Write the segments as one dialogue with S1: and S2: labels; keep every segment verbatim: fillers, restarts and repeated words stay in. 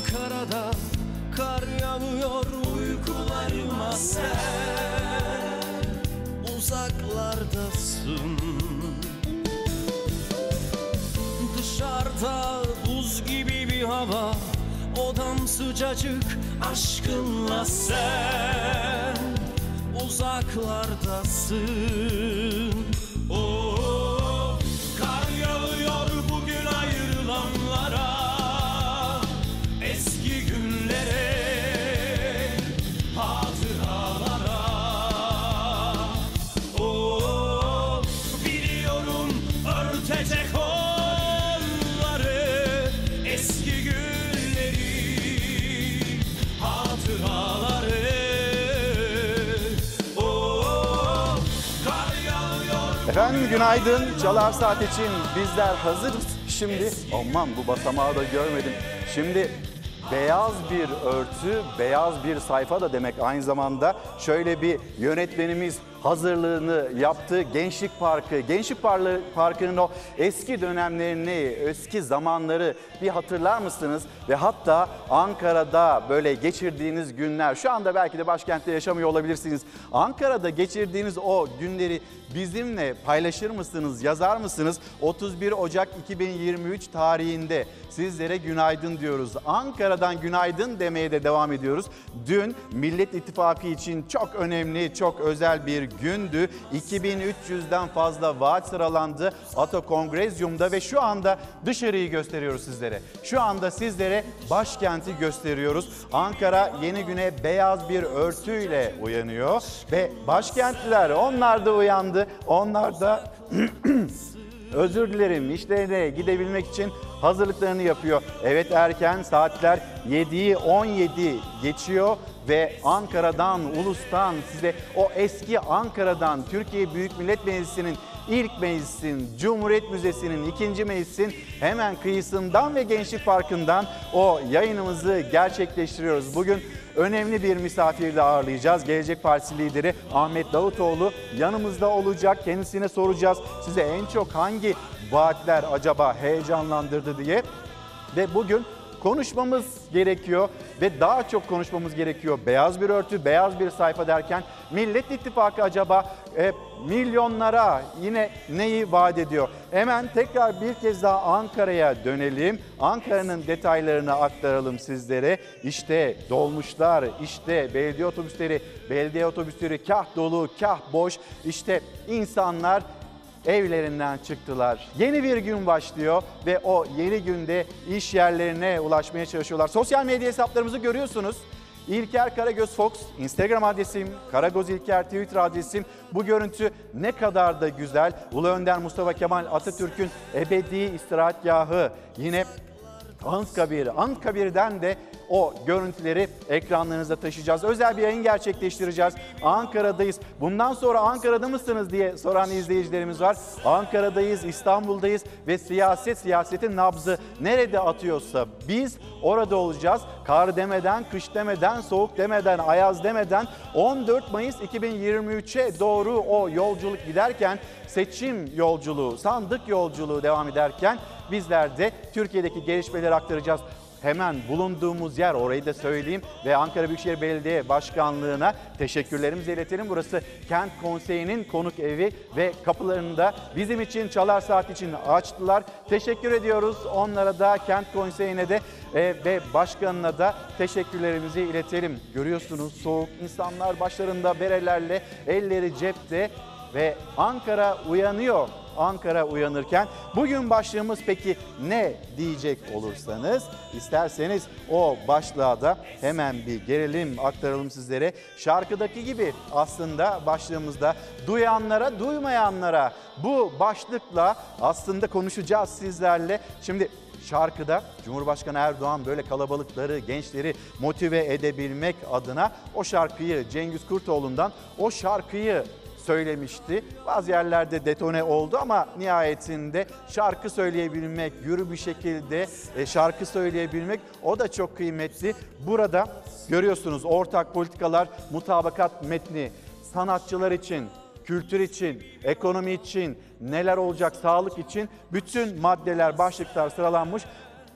S1: Ankara'da kar yağıyor uykularıma, sen uzaklardasın. Dışarıda buz gibi bir hava, odam sıcacık aşkınla, sen uzaklardasın. Oh, kar yağıyor bugün ayrılanlara, eski günlere, hatıralara. Oh, biliyorum örtecek onları, eski günleri, hatıraları. Oh, kar yağıyor.
S2: Efendim günaydın. Çalar Saat için bizler hazırız. Şimdi aman bu basamağı da görmedim. Şimdi beyaz bir örtü, beyaz bir sayfa da demek aynı zamanda. Şöyle bir yönetmenimiz hazırlığını yaptı. Gençlik Parkı, Gençlik Parkı'nın o eski dönemlerini, eski zamanları bir hatırlar mısınız? Ve hatta Ankara'da böyle geçirdiğiniz günler, şu anda belki de başkentte yaşamıyor olabilirsiniz. Ankara'da geçirdiğiniz o günleri bizimle paylaşır mısınız, yazar mısınız? otuz bir Ocak iki bin yirmi üç tarihinde sizlere günaydın diyoruz. Ankara'dan günaydın demeye de devam ediyoruz. Dün Millet İttifakı için çok önemli, çok özel bir gündü. iki bin üç yüzden fazla vaat sıralandı Ato Kongrezyum'da ve şu anda dışarıyı gösteriyoruz sizlere. Şu anda sizlere başkenti gösteriyoruz. Ankara yeni güne beyaz bir örtüyle uyanıyor ve başkentliler onlar da uyandı. Onlar da özür dilerim işlerine gidebilmek için hazırlıklarını yapıyor. Evet, erken saatler yediyi on yedi geçiyor ve Ankara'dan, Ulus'tan size o eski Ankara'dan, Türkiye Büyük Millet Meclisi'nin ilk meclisin, Cumhuriyet Müzesi'nin ikinci meclisin hemen kıyısından ve Gençlik Parkı'ndan o yayınımızı gerçekleştiriyoruz. Bugün önemli bir misafirle ağırlayacağız. Gelecek Partisi lideri Ahmet Davutoğlu yanımızda olacak. Kendisine soracağız size en çok hangi vaatler acaba heyecanlandırdı diye. Ve bugün konuşmamız gerekiyor ve daha çok konuşmamız gerekiyor. Beyaz bir örtü, beyaz bir sayfa derken Millet İttifakı acaba e, milyonlara yine neyi vaat ediyor? Hemen tekrar bir kez daha Ankara'ya dönelim. Ankara'nın detaylarını aktaralım sizlere. İşte dolmuşlar, işte belediye otobüsleri, belediye otobüsleri kah dolu, kah boş. İşte insanlar evlerinden çıktılar. Yeni bir gün başlıyor ve o yeni günde iş yerlerine ulaşmaya çalışıyorlar. Sosyal medya hesaplarımızı görüyorsunuz. İlker Karagöz Fox, Instagram adresim, Karagöz İlker Twitter adresim. Bu görüntü ne kadar da güzel. Ulu Önder Mustafa Kemal Atatürk'ün ebedi istirahatgahı. Yine Anıtkabir, Anıtkabir'den de o görüntüleri ekranlarınıza taşıyacağız. Özel bir yayın gerçekleştireceğiz. Ankara'dayız. Bundan sonra Ankara'da mısınız diye soran izleyicilerimiz var. Ankara'dayız, İstanbul'dayız ve siyaset, siyasetin nabzı nerede atıyorsa biz orada olacağız. Kar demeden, kış demeden, soğuk demeden, ayaz demeden on dört Mayıs iki bin yirmi üçe doğru o yolculuk giderken, seçim yolculuğu, sandık yolculuğu devam ederken bizler de Türkiye'deki gelişmeleri aktaracağız. Hemen bulunduğumuz yer, orayı da söyleyeyim ve Ankara Büyükşehir Belediye Başkanlığı'na teşekkürlerimizi iletelim. Burası Kent Konseyi'nin konuk evi ve kapılarını da bizim için, Çalar Saat için açtılar. Teşekkür ediyoruz onlara da, Kent Konseyi'ne de e, ve başkanına da teşekkürlerimizi iletelim. Görüyorsunuz soğuk, insanlar başlarında berelerle, elleri cepte ve Ankara uyanıyor. Ankara uyanırken bugün başlığımız peki ne diyecek olursanız, isterseniz o başlığa da hemen bir gelelim, aktaralım sizlere. Şarkıdaki gibi aslında başlığımızda duyanlara, duymayanlara bu başlıkla aslında konuşacağız sizlerle. Şimdi şarkıda Cumhurbaşkanı Erdoğan böyle kalabalıkları, gençleri motive edebilmek adına o şarkıyı Cengiz Kurtoğlu'ndan o şarkıyı söylemişti. Bazı yerlerde detone oldu ama nihayetinde şarkı söyleyebilmek, yürü bir şekilde şarkı söyleyebilmek, o da çok kıymetli. Burada görüyorsunuz ortak politikalar, mutabakat metni sanatçılar için, kültür için, ekonomi için, neler olacak, sağlık için bütün maddeler, başlıklar sıralanmış.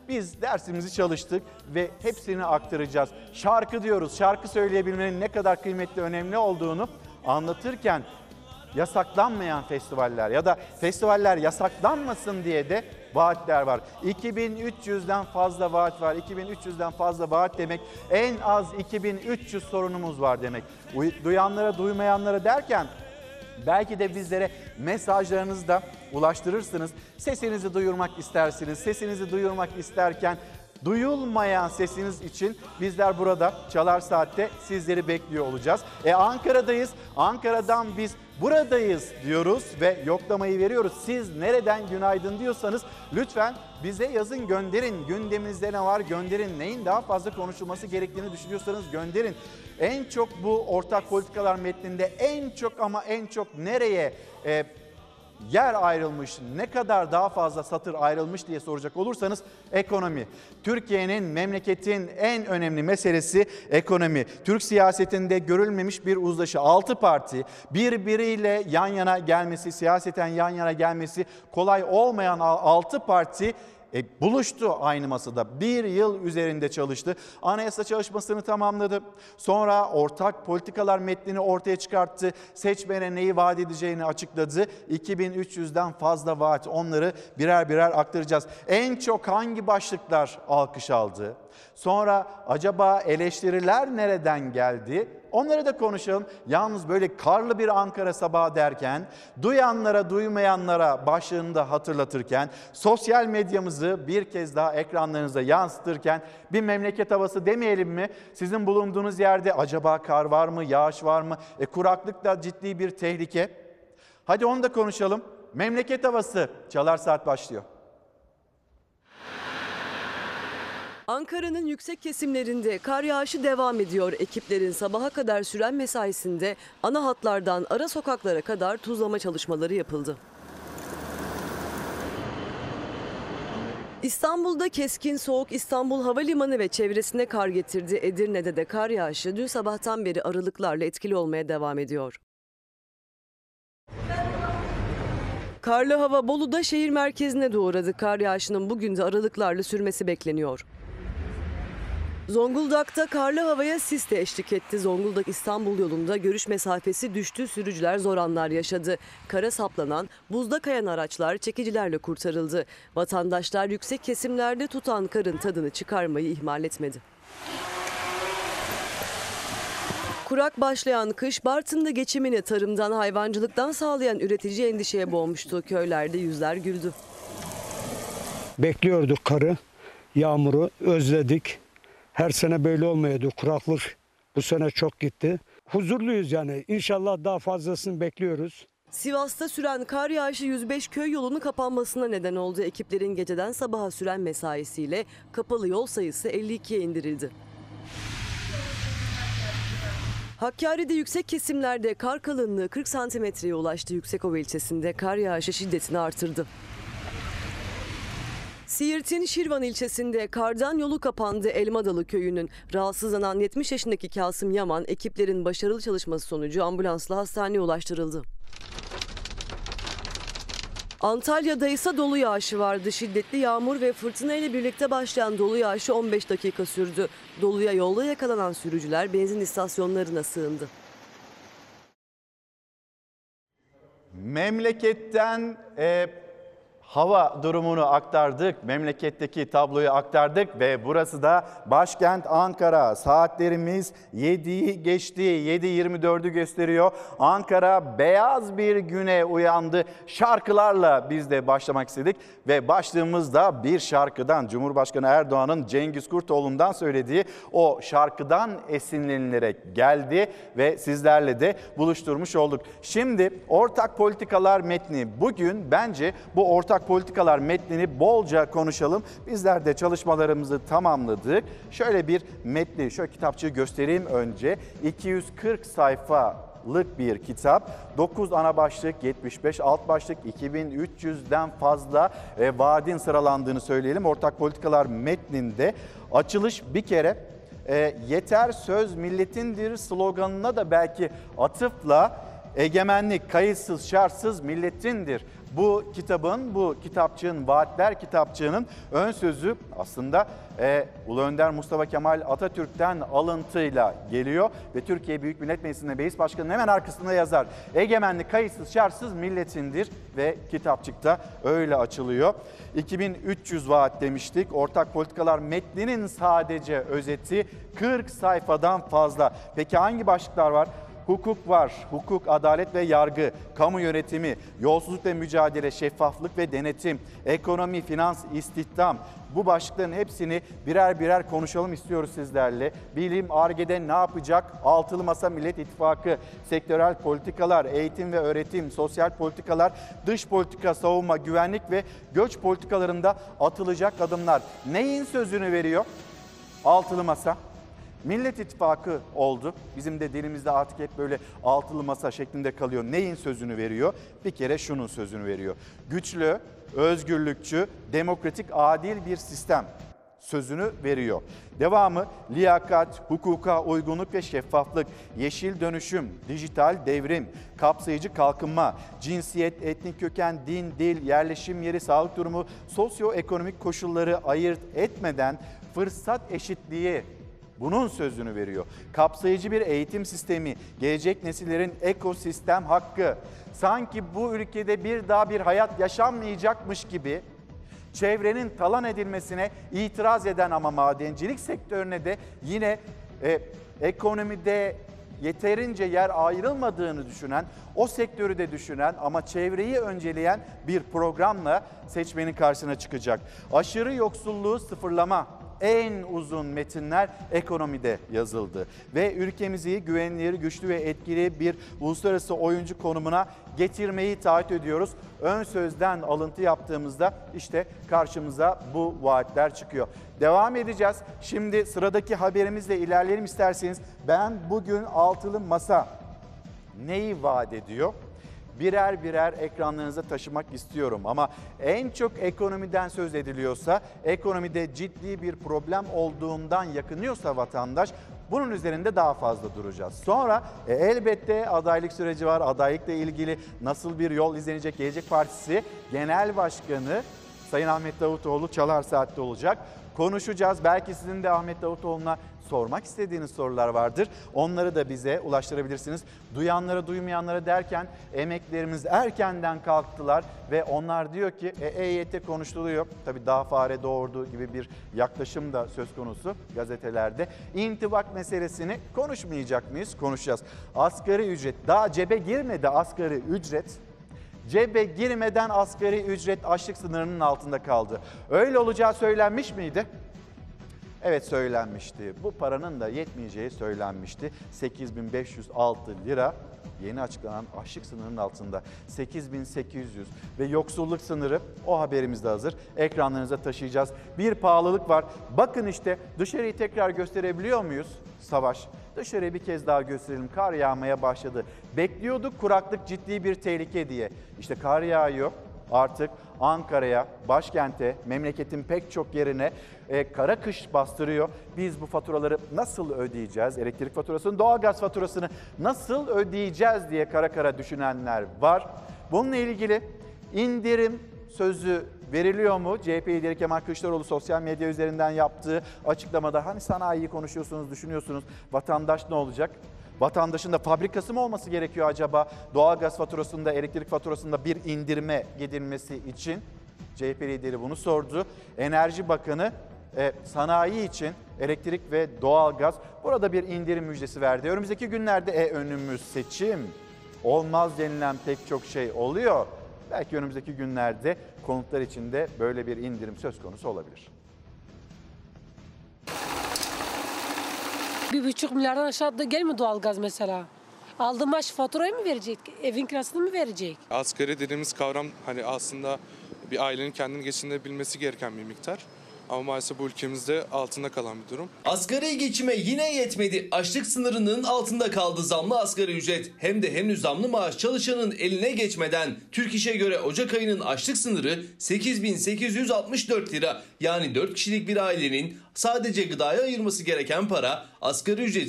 S2: biz dersimizi çalıştık ve hepsini aktaracağız. Şarkı diyoruz. Şarkı söyleyebilmenin ne kadar kıymetli, önemli olduğunu anlatırken yasaklanmayan festivaller ya da festivaller yasaklanmasın diye de vaatler var. iki bin üç yüzden fazla vaat var. iki bin üç yüzden fazla vaat demek en az iki bin üç yüz sorunumuz var demek. Duyanlara, duymayanlara derken belki de bizlere mesajlarınızı da ulaştırırsınız. Sesinizi duyurmak istersiniz. Sesinizi duyurmak isterken duyulmayan sesiniz için bizler burada Çalar Saat'te sizleri bekliyor olacağız. E Ankara'dayız. Ankara'dan biz buradayız diyoruz ve yoklamayı veriyoruz. Siz nereden günaydın diyorsanız lütfen bize yazın, gönderin. Gündeminizde ne var gönderin. Neyin daha fazla konuşulması gerektiğini düşünüyorsanız gönderin. En çok bu ortak politikalar metninde en çok ama en çok nereye e, yer ayrılmış, ne kadar daha fazla satır ayrılmış diye soracak olursanız ekonomi. Türkiye'nin, memleketin en önemli meselesi ekonomi. Türk siyasetinde görülmemiş bir uzlaşı. Altı parti birbiriyle yan yana gelmesi, siyaseten yan yana gelmesi kolay olmayan altı parti E, buluştu aynı masada. Bir yıl üzerinde çalıştı. Anayasa çalışmasını tamamladı. Sonra ortak politikalar metnini ortaya çıkarttı. Seçmene neyi vaat edeceğini açıkladı. iki bin üç yüzden fazla vaat. Onları birer birer aktaracağız. En çok hangi başlıklar alkış aldı? Sonra acaba eleştiriler nereden geldi? Onları da konuşalım. Yalnız böyle karlı bir Ankara sabahı derken, duyanlara duymayanlara başlığını da hatırlatırken, sosyal medyamızı bir kez daha ekranlarınıza yansıtırken bir memleket havası demeyelim mi? Sizin bulunduğunuz yerde acaba kar var mı, yağış var mı? E, kuraklık da ciddi bir tehlike. Hadi onu da konuşalım. Memleket havası. Çalar Saat başlıyor.
S3: Ankara'nın yüksek kesimlerinde kar yağışı devam ediyor. Ekiplerin sabaha kadar süren mesaisinde ana hatlardan ara sokaklara kadar tuzlama çalışmaları yapıldı. İstanbul'da keskin soğuk İstanbul Havalimanı ve çevresine kar getirdi. Edirne'de de kar yağışı dün sabahtan beri aralıklarla etkili olmaya devam ediyor. Karlı hava Bolu'da şehir merkezine doğradı. Kar yağışının bugün de aralıklarla sürmesi bekleniyor. Zonguldak'ta karlı havaya sis de eşlik etti. Zonguldak-İstanbul yolunda görüş mesafesi düştü, sürücüler zor anlar yaşadı. Kara saplanan, buzda kayan araçlar çekicilerle kurtarıldı. Vatandaşlar yüksek kesimlerde tutan karın tadını çıkarmayı ihmal etmedi. Kurak başlayan kış Bartın'da geçimini tarımdan, hayvancılıktan sağlayan üretici endişeye boğmuştu. Köylerde yüzler güldü.
S4: Bekliyorduk karı, yağmuru, özledik. Her sene böyle olmuyordu. Kuraklık bu sene çok gitti. Huzurluyuz yani. İnşallah daha fazlasını bekliyoruz.
S3: Sivas'ta süren kar yağışı yüz beş köy yolunun kapanmasına neden oldu. Ekiplerin geceden sabaha süren mesaisiyle kapalı yol sayısı elli ikiye indirildi. Hakkari'de yüksek kesimlerde kar kalınlığı kırk santimetreye ulaştı. Yüksekova ilçesinde kar yağışı şiddetini artırdı. Siirt'in Şirvan ilçesinde kardan yolu kapandı. Elmadalı köyünün rahatsızlanan yetmiş yaşındaki Kasım Yaman ekiplerin başarılı çalışması sonucu ambulansla hastaneye ulaştırıldı. Antalya'da ise dolu yağışı vardı. Şiddetli yağmur ve fırtına ile birlikte başlayan dolu yağışı on beş dakika sürdü. Doluya yolda yakalanan sürücüler benzin istasyonlarına sığındı.
S2: Memleketten e, hava durumunu aktardık, memleketteki tabloyu aktardık ve burası da başkent Ankara. Saatlerimiz yediyi geçti, yedi yirmi dördü gösteriyor. Ankara beyaz bir güne uyandı. Şarkılarla biz de başlamak istedik ve başlığımızda bir şarkıdan, Cumhurbaşkanı Erdoğan'ın Cengiz Kurtoğlu'ndan söylediği o şarkıdan esinlenilerek geldi ve sizlerle de buluşturmuş olduk. Şimdi ortak politikalar metni, bugün bence bu ortak politikalar metnini bolca konuşalım. Bizler de çalışmalarımızı tamamladık. Şöyle bir metni, şöyle kitapçığı göstereyim önce. iki yüz kırk sayfalık bir kitap. dokuz ana başlık, yetmiş beş alt başlık, iki bin üç yüzden fazla e, vaadin sıralandığını söyleyelim. Ortak politikalar metninde açılış bir kere e, yeter söz milletindir sloganına da belki atıfla egemenlik kayıtsız şartsız milletindir Bu kitabın, bu kitapçığın, Vaatler kitapçığının ön sözü aslında e, Ulu Önder Mustafa Kemal Atatürk'ten alıntıyla geliyor ve Türkiye Büyük Millet Meclisi'nde Meclis Başkanı'nın hemen arkasında yazar. Egemenlik kayıtsız şartsız milletindir ve kitapçıkta öyle açılıyor. iki bin üç yüz vaat demiştik. Ortak politikalar metninin sadece özeti kırk sayfadan fazla. Peki hangi başlıklar var? Hukuk var, hukuk, adalet ve yargı, kamu yönetimi, yolsuzluk ve mücadele, şeffaflık ve denetim, ekonomi, finans, istihdam. Bu başlıkların hepsini birer birer konuşalım istiyoruz sizlerle. Bilim, Ar-Ge'de ne yapacak? Altılı Masa, Millet İttifakı, sektörel politikalar, eğitim ve öğretim, sosyal politikalar, dış politika, savunma, güvenlik ve göç politikalarında atılacak adımlar. Neyin sözünü veriyor Altılı Masa? Millet İttifakı oldu. Bizim de dilimizde artık hep böyle altılı masa şeklinde kalıyor. Neyin sözünü veriyor? Bir kere şunun sözünü veriyor. Güçlü, özgürlükçü, demokratik, adil bir sistem sözünü veriyor. Devamı liyakat, hukuka uygunluk ve şeffaflık, yeşil dönüşüm, dijital devrim, kapsayıcı kalkınma, cinsiyet, etnik köken, din, dil, yerleşim yeri, sağlık durumu, sosyoekonomik koşulları ayırt etmeden fırsat eşitliği, bunun sözünü veriyor. Kapsayıcı bir eğitim sistemi, gelecek nesillerin ekosistem hakkı. Sanki bu ülkede bir daha bir hayat yaşanmayacakmış gibi çevrenin talan edilmesine itiraz eden ama madencilik sektörüne de yine e, ekonomide yeterince yer ayrılmadığını düşünen, o sektörü de düşünen ama çevreyi önceleyen bir programla seçmenin karşısına çıkacak. Aşırı yoksulluğu sıfırlama. En uzun metinler ekonomide yazıldı ve ülkemizi güvenilir, güçlü ve etkili bir uluslararası oyuncu konumuna getirmeyi taahhüt ediyoruz. Ön sözden alıntı yaptığımızda işte karşımıza bu vaatler çıkıyor. Devam edeceğiz. Şimdi sıradaki haberimizle ilerleyelim isterseniz. Ben bugün Altılı Masa neyi vaat ediyor? Birer birer ekranlarınıza taşımak istiyorum ama en çok ekonomiden söz ediliyorsa, ekonomide ciddi bir problem olduğundan yakınıyorsa vatandaş, bunun üzerinde daha fazla duracağız. Sonra e, elbette adaylık süreci var. Adaylıkla ilgili nasıl bir yol izlenecek? Gelecek Partisi Genel Başkanı Sayın Ahmet Davutoğlu Çalar Saat'te olacak. Konuşacağız. Belki sizin de Ahmet Davutoğlu'na sormak istediğiniz sorular vardır. Onları da bize ulaştırabilirsiniz. Duyanlara duymayanlara derken emeklerimiz erkenden kalktılar ve onlar diyor ki e, E Y T konuşuluyor. Tabii daha fare doğurdu gibi bir yaklaşım da söz konusu gazetelerde. İntibak meselesini konuşmayacak mıyız? Konuşacağız. Asgari ücret daha cebe girmedi asgari ücret. Cebe girmeden asgari ücret açlık sınırının altında kaldı. Öyle olacağı söylenmiş miydi? Evet söylenmişti. Bu paranın da yetmeyeceği söylenmişti. sekiz bin beş yüz altı lira yeni açıklanan açlık sınırının altında. sekiz bin sekiz yüz ve yoksulluk sınırı o haberimizde hazır. Ekranlarınıza taşıyacağız. Bir pahalılık var. Bakın işte dışarıyı tekrar gösterebiliyor muyuz? Savaş. Dışarıya bir kez daha gösterelim. Kar yağmaya başladı. Bekliyorduk kuraklık ciddi bir tehlike diye. İşte kar yağıyor. Artık Ankara'ya, başkente, memleketin pek çok yerine e, kara kış bastırıyor. Biz bu faturaları nasıl ödeyeceğiz? Elektrik faturasını, doğalgaz faturasını nasıl ödeyeceğiz diye kara kara düşünenler var. Bununla ilgili indirim sözü veriliyor mu? C H P lideri Kemal Kılıçdaroğlu sosyal medya üzerinden yaptığı açıklamada hani sanayiyi konuşuyorsunuz, düşünüyorsunuz. Vatandaş ne olacak? Vatandaşın da fabrikası mı olması gerekiyor acaba? Doğalgaz faturasında, elektrik faturasında bir indirime gidilmesi için C H P lideri bunu sordu. Enerji Bakanı e, sanayi için elektrik ve doğalgaz burada bir indirim müjdesi verdi. Önümüzdeki günlerde e, önümüz seçim. Olmaz denilen pek çok şey oluyor. Belki önümüzdeki günlerde konutlar için de böyle bir indirim söz konusu olabilir.
S5: Bir buçuk milyardan aşağı da gelmiyor doğalgaz mesela. Aldığı maaş faturayı mı verecek? Evin kirasını mı verecek?
S6: Asgari dediğimiz kavram hani aslında bir ailenin kendini geçindirebilmesi gereken bir miktar. Ama maalesef bu ülkemizde altında kalan bir durum.
S7: Asgari geçime yine yetmedi. Açlık sınırının altında kaldı zamlı asgari ücret. Hem de henüz zamlı maaş çalışanın eline geçmeden. Türk İş'e göre Ocak ayının açlık sınırı sekiz bin sekiz yüz altmış dört lira. Yani dört kişilik bir ailenin sadece gıdaya ayırması gereken para asgari ücretin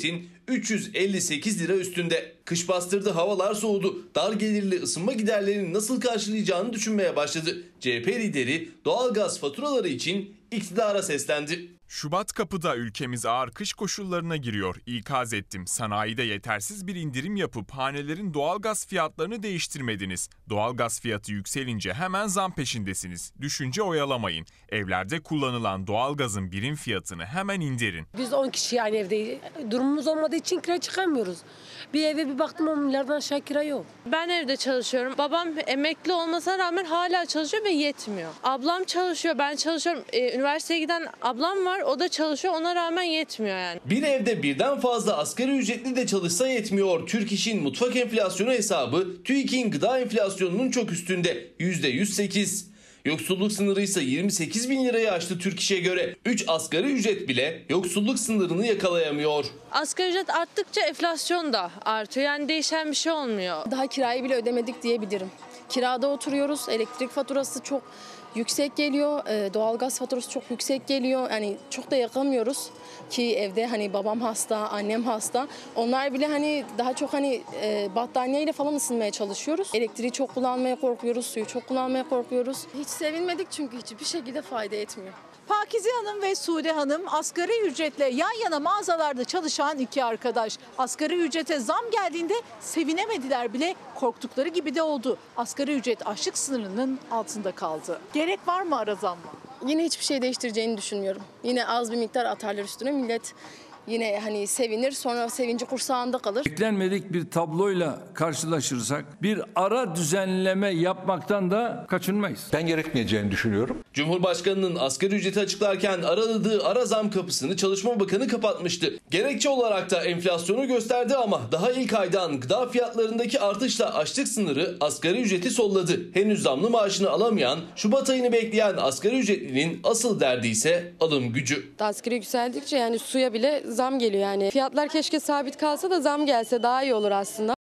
S7: üç yüz elli sekiz lira üstünde. Kış bastırdı, havalar soğudu. Dar gelirli ısınma giderlerini nasıl karşılayacağını düşünmeye başladı. C H P lideri doğalgaz faturaları için iktidara seslendi.
S8: Şubat kapıda, ülkemiz ağır kış koşullarına giriyor. İkaz ettim. Sanayide yetersiz bir indirim yapıp hanelerin doğalgaz fiyatlarını değiştirmediniz. Doğalgaz fiyatı yükselince hemen zam peşindesiniz. Düşünce oyalamayın. Evlerde kullanılan doğalgazın birim fiyatını hemen indirin.
S5: Biz on kişi yani evde durumumuz olmadığı için kira çıkamıyoruz. Bir eve bir baktım on milyardan aşağı kira yok.
S9: Ben evde çalışıyorum. Babam emekli olmasına rağmen hala çalışıyor ve yetmiyor. Ablam çalışıyor, ben çalışıyorum. Ee, üniversiteye giden ablam var, o da çalışıyor, ona rağmen yetmiyor yani.
S7: Bir evde birden fazla asgari ücretli de çalışsa yetmiyor. Türk İş'in mutfak enflasyonu hesabı TÜİK'in gıda enflasyonunun çok üstünde, yüzde yüz sekiz. Yoksulluk sınırı ise yirmi sekiz bin lirayı aştı Türk İş'e göre. üç asgari ücret bile yoksulluk sınırını yakalayamıyor.
S9: Asgari ücret arttıkça enflasyon da artıyor, yani değişen bir şey olmuyor.
S10: Daha kirayı bile ödemedik diyebilirim. Kirada oturuyoruz, elektrik faturası çok yüksek geliyor, doğalgaz faturası çok yüksek geliyor. Yani çok da yakamıyoruz ki evde hani babam hasta, annem hasta. Onlar bile hani daha çok hani battaniyeyle falan ısınmaya çalışıyoruz. Elektriği çok kullanmaya korkuyoruz, suyu çok kullanmaya korkuyoruz. Hiç sevinmedik çünkü hiçbir şekilde fayda etmiyor.
S11: Pakize Hanım ve Sude Hanım asgari ücretle yan yana mağazalarda çalışan iki arkadaş. Asgari ücrete zam geldiğinde sevinemediler bile, korktukları gibi de oldu. Asgari ücret açlık sınırının altında kaldı. Gerek var mı ara zamma?
S10: Yine hiçbir şey değiştireceğini düşünmüyorum. Yine az bir miktar atarlar üstüne, millet yine hani sevinir, sonra sevinci kursağında kalır.
S12: Beklenmedik bir tabloyla karşılaşırsak bir ara düzenleme yapmaktan da kaçınmayız.
S13: Ben gerekmeyeceğini düşünüyorum.
S7: Cumhurbaşkanının asgari ücreti açıklarken araladığı ara zam kapısını Çalışma Bakanı kapatmıştı. Gerekçe olarak da enflasyonu gösterdi ama daha ilk aydan gıda fiyatlarındaki artışla açlık sınırı asgari ücreti solladı. Henüz zamlı maaşını alamayan, Şubat ayını bekleyen asgari ücretlinin asıl derdi ise alım gücü.
S14: Asgari yükseldikçe yani suya bile zam geliyor yani. Fiyatlar keşke sabit kalsa da zam gelse daha iyi olur aslında.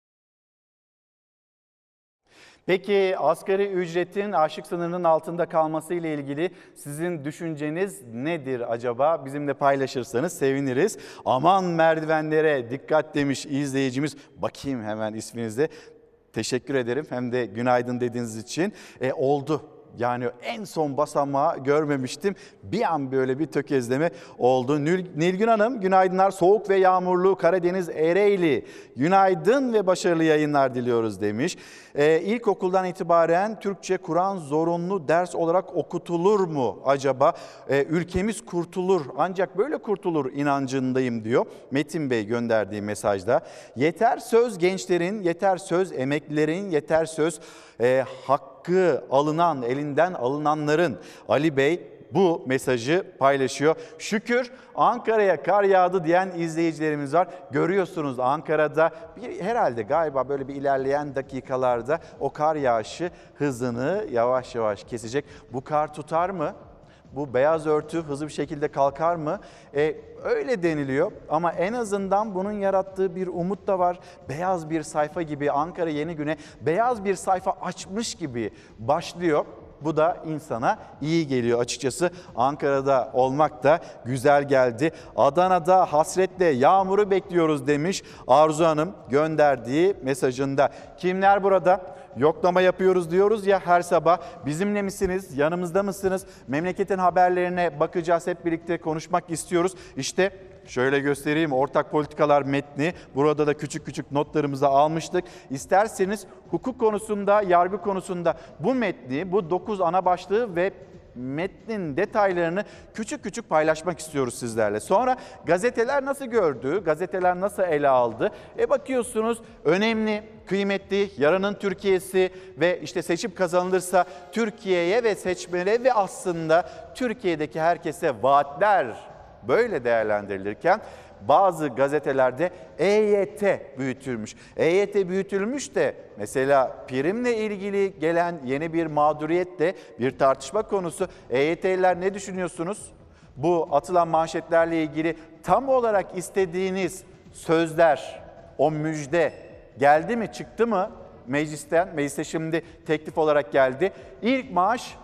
S2: Peki asgari ücretin açlık sınırının altında kalması ile ilgili sizin düşünceniz nedir acaba? Bizimle paylaşırsanız seviniriz. Aman merdivenlere dikkat demiş izleyicimiz. Bakayım hemen isminize. Teşekkür ederim. Hem de günaydın dediğiniz için. E, oldu. Yani en son basamağı görmemiştim. Bir an böyle bir tökezleme oldu. Nilgün Hanım, günaydınlar. Soğuk ve yağmurlu Karadeniz Ereğli. Günaydın ve başarılı yayınlar diliyoruz demiş. Ee, İlkokuldan itibaren Türkçe Kur'an zorunlu ders olarak okutulur mu acaba? Ee, ülkemiz kurtulur, ancak böyle kurtulur inancındayım diyor Metin Bey gönderdiği mesajda. Yeter söz gençlerin, yeter söz emeklilerin, yeter söz e, hakkı alınan, elinden alınanların. Ali Bey bu mesajı paylaşıyor. Şükür Ankara'ya kar yağdı diyen izleyicilerimiz var. Görüyorsunuz Ankara'da bir, herhalde galiba böyle bir ilerleyen dakikalarda o kar yağışı hızını yavaş yavaş kesecek. Bu kar tutar mı? Bu beyaz örtü hızlı bir şekilde kalkar mı? E, öyle deniliyor ama en azından bunun yarattığı bir umut da var. Beyaz bir sayfa gibi Ankara yeni güne beyaz bir sayfa açmış gibi başlıyor. Bu da insana iyi geliyor açıkçası. Ankara'da olmak da güzel geldi. Adana'da hasretle yağmuru bekliyoruz demiş Arzu Hanım gönderdiği mesajında. Kimler burada? Yoklama yapıyoruz diyoruz ya her sabah. Bizimle misiniz? Yanımızda mısınız? Memleketin haberlerine bakacağız. Hep birlikte konuşmak istiyoruz. İşte şöyle göstereyim ortak politikalar metni. Burada da küçük küçük notlarımızı almıştık. İsterseniz hukuk konusunda, yargı konusunda bu metni, bu dokuz ana başlığı ve metnin detaylarını küçük küçük paylaşmak istiyoruz sizlerle. Sonra gazeteler nasıl gördü, gazeteler nasıl ele aldı? E bakıyorsunuz önemli, kıymetli, yarının Türkiye'si ve işte seçim kazanılırsa Türkiye'ye ve seçmene ve aslında Türkiye'deki herkese vaatler böyle değerlendirilirken bazı gazetelerde E Y T büyütülmüş. E Y T büyütülmüş de mesela primle ilgili gelen yeni bir mağduriyet de bir tartışma konusu. E Y T'liler ne düşünüyorsunuz? Bu atılan manşetlerle ilgili tam olarak istediğiniz sözler, o müjde geldi mi, çıktı mı meclisten? Meclise şimdi teklif olarak geldi. İlk maaş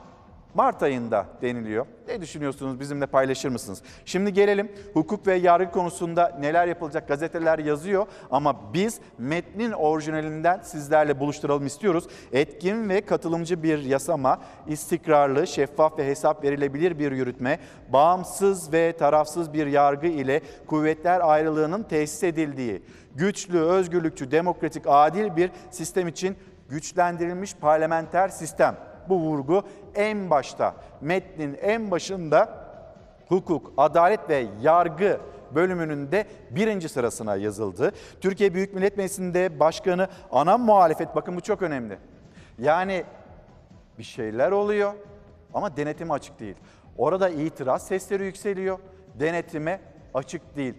S2: Mart ayında deniliyor. Ne düşünüyorsunuz? Bizimle paylaşır mısınız? Şimdi gelelim hukuk ve yargı konusunda neler yapılacak, gazeteler yazıyor ama biz metnin orijinalinden sizlerle buluşturalım istiyoruz. Etkin ve katılımcı bir yasama, istikrarlı, şeffaf ve hesap verilebilir bir yürütme, bağımsız ve tarafsız bir yargı ile kuvvetler ayrılığının tesis edildiği, güçlü, özgürlükçü, demokratik, adil bir sistem için güçlendirilmiş parlamenter sistem. Bu vurgu en başta, metnin en başında hukuk, adalet ve yargı bölümünün de birinci sırasına yazıldı. Türkiye Büyük Millet Meclisi'nde başkanı ana muhalefet, bakın bu çok önemli. Yani bir şeyler oluyor ama denetime açık değil. Orada itiraz sesleri yükseliyor, denetime açık değil.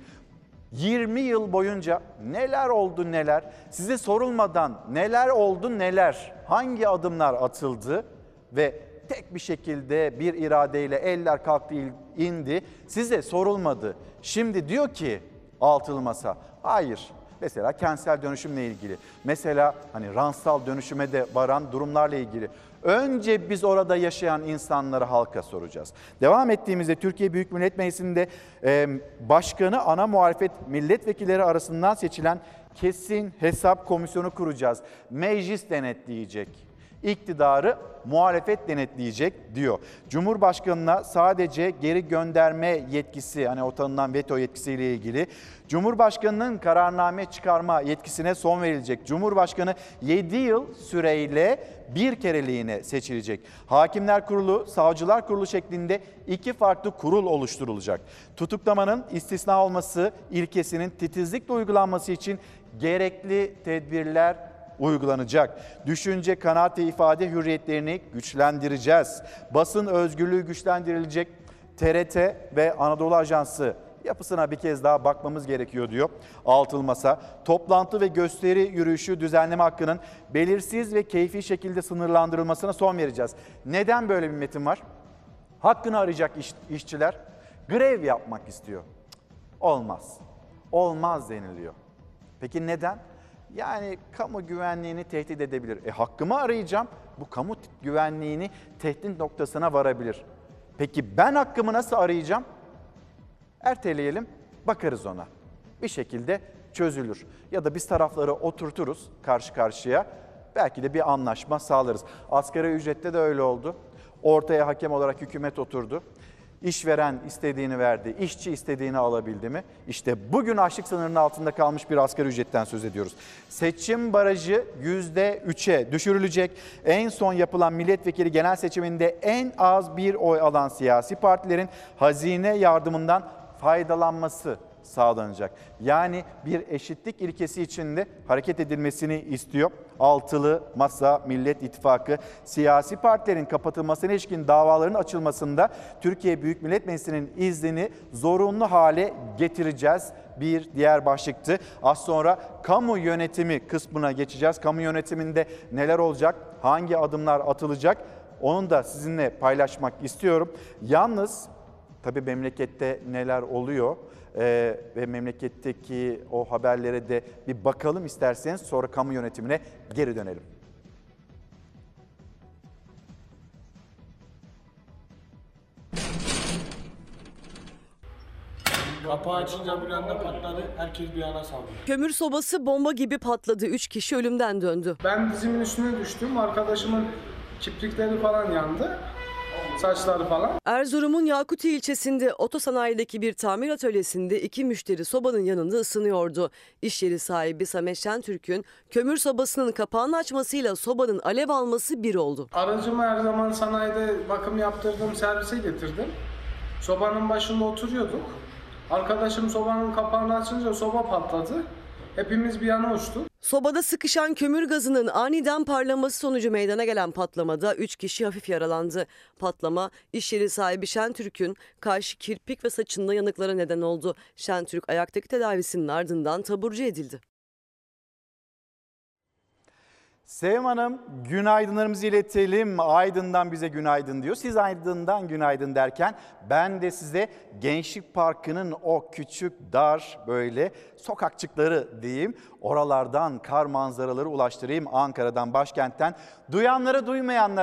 S2: yirmi yıl boyunca neler oldu neler, size sorulmadan neler oldu neler, hangi adımlar atıldı ve tek bir şekilde bir iradeyle eller kalktı indi, size sorulmadı. Şimdi diyor ki altılı masa, hayır. Mesela kentsel dönüşümle ilgili, mesela hani rantsal dönüşüme de varan durumlarla ilgili. Önce biz orada yaşayan insanları halka soracağız. Devam ettiğimizde Türkiye Büyük Millet Meclisi'nde e, başkanı ana muhalefet milletvekilleri arasından seçilen kesin hesap komisyonu kuracağız. Meclis denetleyecek. İktidarı muhalefet denetleyecek diyor. Cumhurbaşkanına sadece geri gönderme yetkisi, hani o tanınan veto yetkisiyle ilgili, Cumhurbaşkanının kararname çıkarma yetkisine son verilecek. Cumhurbaşkanı yedi yıl süreyle bir kereliğine seçilecek. Hakimler Kurulu, Savcılar Kurulu şeklinde iki farklı kurul oluşturulacak. Tutuklamanın istisna olması ilkesinin titizlikle uygulanması için gerekli tedbirler uygulanacak. Düşünce, kanaat ve ifade hürriyetlerini güçlendireceğiz. Basın özgürlüğü güçlendirilecek. T R T ve Anadolu Ajansı yapısına bir kez daha bakmamız gerekiyor diyor altılı masa. Toplantı ve gösteri yürüyüşü düzenleme hakkının belirsiz ve keyfi şekilde sınırlandırılmasına son vereceğiz. Neden böyle bir metin var? Hakkını arayacak iş, işçiler grev yapmak istiyor. Olmaz. Olmaz deniliyor. Peki neden? Yani kamu güvenliğini tehdit edebilir. E hakkımı arayacağım. Bu kamu güvenliğini tehdit noktasına varabilir. Peki ben hakkımı nasıl arayacağım? Erteleyelim, bakarız ona. Bir şekilde çözülür. Ya da biz tarafları oturturuz karşı karşıya. Belki de bir anlaşma sağlarız. Asgari ücrette de öyle oldu. Ortaya hakem olarak hükümet oturdu. İşveren istediğini verdi, işçi istediğini alabildi mi? İşte bugün açlık sınırının altında kalmış bir asgari ücretten söz ediyoruz. Seçim barajı yüzde üçe düşürülecek. En son yapılan milletvekili genel seçiminde en az bir oy alan siyasi partilerin hazine yardımından faydalanması sağlanacak. Yani bir eşitlik ilkesi içinde hareket edilmesini istiyor. Altılı Masa, Millet İttifakı, siyasi partilerin kapatılmasına ilişkin davaların açılmasında Türkiye Büyük Millet Meclisi'nin iznini zorunlu hale getireceğiz. Bir diğer başlıktı. Az sonra kamu yönetimi kısmına geçeceğiz. Kamu yönetiminde neler olacak, hangi adımlar atılacak onu da sizinle paylaşmak istiyorum. Yalnız tabii memlekette neler oluyor? Ee, ve memleketteki o haberlere de bir bakalım isterseniz, sonra kamu yönetimine geri dönelim.
S13: Kapağı açınca bir anda patladı. Herkes bir yana saldırdı.
S3: Kömür sobası bomba gibi patladı. Üç kişi ölümden döndü.
S13: Ben dizimin üstüne düştüm. Arkadaşımın kiprikleri falan yandı. Saçları falan.
S3: Erzurum'un Yakuti ilçesinde otosanayideki bir tamir atölyesinde iki müşteri sobanın yanında ısınıyordu. İş yeri sahibi Samet Şentürk'ün kömür sobasının kapağını açmasıyla sobanın alev alması bir oldu.
S13: Aracımı her zaman sanayide bakım yaptırdım, servise getirdim. Sobanın başında oturuyorduk. Arkadaşım sobanın kapağını açınca soba patladı. Hepimiz bir yana uçtuk.
S3: Sobada sıkışan kömür gazının aniden parlaması sonucu meydana gelen patlamada üç kişi hafif yaralandı. Patlama iş yeri sahibi Şentürk'ün karşı kirpik ve saçında yanıklara neden oldu. Şentürk ayaktaki tedavisinin ardından taburcu edildi.
S2: Sevim Hanım, günaydınlarımızı iletelim. Aydın'dan bize günaydın diyor. Siz Aydın'dan günaydın derken ben de size Gençlik Parkı'nın o küçük, dar böyle sokakçıkları diyeyim. Oralardan kar manzaraları ulaştırayım, Ankara'dan, başkentten. Duyanlara, duymayanlara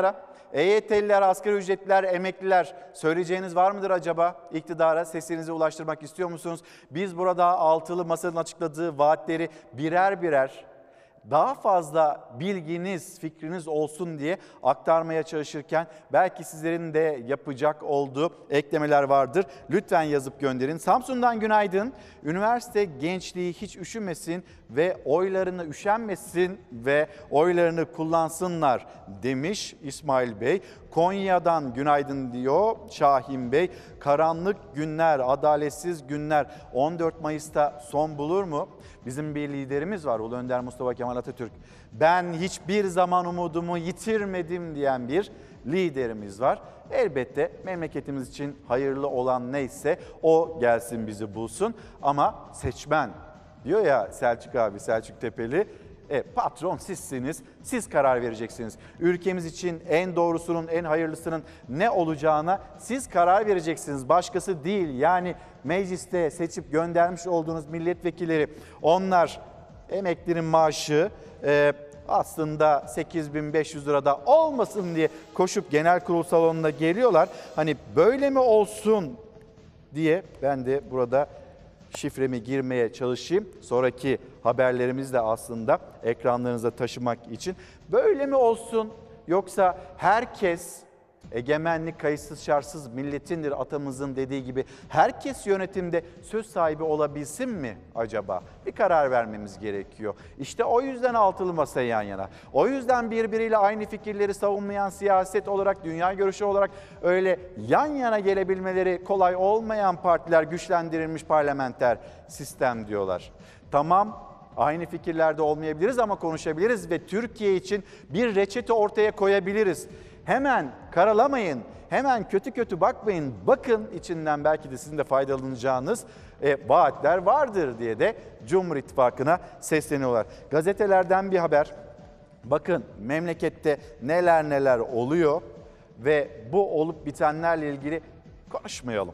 S2: E Y T'liler, asgari ücretliler, emekliler, söyleyeceğiniz var mıdır acaba? İktidara sesinizi ulaştırmak istiyor musunuz? Biz burada altılı masanın açıkladığı vaatleri birer birer daha fazla bilginiz, fikriniz olsun diye aktarmaya çalışırken belki sizlerin de yapacak olduğu eklemeler vardır. Lütfen yazıp gönderin. Samsun'dan günaydın. Üniversite gençliği hiç üşümesin ve oylarını üşenmesin ve oylarını kullansınlar demiş İsmail Bey. Konya'dan günaydın diyor Şahin Bey. Karanlık günler, adaletsiz günler on dört Mayıs'ta son bulur mu? Bizim bir liderimiz var, Ulu Önder Mustafa Kemal Atatürk. Ben hiçbir zaman umudumu yitirmedim diyen bir liderimiz var. Elbette memleketimiz için hayırlı olan neyse o gelsin bizi bulsun. Ama seçmen diyor ya Selçuk abi, Selçuk Tepeli. E, patron sizsiniz, siz karar vereceksiniz. Ülkemiz için en doğrusunun, en hayırlısının ne olacağına siz karar vereceksiniz. Başkası değil. Yani mecliste seçip göndermiş olduğunuz milletvekilleri, onlar emeklinin maaşı e, aslında sekiz bin beş yüz lirada olmasın diye koşup genel kurul salonuna geliyorlar. Hani böyle mi olsun diye ben de burada şifremi girmeye çalışayım. Sonraki haberlerimizi de aslında ekranlarınıza taşımak için. Böyle mi olsun yoksa herkes egemenlik kayıtsız şartsız milletindir atamızın dediği gibi herkes yönetimde söz sahibi olabilsin mi acaba? Bir karar vermemiz gerekiyor. İşte o yüzden altılı masa yan yana. O yüzden birbiriyle aynı fikirleri savunmayan, siyaset olarak, dünya görüşü olarak öyle yan yana gelebilmeleri kolay olmayan partiler güçlendirilmiş parlamenter sistem diyorlar. Tamam, aynı fikirlerde olmayabiliriz ama konuşabiliriz ve Türkiye için bir reçete ortaya koyabiliriz. Hemen karalamayın, hemen kötü kötü bakmayın. Bakın içinden belki de sizin de faydalanacağınız e, vaatler vardır diye de Cumhur İttifakı'na sesleniyorlar. Gazetelerden bir haber. Bakın memlekette neler neler oluyor ve bu olup bitenlerle ilgili konuşmayalım.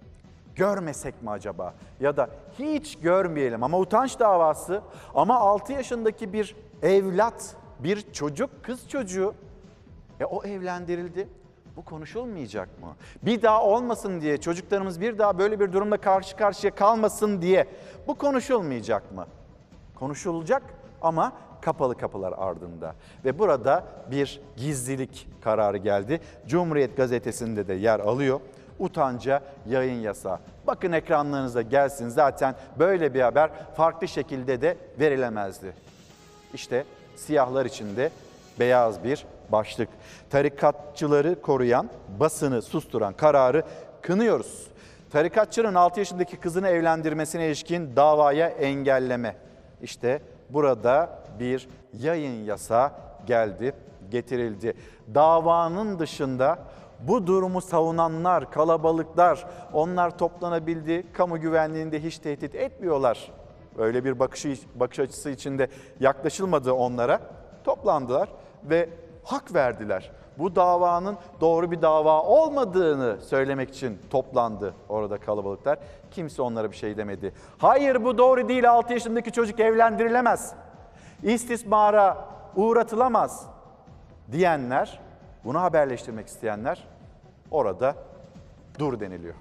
S2: Görmesek mi acaba? Ya da hiç görmeyelim ama utanç davası, ama altı yaşındaki bir evlat, bir çocuk, kız çocuğu, e o evlendirildi. Bu konuşulmayacak mı? Bir daha olmasın diye, çocuklarımız bir daha böyle bir durumla karşı karşıya kalmasın diye bu konuşulmayacak mı? Konuşulacak ama kapalı kapılar ardında. Ve burada bir gizlilik kararı geldi. Cumhuriyet Gazetesi'nde de yer alıyor. Utanca yayın yasağı. Bakın ekranlarınıza gelsin, zaten böyle bir haber farklı şekilde de verilemezdi. İşte siyahlar içinde beyaz bir başlık. Tarikatçıları koruyan, basını susturan kararı kınıyoruz. Tarikatçının altı yaşındaki kızını evlendirmesine ilişkin davaya engelleme. İşte burada bir yayın yasağı geldi, getirildi. Davanın dışında bu durumu savunanlar, kalabalıklar, onlar toplanabildi, kamu güvenliğinde hiç tehdit etmiyorlar. Öyle bir bakış, bakış açısı içinde yaklaşılmadı onlara. Toplandılar ve hak verdiler. Bu davanın doğru bir dava olmadığını söylemek için toplandı orada kalabalıklar. Kimse onlara bir şey demedi. Hayır, bu doğru değil, altı yaşındaki çocuk evlendirilemez, istismara uğratılamaz diyenler, bunu haberleştirmek isteyenler orada dur deniliyor.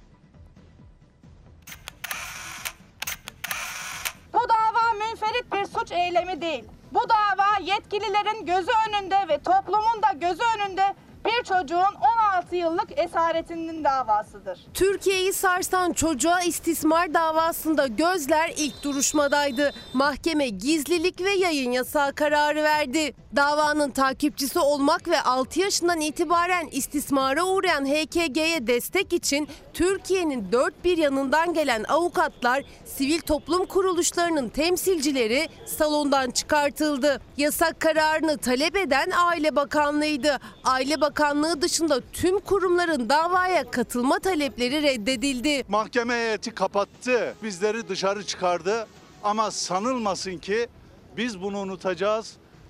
S15: Bu dava münferit bir suç eylemi değil. Bu dava yetkililerin gözü önünde ve toplumun da gözü önünde bir çocuğun on altı yıllık esaretinin davasıdır.
S16: Türkiye'yi sarsan çocuğa istismar davasında gözler ilk duruşmadaydı. Mahkeme gizlilik ve yayın yasağı kararı verdi. Davanın takipçisi olmak ve altı yaşından itibaren istismara uğrayan H K G'ye destek için Türkiye'nin dört bir yanından gelen avukatlar, sivil toplum kuruluşlarının temsilcileri salondan çıkartıldı. Yasak kararını talep eden Aile Bakanlığı'ydı. Aile Bakanlığı dışında tüm kurumların davaya katılma talepleri reddedildi.
S17: Mahkeme heyeti kapattı, bizleri dışarı çıkardı ama sanılmasın ki biz bunu unutacağız.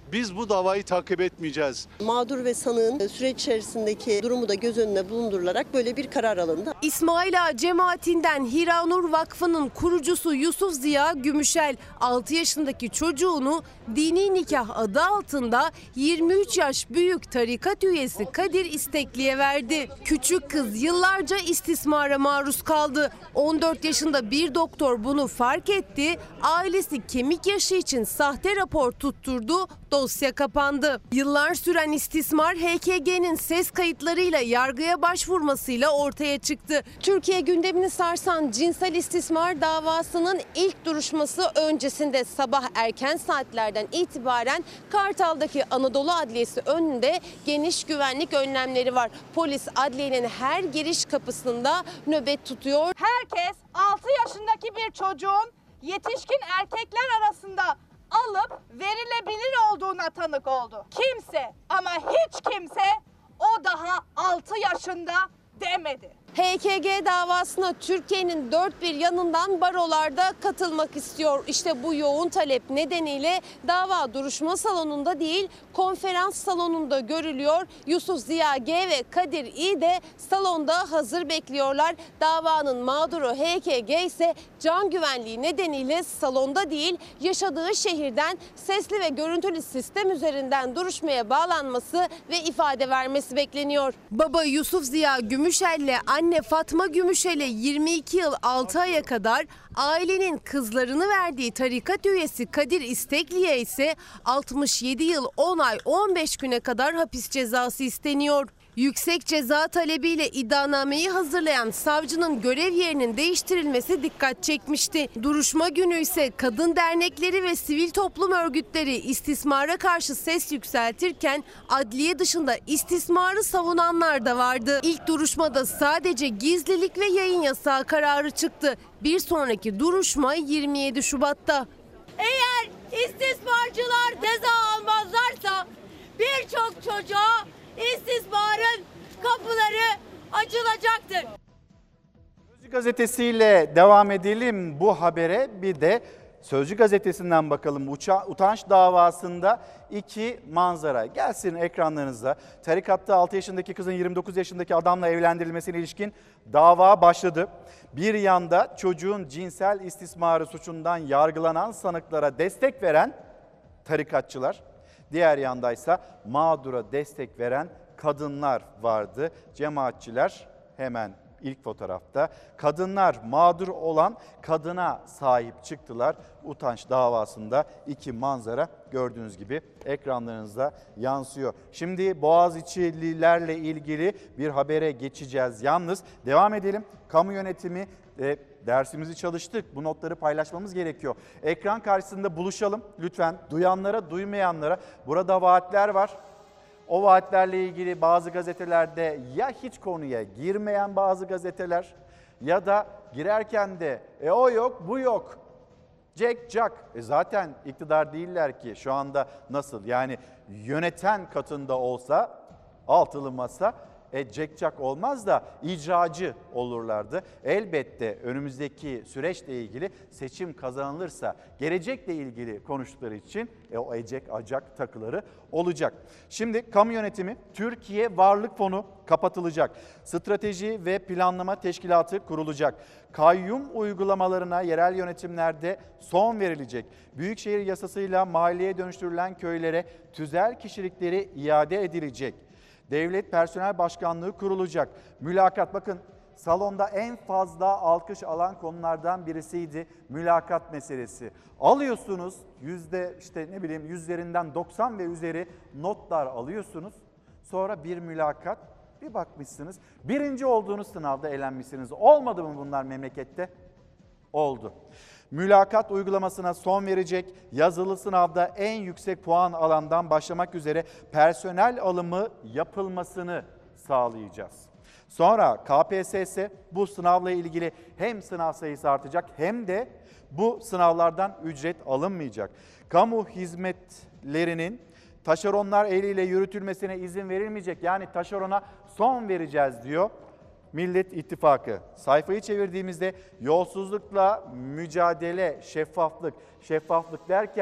S17: Biz bu davayı takip etmeyeceğiz.
S18: Mağdur ve sanığın süreç içerisindeki durumu da göz önüne bulundurularak böyle bir karar alındı.
S16: İsmail Ağa cemaatinden Hiranur Vakfı'nın kurucusu Yusuf Ziya Gümüşel altı yaşındaki çocuğunu dini nikah adı altında yirmi üç yaş büyük tarikat üyesi Kadir İstekli'ye verdi. Küçük kız yıllarca istismara maruz kaldı. on dört yaşında bir doktor bunu fark etti. Ailesi kemik yaşı için sahte rapor tutturdu. Dosya kapandı. Yıllar süren istismar H K G'nin ses kayıtlarıyla yargıya başvurmasıyla ortaya çıktı. Türkiye gündemini sarsan cinsel istismar davasının ilk duruşması öncesinde sabah erken saatlerden itibaren Kartal'daki Anadolu Adliyesi önünde geniş güvenlik önlemleri var. Polis adliyenin her giriş kapısında nöbet tutuyor.
S15: Herkes altı yaşındaki bir çocuğun yetişkin erkekler arasında alıp verilebilir olduğuna tanık oldu. Kimse ama hiç kimse o daha altı yaşında demedi.
S16: H K G davasına Türkiye'nin dört bir yanından barolarda katılmak istiyor. İşte bu yoğun talep nedeniyle dava duruşma salonunda değil konferans salonunda görülüyor. Yusuf Ziya G ve Kadir İ de salonda hazır bekliyorlar. Davanın mağduru H K G ise can güvenliği nedeniyle salonda değil yaşadığı şehirden sesli ve görüntülü sistem üzerinden duruşmaya bağlanması ve ifade vermesi bekleniyor. Baba Yusuf Ziya Gümüşel'le anne Fatma Gümüşel'e yirmi iki yıl altı aya kadar, ailenin kızlarını verdiği tarikat üyesi Kadir İstekli'ye ise altmış yedi yıl on ay on beş güne kadar hapis cezası isteniyor. Yüksek ceza talebiyle iddianameyi hazırlayan savcının görev yerinin değiştirilmesi dikkat çekmişti. Duruşma günü ise kadın dernekleri ve sivil toplum örgütleri istismara karşı ses yükseltirken adliye dışında istismarı savunanlar da vardı. İlk duruşmada sadece gizlilik ve yayın yasağı kararı çıktı. Bir sonraki duruşma yirmi yedi Şubat'ta.
S19: Eğer istismarcılar ceza almazlarsa birçok çocuğa istismarın kapıları açılacaktır.
S2: Sözcü gazetesiyle devam edelim bu habere. Bir de Sözcü gazetesinden bakalım. Uça, utanç davasında iki manzara. Gelsin ekranlarınıza. Tarikatta altı yaşındaki kızın yirmi dokuz yaşındaki adamla evlendirilmesine ilişkin dava başladı. Bir yanda çocuğun cinsel istismarı suçundan yargılanan sanıklara destek veren tarikatçılar. Diğer yandaysa mağdura destek veren kadınlar vardı. Cemaatçiler hemen ilk fotoğrafta. Kadınlar mağdur olan kadına sahip çıktılar. Utanç davasında iki manzara gördüğünüz gibi ekranlarınızda yansıyor. Şimdi Boğaziçi'lilerle ilgili bir habere geçeceğiz. Yalnız devam edelim. Kamu yönetimi e, dersimizi çalıştık. Bu notları paylaşmamız gerekiyor. Ekran karşısında buluşalım lütfen. Duyanlara, duymayanlara. Burada vaatler var. O vaatlerle ilgili bazı gazetelerde ya hiç konuya girmeyen bazı gazeteler ya da girerken de e o yok, bu yok. Jack Jack. E zaten iktidar değiller ki şu anda nasıl? Yani yöneten katında olsa altılı masa e Jack Jack olmaz da icracı olurlardı. Elbette önümüzdeki süreçle ilgili seçim kazanılırsa gelecekle ilgili konuştukları için e, o ecek acak takıları olacak. Şimdi kamu yönetimi Türkiye Varlık Fonu kapatılacak. Strateji ve Planlama Teşkilatı kurulacak. Kayyum uygulamalarına yerel yönetimlerde son verilecek. Büyükşehir yasasıyla mahalleye dönüştürülen köylere tüzel kişilikleri iade edilecek. Devlet Personel Başkanlığı kurulacak. Mülakat, bakın salonda en fazla alkış alan konulardan birisiydi mülakat meselesi. Alıyorsunuz yüzde işte ne bileyim yüzlerinden doksan ve üzeri notlar alıyorsunuz. Sonra bir mülakat, bir bakmışsınız birinci olduğunuz sınavda elenmişsiniz. Olmadı mı bunlar memlekette? Oldu. Mülakat uygulamasına son verecek, yazılı sınavda en yüksek puan alandan başlamak üzere personel alımı yapılmasını sağlayacağız. Sonra K P S S bu sınavla ilgili hem sınav sayısı artacak hem de bu sınavlardan ücret alınmayacak. Kamu hizmetlerinin taşeronlar eliyle yürütülmesine izin verilmeyecek. Yani taşerona son vereceğiz diyor Millet İttifakı. Sayfayı çevirdiğimizde yolsuzlukla mücadele, şeffaflık, şeffaflık derken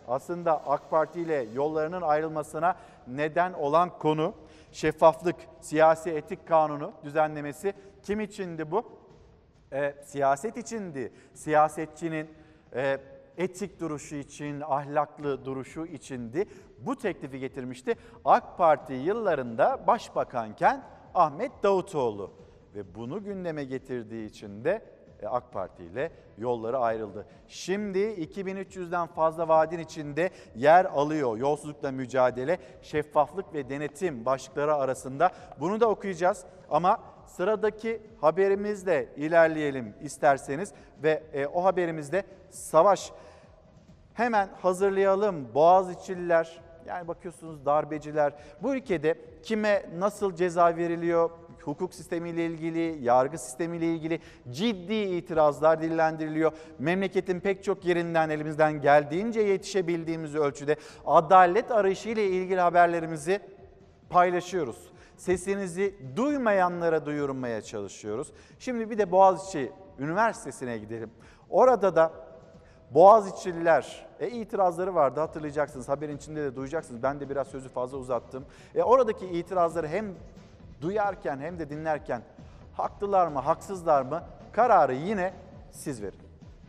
S2: aslında AK Parti ile yollarının ayrılmasına neden olan konu şeffaflık, siyasi etik kanunu düzenlemesi. Kim içindi bu? E, siyaset içindi. Siyasetçinin e, etik duruşu için, ahlaklı duruşu içindi. Bu teklifi getirmişti AK Parti yıllarında başbakanken Ahmet Davutoğlu. Ve bunu gündeme getirdiği için de AK Parti ile yolları ayrıldı. Şimdi iki bin üç yüzden fazla vaadin içinde yer alıyor yolsuzlukla mücadele, şeffaflık ve denetim başlıkları arasında. Bunu da okuyacağız ama sıradaki haberimizle ilerleyelim isterseniz ve e, o haberimizde Savaş. Hemen hazırlayalım. Boğaziçi'liler, yani bakıyorsunuz darbeciler, bu ülkede kime nasıl ceza veriliyor? Hukuk sistemiyle ilgili, yargı sistemiyle ilgili ciddi itirazlar dillendiriliyor. Memleketin pek çok yerinden elimizden geldiğince yetişebildiğimiz ölçüde adalet arayışı ile ilgili haberlerimizi paylaşıyoruz. Sesinizi duymayanlara duyurmaya çalışıyoruz. Şimdi bir de Boğaziçi Üniversitesi'ne gidelim. Orada da Boğaziçi'liler e, itirazları vardı, hatırlayacaksınız. Haberin içinde de duyacaksınız. Ben de biraz sözü fazla uzattım. E, oradaki itirazları hem duyarken hem de dinlerken haklılar mı, haksızlar mı? Kararı yine siz verin.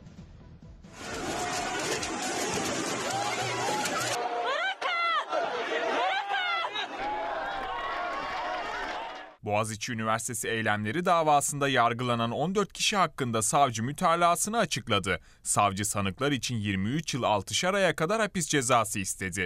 S8: Boğaziçi Üniversitesi eylemleri davasında yargılanan on dört kişi hakkında savcı mütalasını açıkladı. Savcı sanıklar için yirmi üç yıl altışar aya kadar hapis cezası istedi.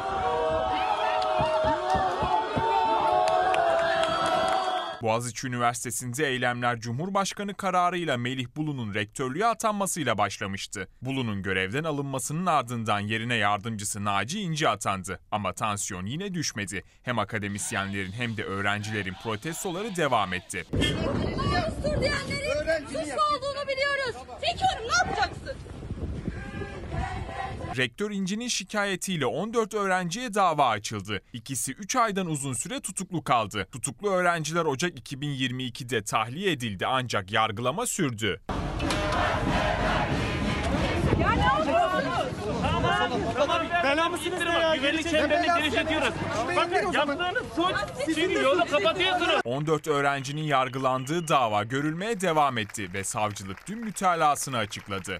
S8: Boğaziçi Üniversitesi'nde eylemler Cumhurbaşkanı kararıyla Melih Bulu'nun rektörlüğe atanmasıyla başlamıştı. Bulu'nun görevden alınmasının ardından yerine yardımcısı Naci İnci atandı. Ama tansiyon yine düşmedi. Hem akademisyenlerin hem de öğrencilerin protestoları devam etti.
S19: Dur diyenlerin suçlu olduğunu biliyoruz. Peki oğlum ne yapacaksın?
S8: Rektör İnci'nin şikayetiyle on dört öğrenciye dava açıldı. İkisi üç aydan uzun süre tutuklu kaldı. Tutuklu öğrenciler Ocak iki bin yirmi ikide tahliye edildi ancak yargılama sürdü.
S19: Ya ne yapıyorsunuz?
S1: Tamam, tamam. Belamısınız ne ya? Güvenlik çemberini genişletiyoruz. Bakın yaptığınız suç, şimdi yolu kapatıyorsunuz.
S8: on dört öğrencinin yargılandığı dava görülmeye devam etti ve savcılık dün mütalasını açıkladı.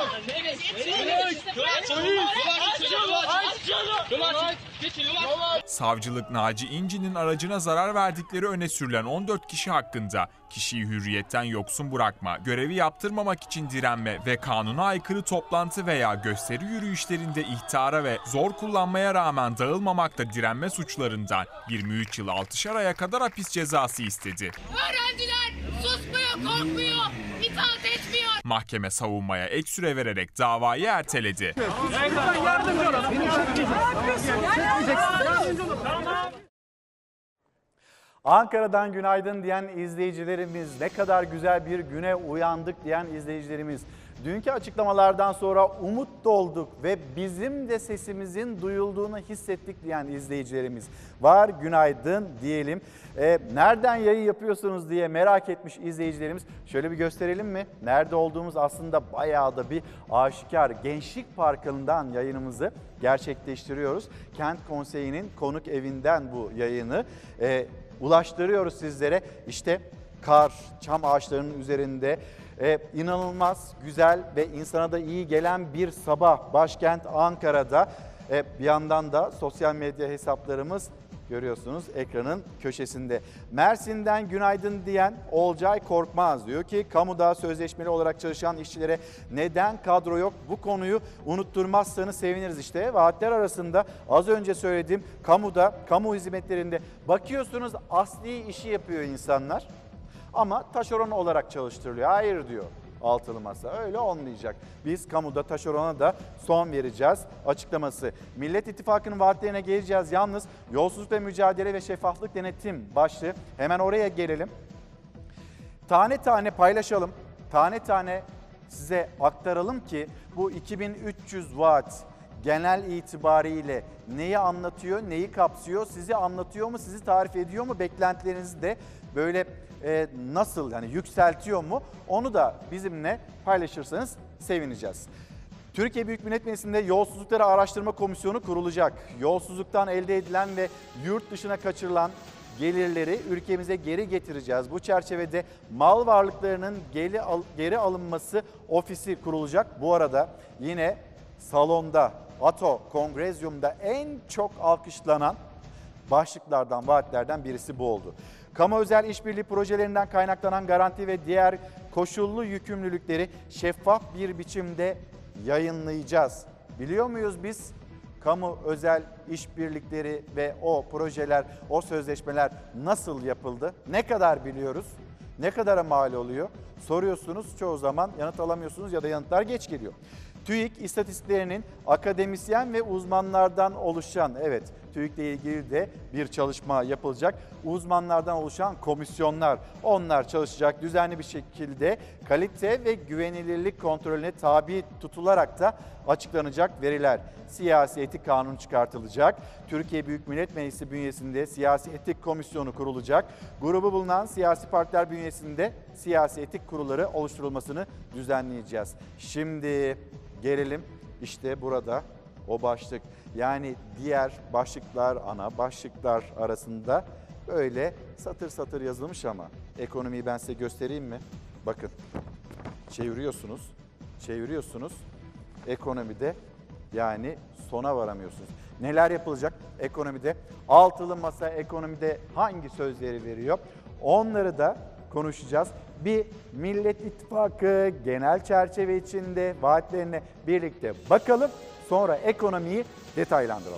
S8: Savcılık Naci İnci'nin aracına zarar verdikleri öne sürülen on dört kişi hakkında kişiyi hürriyetten yoksun bırakma, görevi yaptırmamak için direnme ve kanuna aykırı toplantı veya gösteri yürüyüşlerinde ihtara ve zor kullanmaya rağmen dağılmamakta direnme suçlarından yirmi üç yıl altışar aya kadar hapis cezası istedi.
S19: Öğrenciler susmuyor, korkmuyor, itaat etmiyor.
S8: Mahkeme savunmaya ek süre vererek davayı erteledi.
S2: Ankara'dan günaydın diyen izleyicilerimiz, ne kadar güzel bir güne uyandık diyen izleyicilerimiz. Dünkü açıklamalardan sonra umut dolduk ve bizim de sesimizin duyulduğunu hissettik diyen izleyicilerimiz var. Günaydın diyelim. E, nereden yayın yapıyorsunuz diye merak etmiş izleyicilerimiz. Şöyle bir gösterelim mi? Nerede olduğumuz aslında bayağı da bir aşikar. Gençlik Parkı'ndan yayınımızı gerçekleştiriyoruz. Kent Konseyi'nin konuk evinden bu yayını e, ulaştırıyoruz sizlere. İşte kar, çam ağaçlarının üzerinde Ee, inanılmaz güzel ve insana da iyi gelen bir sabah başkent Ankara'da. Ee, bir yandan da sosyal medya hesaplarımız görüyorsunuz ekranın köşesinde. Mersin'den günaydın diyen Olcay Korkmaz diyor ki kamuda sözleşmeli olarak çalışan işçilere neden kadro yok, bu konuyu unutturmazsanız seviniriz. İşte vaatler arasında az önce söylediğim kamuda, kamu hizmetlerinde bakıyorsunuz asli işi yapıyor insanlar. Ama taşeron olarak çalıştırılıyor. Hayır diyor altılı masa. Öyle olmayacak. Biz kamuda taşerona da son vereceğiz açıklaması. Millet İttifakı'nın vaatlerine geleceğiz. Yalnız yolsuzlukla mücadele ve şeffaflık denetim başlığı. Hemen oraya gelelim. Tane tane paylaşalım. Tane tane size aktaralım ki bu iki bin üç yüz vaat genel itibariyle neyi anlatıyor, neyi kapsıyor, sizi anlatıyor mu, sizi tarif ediyor mu, beklentilerinizi de böyle e, nasıl yani yükseltiyor mu onu da bizimle paylaşırsanız sevineceğiz. Türkiye Büyük Millet Meclisi'nde Yolsuzlukları Araştırma Komisyonu kurulacak. Yolsuzluktan elde edilen ve yurt dışına kaçırılan gelirleri ülkemize geri getireceğiz. Bu çerçevede mal varlıklarının geri, al, geri alınması ofisi kurulacak. Bu arada yine salonda, ATO Kongrezyum'da en çok alkışlanan başlıklardan, vaatlerden birisi bu oldu. Kamu özel işbirliği projelerinden kaynaklanan garanti ve diğer koşullu yükümlülükleri şeffaf bir biçimde yayınlayacağız. Biliyor muyuz biz? Kamu özel işbirlikleri ve o projeler, o sözleşmeler nasıl yapıldı? Ne kadar biliyoruz? Ne kadara mal oluyor? Soruyorsunuz, çoğu zaman yanıt alamıyorsunuz ya da yanıtlar geç geliyor. TÜİK istatistiklerinin akademisyen ve uzmanlardan oluşan, evet TÜİK'le ilgili de bir çalışma yapılacak. Uzmanlardan oluşan komisyonlar, onlar çalışacak, düzenli bir şekilde kalite ve güvenilirlik kontrolüne tabi tutularak da açıklanacak veriler. Siyasi etik kanunu çıkartılacak. Türkiye Büyük Millet Meclisi bünyesinde siyasi etik komisyonu kurulacak. Grubu bulunan siyasi partiler bünyesinde siyasi etik kurulları oluşturulmasını düzenleyeceğiz. Şimdi gelelim işte burada o başlık. Yani diğer başlıklar, ana başlıklar arasında böyle satır satır yazılmış ama ekonomiyi ben size göstereyim mi? Bakın, çeviriyorsunuz, çeviriyorsunuz. Ekonomide yani sona varamıyorsunuz. Neler yapılacak ekonomide? Altılı masa ekonomide hangi sözleri veriyor? Onları da konuşacağız. Bir Millet İttifakı genel çerçeve içinde vaatlerine birlikte bakalım. Sonra ekonomiyi detaylandıralım.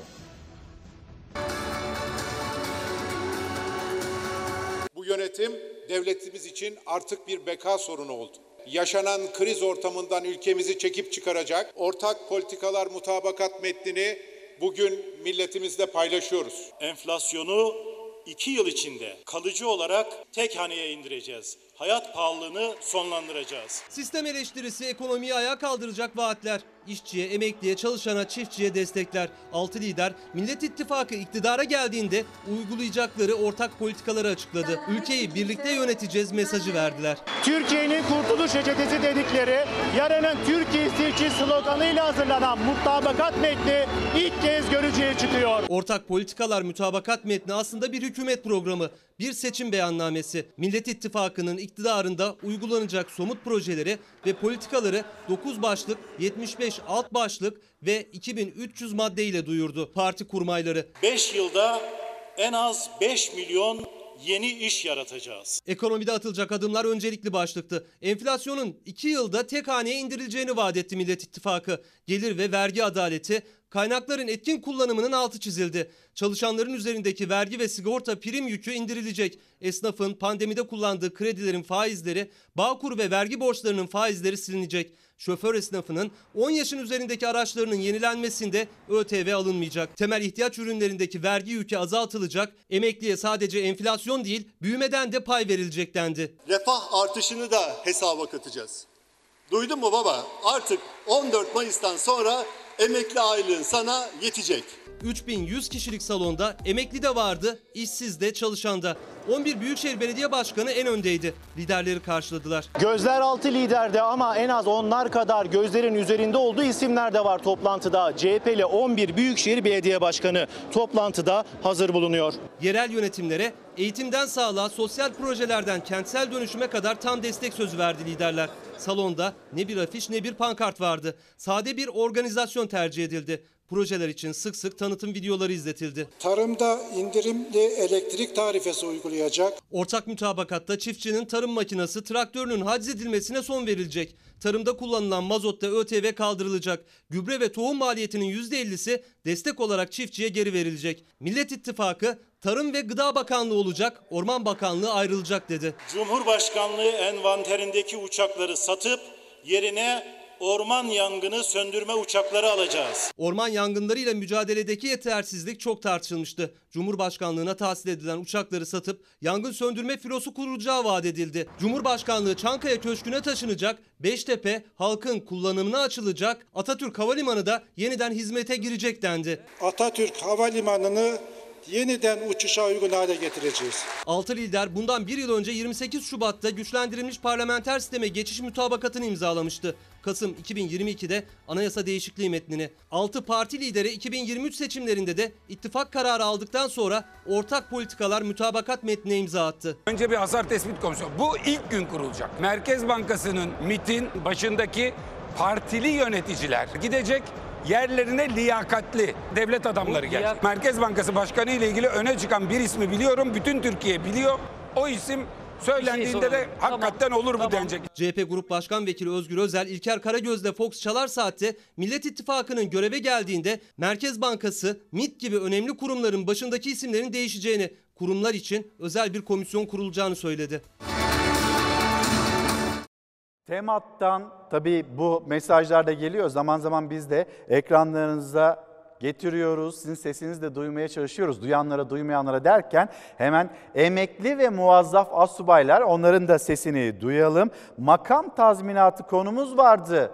S20: Bu yönetim devletimiz için artık bir beka sorunu oldu. Yaşanan kriz ortamından ülkemizi çekip çıkaracak ortak politikalar mutabakat metnini bugün milletimizle paylaşıyoruz.
S21: Enflasyonu iki yıl içinde kalıcı olarak tek haneye indireceğiz. Hayat pahalılığını sonlandıracağız.
S22: Sistem eleştirisi, ekonomiyi ayağa kaldıracak vaatler. İşçiye, emekliye, çalışana, çiftçiye destekler. Altı lider Millet İttifakı iktidara geldiğinde uygulayacakları ortak politikaları açıkladı. Ülkeyi birlikte yöneteceğiz mesajı verdiler.
S23: Türkiye'nin kurtuluş reçetesi dedikleri yarının Türkiye'si için sloganıyla hazırlanan mutabakat metni ilk kez görücüye çıkıyor.
S22: Ortak politikalar mutabakat metni aslında bir hükümet programı. Bir seçim beyannamesi. Millet İttifakı'nın iktidarında uygulanacak somut projeleri ve politikaları dokuz başlık, yetmiş beş alt başlık ve iki bin üç yüz maddeyle duyurdu parti kurmayları.
S21: beş yılda en az beş milyon yeni iş yaratacağız.
S22: Ekonomide atılacak adımlar öncelikli başlıktı. Enflasyonun iki yılda tek haneye indirileceğini vaat etti Millet İttifakı. Gelir ve vergi adaleti, kaynakların etkin kullanımının altı çizildi. Çalışanların üzerindeki vergi ve sigorta prim yükü indirilecek. Esnafın pandemide kullandığı kredilerin faizleri, Bağkur ve vergi borçlarının faizleri silinecek. Şoför esnafının on yaşın üzerindeki araçlarının yenilenmesinde ÖTV alınmayacak. Temel ihtiyaç ürünlerindeki vergi yükü azaltılacak. Emekliye sadece enflasyon değil, büyümeden de pay verilecek dendi.
S24: Refah artışını da hesaba katacağız. Duydun mu baba? Artık on dört Mayıs'tan sonra emekli aylığın sana yetecek.
S22: üç bin yüz kişilik salonda emekli de vardı, işsiz de çalışan da. on bir Büyükşehir Belediye Başkanı en öndeydi. Liderleri karşıladılar.
S23: Gözler altı liderde ama en az onlar kadar gözlerin üzerinde olduğu isimler de var toplantıda. C H P'li on bir Büyükşehir Belediye Başkanı toplantıda hazır bulunuyor.
S22: Yerel yönetimlere eğitimden sağlığa, sosyal projelerden kentsel dönüşüme kadar tam destek sözü verdi liderler. Salonda ne bir afiş ne bir pankart vardı. Sade bir organizasyon tercih edildi. Projeler için sık sık tanıtım videoları izletildi.
S25: Tarımda indirimli elektrik tarifesi uygulayacak.
S22: Ortak mutabakatta çiftçinin tarım makinesi, traktörünün haciz edilmesine son verilecek. Tarımda kullanılan mazotta ÖTV kaldırılacak. Gübre ve tohum maliyetinin yüzde ellisi destek olarak çiftçiye geri verilecek. Millet İttifakı Tarım ve Gıda Bakanlığı olacak, Orman Bakanlığı ayrılacak dedi.
S21: Cumhurbaşkanlığı envanterindeki uçakları satıp yerine orman yangını söndürme uçakları alacağız.
S22: Orman yangınlarıyla mücadeledeki yetersizlik çok tartışılmıştı. Cumhurbaşkanlığına tahsil edilen uçakları satıp yangın söndürme filosu kurulacağı vaat edildi. Cumhurbaşkanlığı Çankaya Köşkü'ne taşınacak, Beştepe halkın kullanımına açılacak, Atatürk Havalimanı da yeniden hizmete girecek dendi.
S25: Atatürk Havalimanı'nı yeniden uçuşa uygun hale getireceğiz.
S22: Altı lider bundan bir yıl önce yirmi sekiz Şubat'ta güçlendirilmiş parlamenter sisteme geçiş mutabakatını imzalamıştı. Kasım iki bin yirmi iki'de anayasa değişikliği metnini. altı parti lideri iki bin yirmi üç seçimlerinde de ittifak kararı aldıktan sonra ortak politikalar mutabakat metnine imza attı.
S4: Önce bir hasar tespit komisyonu. Bu ilk gün kurulacak. Merkez Bankası'nın MİT'in başındaki partili yöneticiler gidecek. Yerlerine liyakatli devlet adamları gelecek. Merkez Bankası Başkanı ile ilgili öne çıkan bir ismi biliyorum. Bütün Türkiye biliyor. O isim söylendiğinde de hakikaten olur mu denecek.
S22: C H P Grup Başkan Vekili Özgür Özel, İlker Karagöz'le Fox Çalar Saat'te Millet İttifakı'nın göreve geldiğinde Merkez Bankası, MİT gibi önemli kurumların başındaki isimlerin değişeceğini, kurumlar için özel bir komisyon kurulacağını söyledi.
S2: Temat'tan tabii bu mesajlar da geliyor. Zaman zaman biz de ekranlarınıza getiriyoruz. Sizin sesinizi de duymaya çalışıyoruz. Duyanlara, duymayanlara derken hemen emekli ve muvazzaf astsubaylar, onların da sesini duyalım. Makam tazminatı konumuz vardı.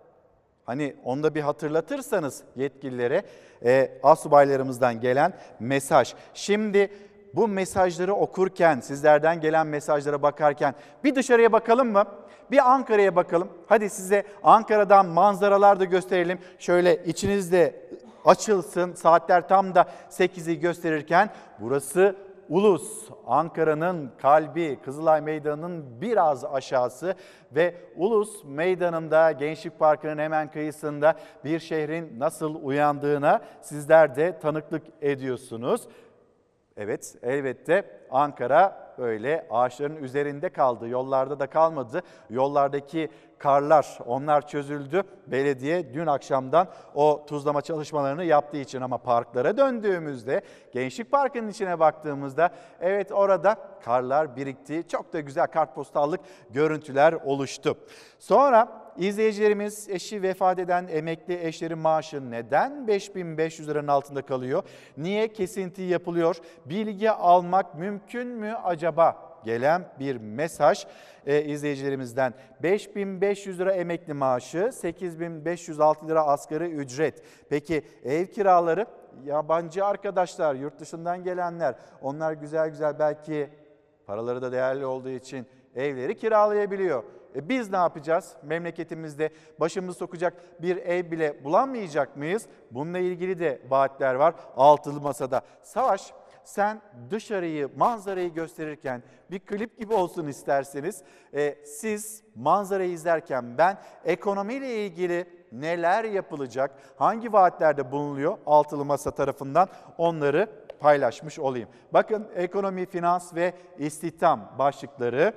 S2: Hani onu da bir hatırlatırsanız yetkililere, e, astsubaylarımızdan gelen mesaj. Şimdi bu mesajları okurken, sizlerden gelen mesajlara bakarken bir dışarıya bakalım mı? Bir Ankara'ya bakalım. Hadi size Ankara'dan manzaralar da gösterelim. Şöyle içinizde açılsın. Saatler tam da sekizi gösterirken burası Ulus, Ankara'nın kalbi, Kızılay Meydanı'nın biraz aşağısı ve Ulus Meydanı'nda, Gençlik Parkı'nın hemen kıyısında bir şehrin nasıl uyandığına sizler de tanıklık ediyorsunuz. Evet, elbette Ankara böyle ağaçların üzerinde kaldı, yollarda da kalmadı. Yollardaki karlar, onlar çözüldü. Belediye dün akşamdan o tuzlama çalışmalarını yaptığı için, ama parklara döndüğümüzde, Gençlik Parkı'nın içine baktığımızda evet orada karlar birikti. Çok da güzel kartpostallık görüntüler oluştu. Sonra İzleyicilerimiz, eşi vefat eden emekli eşlerin maaşı neden beş bin beş yüz liranın altında kalıyor? Niye kesinti yapılıyor? Bilgi almak mümkün mü acaba? Gelen bir mesaj e, izleyicilerimizden. beş bin beş yüz lira emekli maaşı, sekiz bin beş yüz altı lira asgari ücret. Peki ev kiraları? Yabancı arkadaşlar, yurt dışından gelenler, onlar güzel güzel belki paraları da değerli olduğu için evleri kiralayabiliyor. E biz ne yapacağız? Memleketimizde başımızı sokacak bir ev bile bulamayacak mıyız? Bununla ilgili de vaatler var altılı masada. Savaş, sen dışarıyı, manzarayı gösterirken bir klip gibi olsun isterseniz. E, siz manzarayı izlerken ben ekonomiyle ilgili neler yapılacak, hangi vaatlerde bulunuyor altılı masa tarafından, onları paylaşmış olayım. Bakın, ekonomi, finans ve istihdam başlıkları.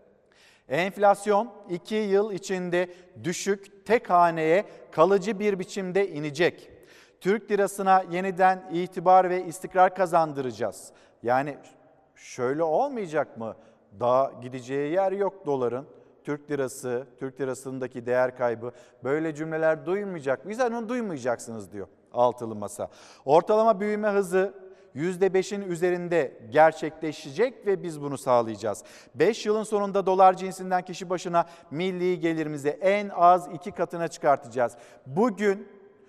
S2: Enflasyon iki yıl içinde düşük, tek haneye kalıcı bir biçimde inecek. Türk lirasına yeniden itibar ve istikrar kazandıracağız. Yani şöyle olmayacak mı? Daha gideceği yer yok doların. Türk lirası, Türk lirasındaki değer kaybı, böyle cümleler duymayacak mıyız? Yani onu duymayacaksınız diyor altılı masa. Ortalama büyüme hızı yüzde beşin üzerinde gerçekleşecek ve biz bunu sağlayacağız. beş yılın sonunda dolar cinsinden kişi başına milli gelirimizi en az iki katına çıkartacağız. Bugün,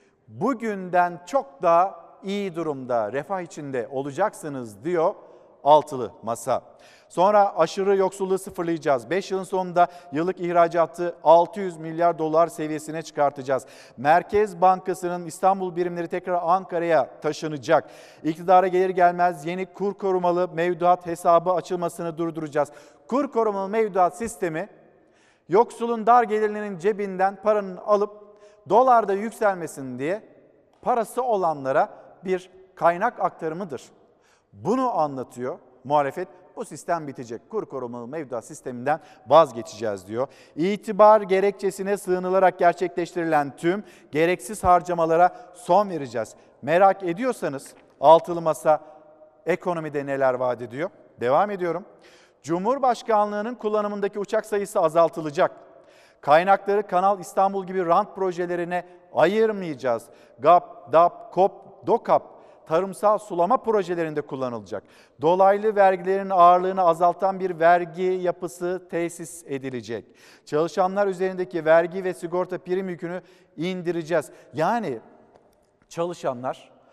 S2: bugünden çok daha iyi durumda, refah içinde olacaksınız diyor altılı masa. Sonra aşırı yoksulluğu sıfırlayacağız. beş yılın sonunda yıllık ihracatı altı yüz milyar dolar seviyesine çıkartacağız. Merkez Bankası'nın İstanbul birimleri tekrar Ankara'ya taşınacak. İktidara gelir gelmez yeni kur korumalı mevduat hesabı açılmasını durduracağız. Kur korumalı mevduat sistemi, yoksulun, dar gelirlinin cebinden paranın alıp dolarda yükselmesin diye parası olanlara bir kaynak aktarımıdır. Bunu anlatıyor muhalefet. Bu sistem bitecek. Kur korumalı mevduat sisteminden vazgeçeceğiz diyor. İtibar gerekçesine sığınılarak gerçekleştirilen tüm gereksiz harcamalara son vereceğiz. Merak ediyorsanız altılı masa ekonomide neler vaat ediyor? Devam ediyorum. Cumhurbaşkanlığının kullanımındaki uçak sayısı azaltılacak. Kaynakları Kanal İstanbul gibi rant projelerine ayırmayacağız. GAP, DAP, KOP, DOKAP tarımsal sulama projelerinde kullanılacak. Dolaylı vergilerin ağırlığını azaltan bir vergi yapısı tesis edilecek. Çalışanlar üzerindeki vergi ve sigorta prim yükünü indireceğiz. Yani çalışanlar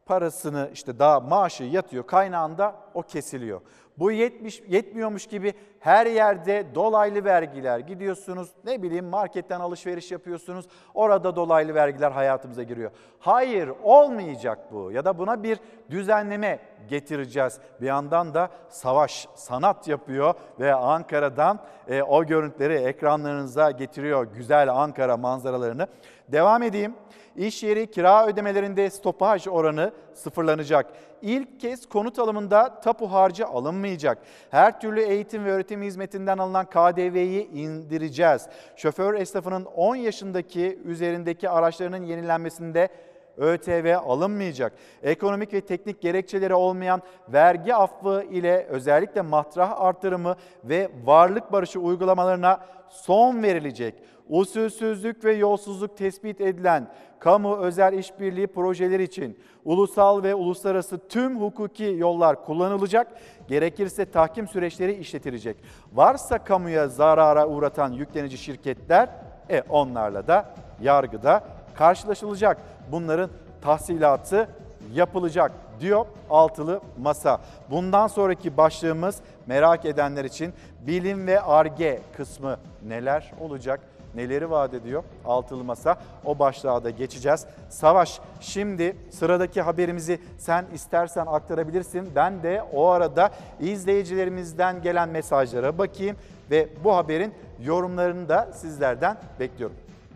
S2: parasını işte daha maaşı yatıyor kaynağında o kesiliyor. Bu yetmiş, yetmiyormuş gibi her yerde dolaylı vergiler, gidiyorsunuz ne bileyim marketten alışveriş yapıyorsunuz, orada dolaylı vergiler hayatımıza giriyor. Hayır, olmayacak bu ya da buna bir düzenleme getireceğiz. Bir yandan da Savaş sanat yapıyor ve Ankara'dan e, o görüntüleri ekranlarınıza getiriyor, güzel Ankara manzaralarını. Devam edeyim. İş yeri kira ödemelerinde stopaj oranı sıfırlanacak. İlk kez konut alımında tapu harcı alınmayacak. Her türlü eğitim ve öğretim hizmetinden alınan K D V'yi indireceğiz. Şoför esnafının on yaşındaki üzerindeki araçlarının yenilenmesinde Ö T V alınmayacak. Ekonomik ve teknik gerekçeleri olmayan vergi affı ile özellikle matrah artırımı ve varlık barışı uygulamalarına son verilecek. Usulsüzlük ve yolsuzluk tespit edilen kamu özel işbirliği projeleri için ulusal ve uluslararası tüm hukuki yollar kullanılacak. Gerekirse tahkim süreçleri işletilecek. Varsa kamuya zarara uğratan yüklenici şirketler, e onlarla da yargıda karşılaşılacak. Bunların tahsilatı yapılacak diyor Altılı Masa. Bundan sonraki başlığımız merak edenler için bilim ve Ar-Ge kısmı neler olacak? Neleri vaat ediyor Altılı Masa? O başlığa da geçeceğiz. Savaş, şimdi sıradaki haberimizi sen istersen aktarabilirsin. Ben de o arada izleyicilerimizden gelen mesajlara bakayım ve bu haberin yorumlarını da sizlerden bekliyorum.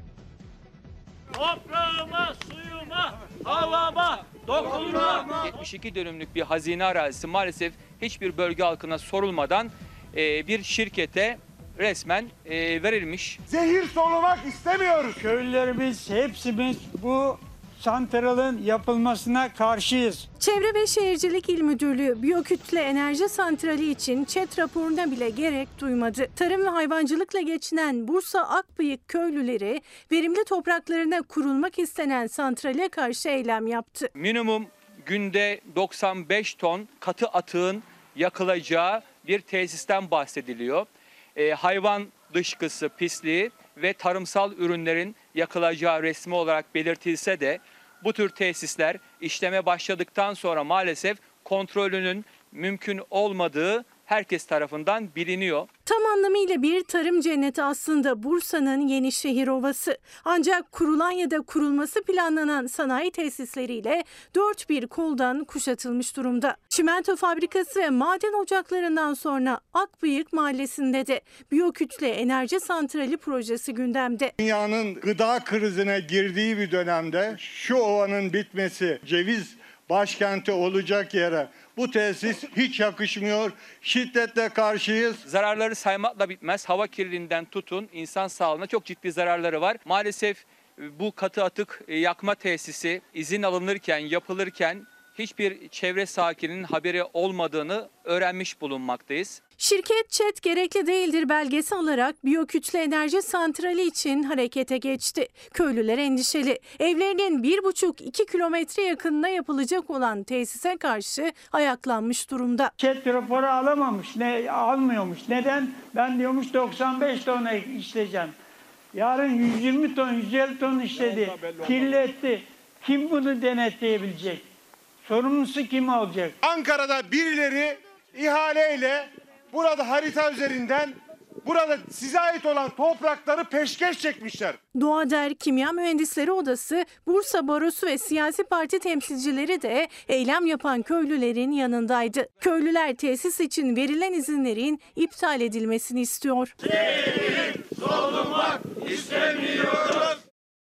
S1: Toprağıma, suyuma, havama, dokunma.
S5: yetmiş iki dönümlük bir hazine arazisi maalesef hiçbir bölge halkına sorulmadan e, bir şirkete resmen e, verilmiş.
S6: Zehir solumak istemiyoruz. Köylülerimiz, hepsimiz bu santralın yapılmasına karşıyız.
S9: Çevre ve Şehircilik İl Müdürlüğü biyokütle enerji santrali için ÇED raporuna bile gerek duymadı. Tarım ve hayvancılıkla geçinen Bursa Akbıyık köylüleri verimli topraklarına kurulmak istenen santrale karşı eylem yaptı.
S5: Minimum günde doksan beş ton katı atığın yakılacağı bir tesisten bahsediliyor. E, hayvan dışkısı, pisliği ve tarımsal ürünlerin yakılacağı resmi olarak belirtilse de bu tür tesisler işleme başladıktan sonra maalesef kontrolünün mümkün olmadığı herkes tarafından biliniyor.
S9: Tam anlamıyla bir tarım cenneti aslında Bursa'nın Yenişehir Ovası. Ancak kurulan ya da kurulması planlanan sanayi tesisleriyle dört bir koldan kuşatılmış durumda. Çimento fabrikası ve maden ocaklarından sonra Akbıyık Mahallesi'nde de biyokütle enerji santrali projesi gündemde.
S6: Dünyanın gıda krizine girdiği bir dönemde şu ovanın bitmesi, ceviz başkenti olacak yere bu tesis hiç yakışmıyor. Şiddetle karşıyız.
S5: Zararları saymakla bitmez. Hava kirliliğinden tutun insan sağlığına çok ciddi zararları var. Maalesef bu katı atık yakma tesisi izin alınırken, yapılırken hiçbir çevre sakininin haberi olmadığını öğrenmiş bulunmaktayız.
S9: Şirket ÇED gerekli değildir belgesi alarak biyokütle enerji santrali için harekete geçti. Köylüler endişeli. Evlerinin bir buçuk iki kilometre yakınına yapılacak olan tesise karşı ayaklanmış durumda.
S6: ÇED raporu alamamış, ne almıyormuş. Neden? Ben diyormuş doksan beş ton işleyeceğim. Yarın yüz yirmi ton, yüz elli ton işledi. Kirletti. Kim bunu denetleyebilecek? Sorumlusu kim olacak? Ankara'da birileri ihaleyle burada harita üzerinden burada size ait olan toprakları peşkeş çekmişler.
S9: Doğader Kimya Mühendisleri Odası, Bursa Barosu ve siyasi parti temsilcileri de eylem yapan köylülerin yanındaydı. Köylüler tesis için verilen izinlerin iptal edilmesini istiyor.
S1: Zehir solumak istemiyoruz.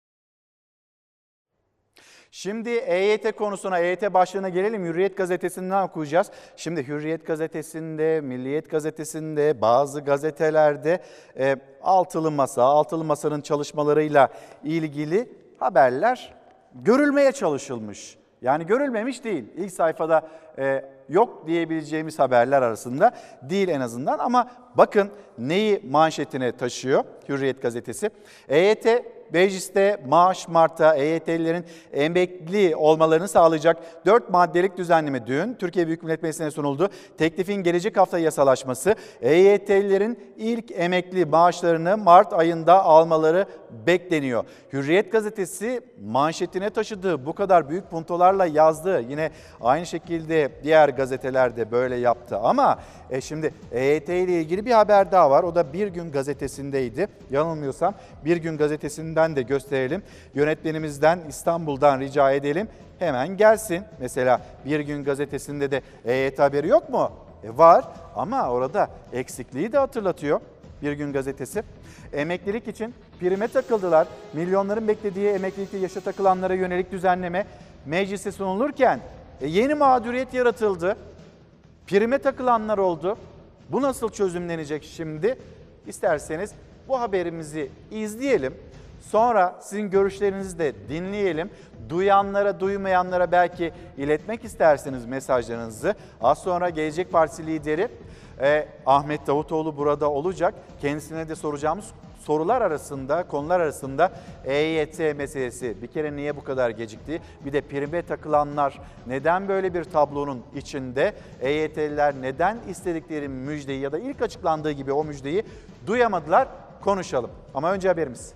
S2: Şimdi E Y T konusuna, E Y T başlığına gelelim. Hürriyet gazetesinden okuyacağız. Şimdi Hürriyet gazetesinde, Milliyet gazetesinde, bazı gazetelerde e, Altılı Masa, Altılı Masa'nın çalışmalarıyla ilgili haberler görülmeye çalışılmış. Yani görülmemiş değil. İlk sayfada e, yok diyebileceğimiz haberler arasında değil en azından. Ama bakın neyi manşetine taşıyor Hürriyet gazetesi. E Y T Mecliste maaş Mart'ta E Y T'lilerin emekli olmalarını sağlayacak dört maddelik düzenleme dün Türkiye Büyük Millet Meclisi'ne sunuldu. Teklifin gelecek hafta yasalaşması E Y T'lilerin ilk emekli maaşlarını Mart ayında almaları bekleniyor. Hürriyet gazetesi manşetine taşıdığı bu kadar büyük puntolarla yazdı. Yine aynı şekilde diğer gazeteler de böyle yaptı ama e şimdi E Y T ile ilgili bir haber daha var. O da Bir Gün gazetesindeydi. Yanılmıyorsam Bir Gün gazetesinden de gösterelim. Yönetmenimizden İstanbul'dan rica edelim. Hemen gelsin. Mesela Bir Gün gazetesinde de E Y T haberi yok mu? E var ama orada eksikliği de hatırlatıyor Bir Gün gazetesi. Emeklilik için prime takıldılar. Milyonların beklediği emeklilikte yaşa takılanlara yönelik düzenleme meclise sunulurken e, yeni mağduriyet yaratıldı. Prime takılanlar oldu. Bu nasıl çözümlenecek şimdi? İsterseniz bu haberimizi izleyelim. Sonra sizin görüşlerinizi de dinleyelim. Duyanlara, duymayanlara belki iletmek isterseniz mesajlarınızı. Az sonra Gelecek Partisi lideri e, Ahmet Davutoğlu burada olacak. Kendisine de soracağımız sorular arasında, konular arasında E Y T meselesi. Bir kere niye bu kadar gecikti? Bir de prime takılanlar neden böyle bir tablonun içinde? E Y T'liler neden istedikleri müjdeyi ya da ilk açıklandığı gibi o müjdeyi duyamadılar? Konuşalım. Ama önce haberimiz.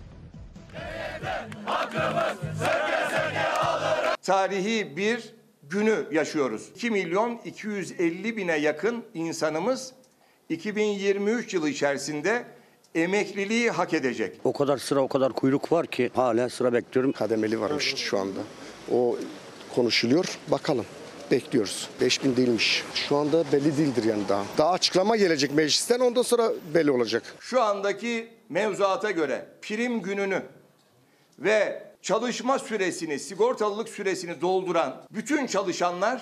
S7: Tarihi bir günü yaşıyoruz. iki milyon iki yüz elli bine yakın insanımız iki bin yirmi üç yılı içerisinde emekliliği hak edecek.
S10: O kadar sıra, o kadar kuyruk var ki hala sıra bekliyorum. Kademeli varmış şu anda. O konuşuluyor. Bakalım. Bekliyoruz. beş bin değilmiş. Şu anda belli değildir yani daha. Daha açıklama gelecek meclisten, ondan sonra belli olacak.
S7: Şu andaki mevzuata göre prim gününü ve çalışma süresini, sigortalılık süresini dolduran bütün çalışanlar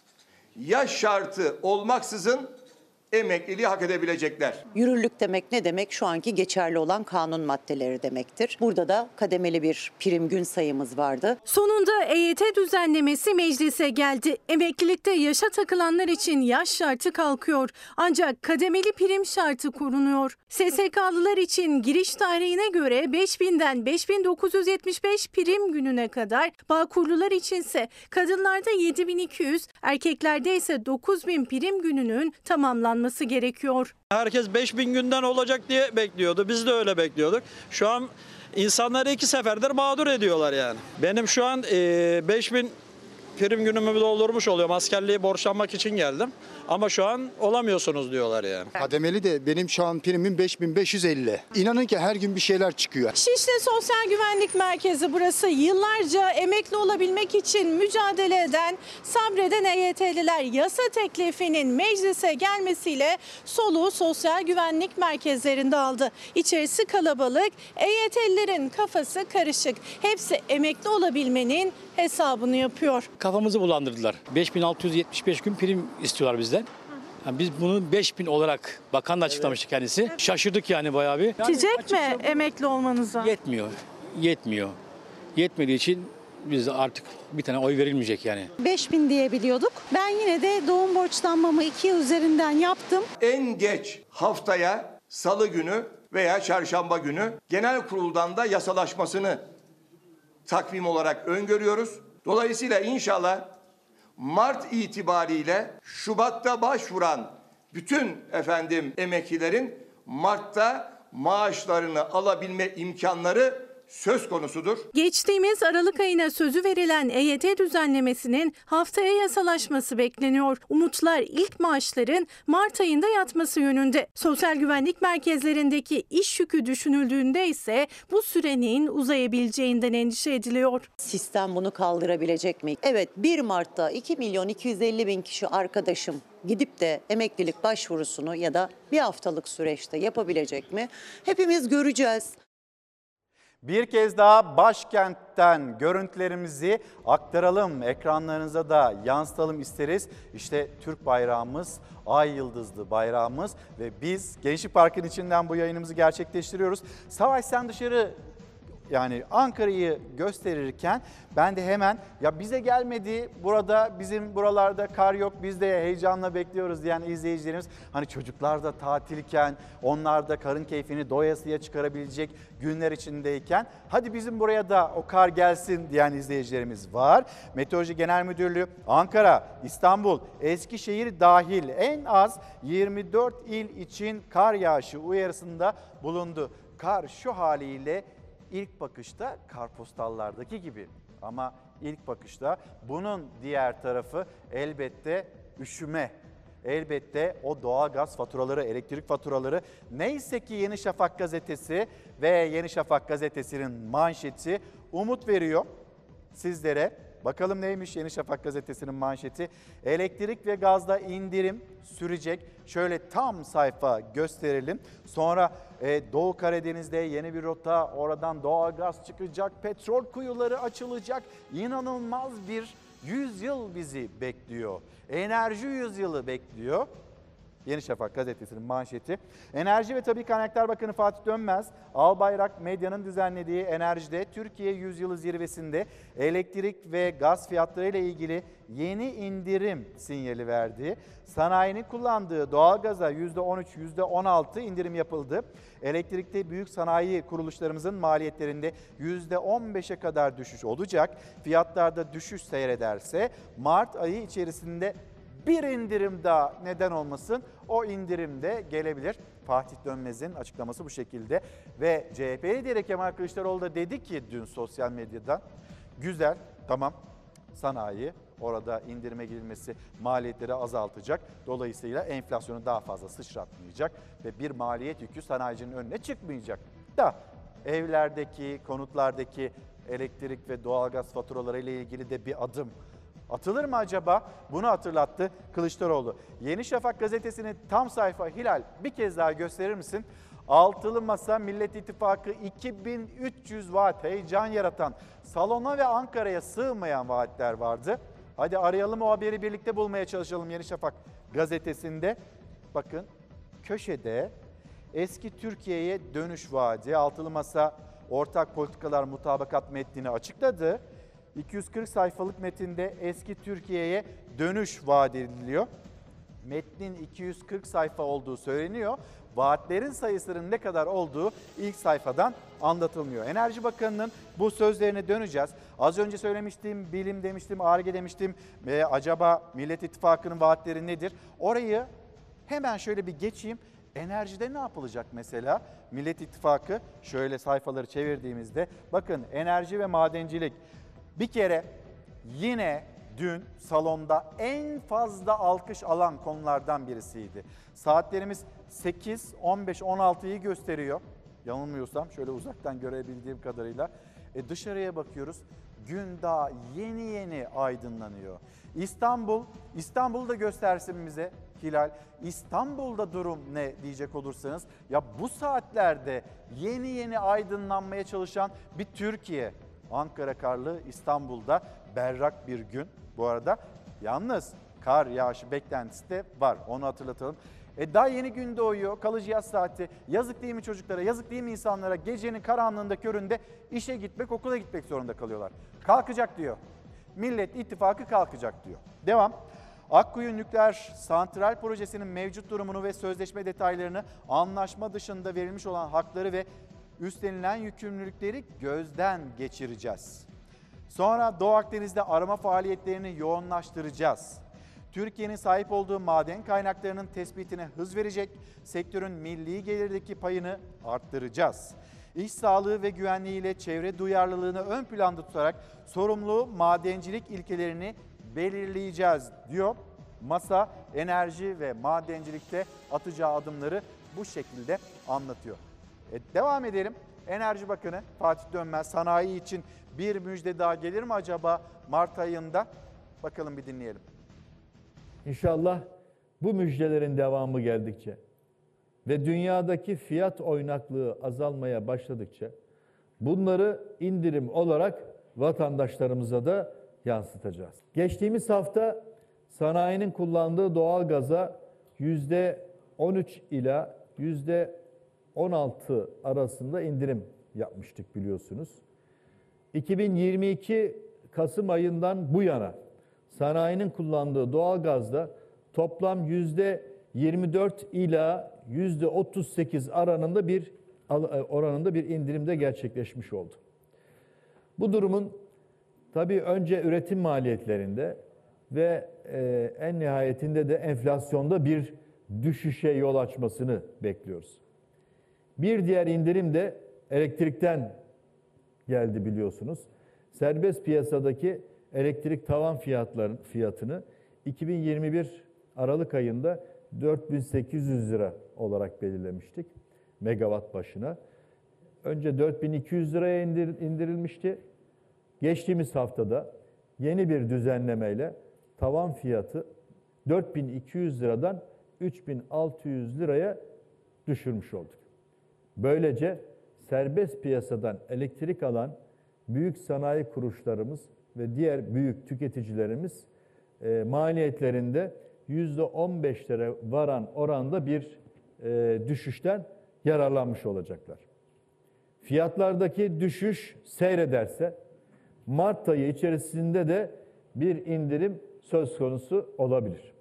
S7: yaş şartı olmaksızın emekliliği hak edebilecekler.
S11: Yürürlük demek ne demek? Şu anki geçerli olan kanun maddeleri demektir. Burada da kademeli bir prim gün sayımız vardı.
S9: Sonunda E Y T düzenlemesi meclise geldi. Emeklilikte yaşa takılanlar için yaş şartı kalkıyor. Ancak kademeli prim şartı korunuyor. S S K'lılar için giriş tarihine göre beş binden beş bin dokuz yüz yetmiş beş prim gününe kadar, Bağkurlular içinse kadınlarda yedi bin iki yüz, erkeklerde ise dokuz bin prim gününün tamamlanması gerekiyor.
S12: Herkes beş bin günden olacak diye bekliyordu. Biz de öyle bekliyorduk. Şu an insanları iki seferdir mağdur ediyorlar yani. Benim şu an beş bin prim günümü doldurmuş oluyorum. Askerliği borçlanmak için geldim. Ama şu an olamıyorsunuz diyorlar yani.
S25: Kademeli de benim şu an primim beş bin beş yüz elli. İnanın ki her gün bir şeyler çıkıyor.
S9: Şişli Sosyal Güvenlik Merkezi burası. Yıllarca emekli olabilmek için mücadele eden, sabreden E Y T'liler yasa teklifinin meclise gelmesiyle soluğu sosyal güvenlik merkezlerinde aldı. İçerisi kalabalık, E Y T'lilerin kafası karışık. Hepsi emekli olabilmenin hesabını yapıyor.
S14: Kafamızı bulandırdılar. beş bin altı yüz yetmiş beş gün prim istiyorlar bizden. Yani biz bunu beş bin olarak bakan da açıklamıştı kendisi. Şaşırdık yani bayağı bir.
S9: Yetecek mi emekli olmanıza?
S14: Yetmiyor. Yetmiyor. Yetmediği için biz artık bir tane oy verilmeyecek yani.
S26: beş bin diyebiliyorduk. Ben yine de doğum borçlanmamı iki yıl üzerinden yaptım.
S7: En geç haftaya salı günü veya çarşamba günü genel kuruldan da yasalaşmasını takvim olarak öngörüyoruz. Dolayısıyla inşallah Mart itibariyle Şubat'ta başvuran bütün efendim emeklilerin Mart'ta maaşlarını alabilme imkanları söz konusudur.
S9: Geçtiğimiz Aralık ayına sözü verilen E Y T düzenlemesinin haftaya yasalaşması bekleniyor. Umutlar ilk maaşların Mart ayında yatması yönünde. Sosyal güvenlik merkezlerindeki iş yükü düşünüldüğünde ise bu sürenin uzayabileceğinden endişe ediliyor.
S11: Sistem bunu kaldırabilecek mi? Evet, bir Mart'ta iki milyon iki yüz elli bin kişi arkadaşım gidip de emeklilik başvurusunu ya da bir haftalık süreçte yapabilecek mi? Hepimiz göreceğiz.
S2: Bir kez daha başkentten görüntülerimizi aktaralım, ekranlarınıza da yansıtalım isteriz. İşte Türk bayrağımız, ay yıldızlı bayrağımız ve biz Gençlik Parkı'nın içinden bu yayınımızı gerçekleştiriyoruz. Savaş, sen dışarı yani Ankara'yı gösterirken ben de hemen ya bize gelmedi, burada bizim buralarda kar yok, biz de heyecanla bekliyoruz diyen izleyicilerimiz, hani çocuklar da tatilken, onlar da karın keyfini doyasıya çıkarabilecek günler içindeyken hadi bizim buraya da o kar gelsin diyen izleyicilerimiz var. Meteoroloji Genel Müdürlüğü Ankara, İstanbul, Eskişehir dahil en az yirmi dört il için kar yağışı uyarısında bulundu. Kar şu haliyle İlk bakışta kartpostallardaki gibi, ama ilk bakışta bunun diğer tarafı elbette üşüme. Elbette o doğalgaz faturaları, elektrik faturaları. Neyse ki Yeni Şafak gazetesi ve Yeni Şafak gazetesinin manşeti umut veriyor sizlere. Bakalım neymiş Yeni Şafak gazetesinin manşeti? Elektrik ve gazda indirim sürecek. Şöyle tam sayfa gösterelim. Sonra e, Doğu Karadeniz'de yeni bir rota, oradan doğalgaz çıkacak, petrol kuyuları açılacak. İnanılmaz bir yüzyıl bizi bekliyor. Enerji yüzyılı bekliyor. Yeni Şafak gazetesinin manşeti. Enerji ve Tabii Kaynaklar Bakanı Fatih Dönmez, Albayrak Medya'nın düzenlediği Enerji'de Türkiye Yüzyılı zirvesinde elektrik ve gaz fiyatları ile ilgili yeni indirim sinyali verdi. Sanayinin kullandığı doğalgaza yüzde on üç, yüzde on altı indirim yapıldı. Elektrikte büyük sanayi kuruluşlarımızın maliyetlerinde yüzde on beşe kadar düşüş olacak. Fiyatlarda düşüş seyrederse Mart ayı içerisinde bir indirim daha neden olmasın, o indirim de gelebilir. Fatih Dönmez'in açıklaması bu şekilde ve C H P lideri Kemal Kılıçdaroğlu da dedi ki dün sosyal medyadan, güzel, tamam, sanayi orada indirime gidilmesi maliyetleri azaltacak. Dolayısıyla enflasyonu daha fazla sıçratmayacak ve bir maliyet yükü sanayicinin önüne çıkmayacak. Da evlerdeki, konutlardaki elektrik ve doğalgaz faturaları ile ilgili de bir adım atılır mı acaba? Bunu hatırlattı Kılıçdaroğlu. Yeni Şafak gazetesinin tam sayfa, Hilal bir kez daha gösterir misin? Altılı Masa, Millet İttifakı iki bin üç yüz vaat, heyecan yaratan, salona ve Ankara'ya sığmayan vaatler vardı. Hadi arayalım, o haberi birlikte bulmaya çalışalım Yeni Şafak gazetesinde. Bakın köşede eski Türkiye'ye dönüş vaadi. Altılı Masa ortak politikalar mutabakat metnini açıkladı. iki yüz kırk sayfalık metinde eski Türkiye'ye dönüş vaat ediliyor. Metnin iki yüz kırk sayfa olduğu söyleniyor. Vaatlerin sayısının ne kadar olduğu ilk sayfadan anlatılmıyor. Enerji Bakanı'nın bu sözlerine döneceğiz. Az önce söylemiştim, bilim demiştim, Ar-Ge demiştim. Ve acaba Millet İttifakı'nın vaatleri nedir? Orayı hemen şöyle bir geçeyim. Enerjide ne yapılacak mesela? Millet İttifakı, şöyle sayfaları çevirdiğimizde bakın, enerji ve madencilik. Bir kere yine dün salonda en fazla alkış alan konulardan birisiydi. Saatlerimiz sekiz, on beş, on altıyı gösteriyor. Yanılmıyorsam şöyle uzaktan görebildiğim kadarıyla. E dışarıya bakıyoruz. Gün daha yeni yeni aydınlanıyor. İstanbul, İstanbul'u da göstersin bize Hilal. İstanbul'da durum ne diyecek olursanız, ya bu saatlerde yeni yeni aydınlanmaya çalışan bir Türkiye. Ankara karlı, İstanbul'da berrak bir gün bu arada. Yalnız kar yağışı beklentisi de var, onu hatırlatalım. E daha yeni gün doğuyor, kalıcı yaz saati. Yazık değil mi çocuklara, yazık değil mi insanlara? Gecenin karanlığında, köründe işe gitmek, okula gitmek zorunda kalıyorlar. Kalkacak diyor. Millet İttifakı kalkacak diyor. Devam. Akkuyu Nükleer Santral Projesi'nin mevcut durumunu ve sözleşme detaylarını, anlaşma dışında verilmiş olan hakları ve üstlenilen yükümlülükleri gözden geçireceğiz. Sonra Doğu Akdeniz'de arama faaliyetlerini yoğunlaştıracağız. Türkiye'nin sahip olduğu maden kaynaklarının tespitine hız verecek, sektörün milli gelirdeki payını arttıracağız. İş sağlığı ve güvenliğiyle çevre duyarlılığını ön planda tutarak sorumlu madencilik ilkelerini belirleyeceğiz diyor. Masa enerji ve madencilikte atacağı adımları bu şekilde anlatıyor. E, devam edelim. Enerji Bakanı Fatih Dönmez sanayi için bir müjde daha gelir mi acaba Mart ayında? Bakalım, bir dinleyelim.
S3: İnşallah bu müjdelerin devamı geldikçe ve dünyadaki fiyat oynaklığı azalmaya başladıkça bunları indirim olarak vatandaşlarımıza da yansıtacağız. Geçtiğimiz hafta sanayinin kullandığı doğalgaza yüzde on üç ila yüzde on altı arasında indirim yapmıştık biliyorsunuz. iki bin yirmi iki Kasım ayından bu yana sanayinin kullandığı doğalgazda toplam yüzde yirmi dört ila yüzde otuz sekiz oranında bir oranında bir indirimde gerçekleşmiş oldu. Bu durumun tabii önce üretim maliyetlerinde ve e, en nihayetinde de enflasyonda bir düşüşe yol açmasını bekliyoruz. Bir diğer indirim de elektrikten geldi biliyorsunuz. Serbest piyasadaki elektrik tavan fiyatların fiyatını iki bin yirmi bir Aralık ayında dört bin sekiz yüz lira olarak belirlemiştik megawatt başına. Önce dört bin iki yüz liraya indir, indirilmişti. Geçtiğimiz haftada yeni bir düzenlemeyle tavan fiyatı dört bin iki yüz liradan üç bin altı yüz liraya düşürmüş olduk. Böylece serbest piyasadan elektrik alan büyük sanayi kuruluşlarımız ve diğer büyük tüketicilerimiz e, maliyetlerinde yüzde on beşlere varan oranda bir e, düşüşten yararlanmış olacaklar. Fiyatlardaki düşüş seyrederse Mart ayı içerisinde de bir indirim söz konusu olabilir.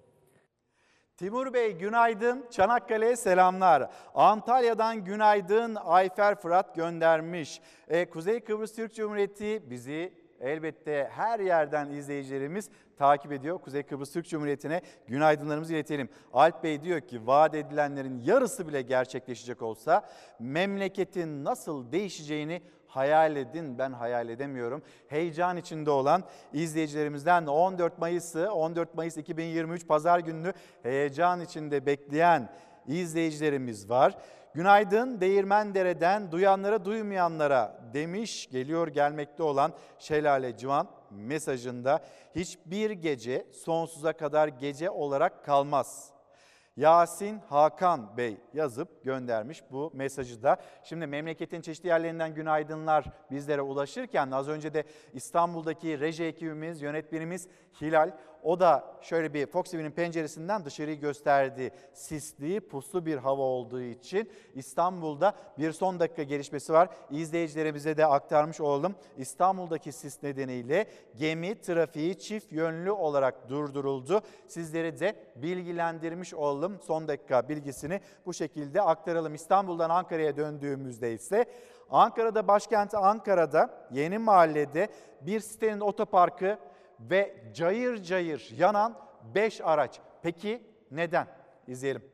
S2: Timur Bey günaydın, Çanakkale'ye selamlar. Antalya'dan günaydın, Ayfer Fırat göndermiş. E, Kuzey Kıbrıs Türk Cumhuriyeti bizi elbette her yerden izleyicilerimiz takip ediyor. Kuzey Kıbrıs Türk Cumhuriyeti'ne günaydınlarımızı iletelim. Alp Bey diyor ki vaat edilenlerin yarısı bile gerçekleşecek olsa memleketin nasıl değişeceğini hayal edin, ben hayal edemiyorum. Heyecan içinde olan izleyicilerimizden on dört Mayıs'ı, on dört Mayıs iki bin yirmi üç Pazar gününü heyecan içinde bekleyen izleyicilerimiz var. Günaydın Değirmendere'den duyanlara duymayanlara demiş, geliyor gelmekte olan Şelale Civan mesajında hiçbir gece sonsuza kadar gece olarak kalmaz. Yasin Hakan Bey yazıp göndermiş bu mesajı da. Şimdi memleketin çeşitli yerlerinden günaydınlar bizlere ulaşırken az önce de İstanbul'daki reji ekibimiz, yönetmenimiz Hilal, o da şöyle bir Fox T V'nin penceresinden dışarıyı gösterdi. Sisli, puslu bir hava olduğu için İstanbul'da bir son dakika gelişmesi var. İzleyicilerimize de aktarmış olalım. İstanbul'daki sis nedeniyle gemi trafiği çift yönlü olarak durduruldu. Sizleri de bilgilendirmiş olalım. Son dakika bilgisini bu şekilde aktaralım. İstanbul'dan Ankara'ya döndüğümüzde ise Ankara'da, başkenti Ankara'da Yeni Mahalle'de bir sitenin otoparkı ve cayır cayır yanan beş araç. Peki neden? İzleyelim.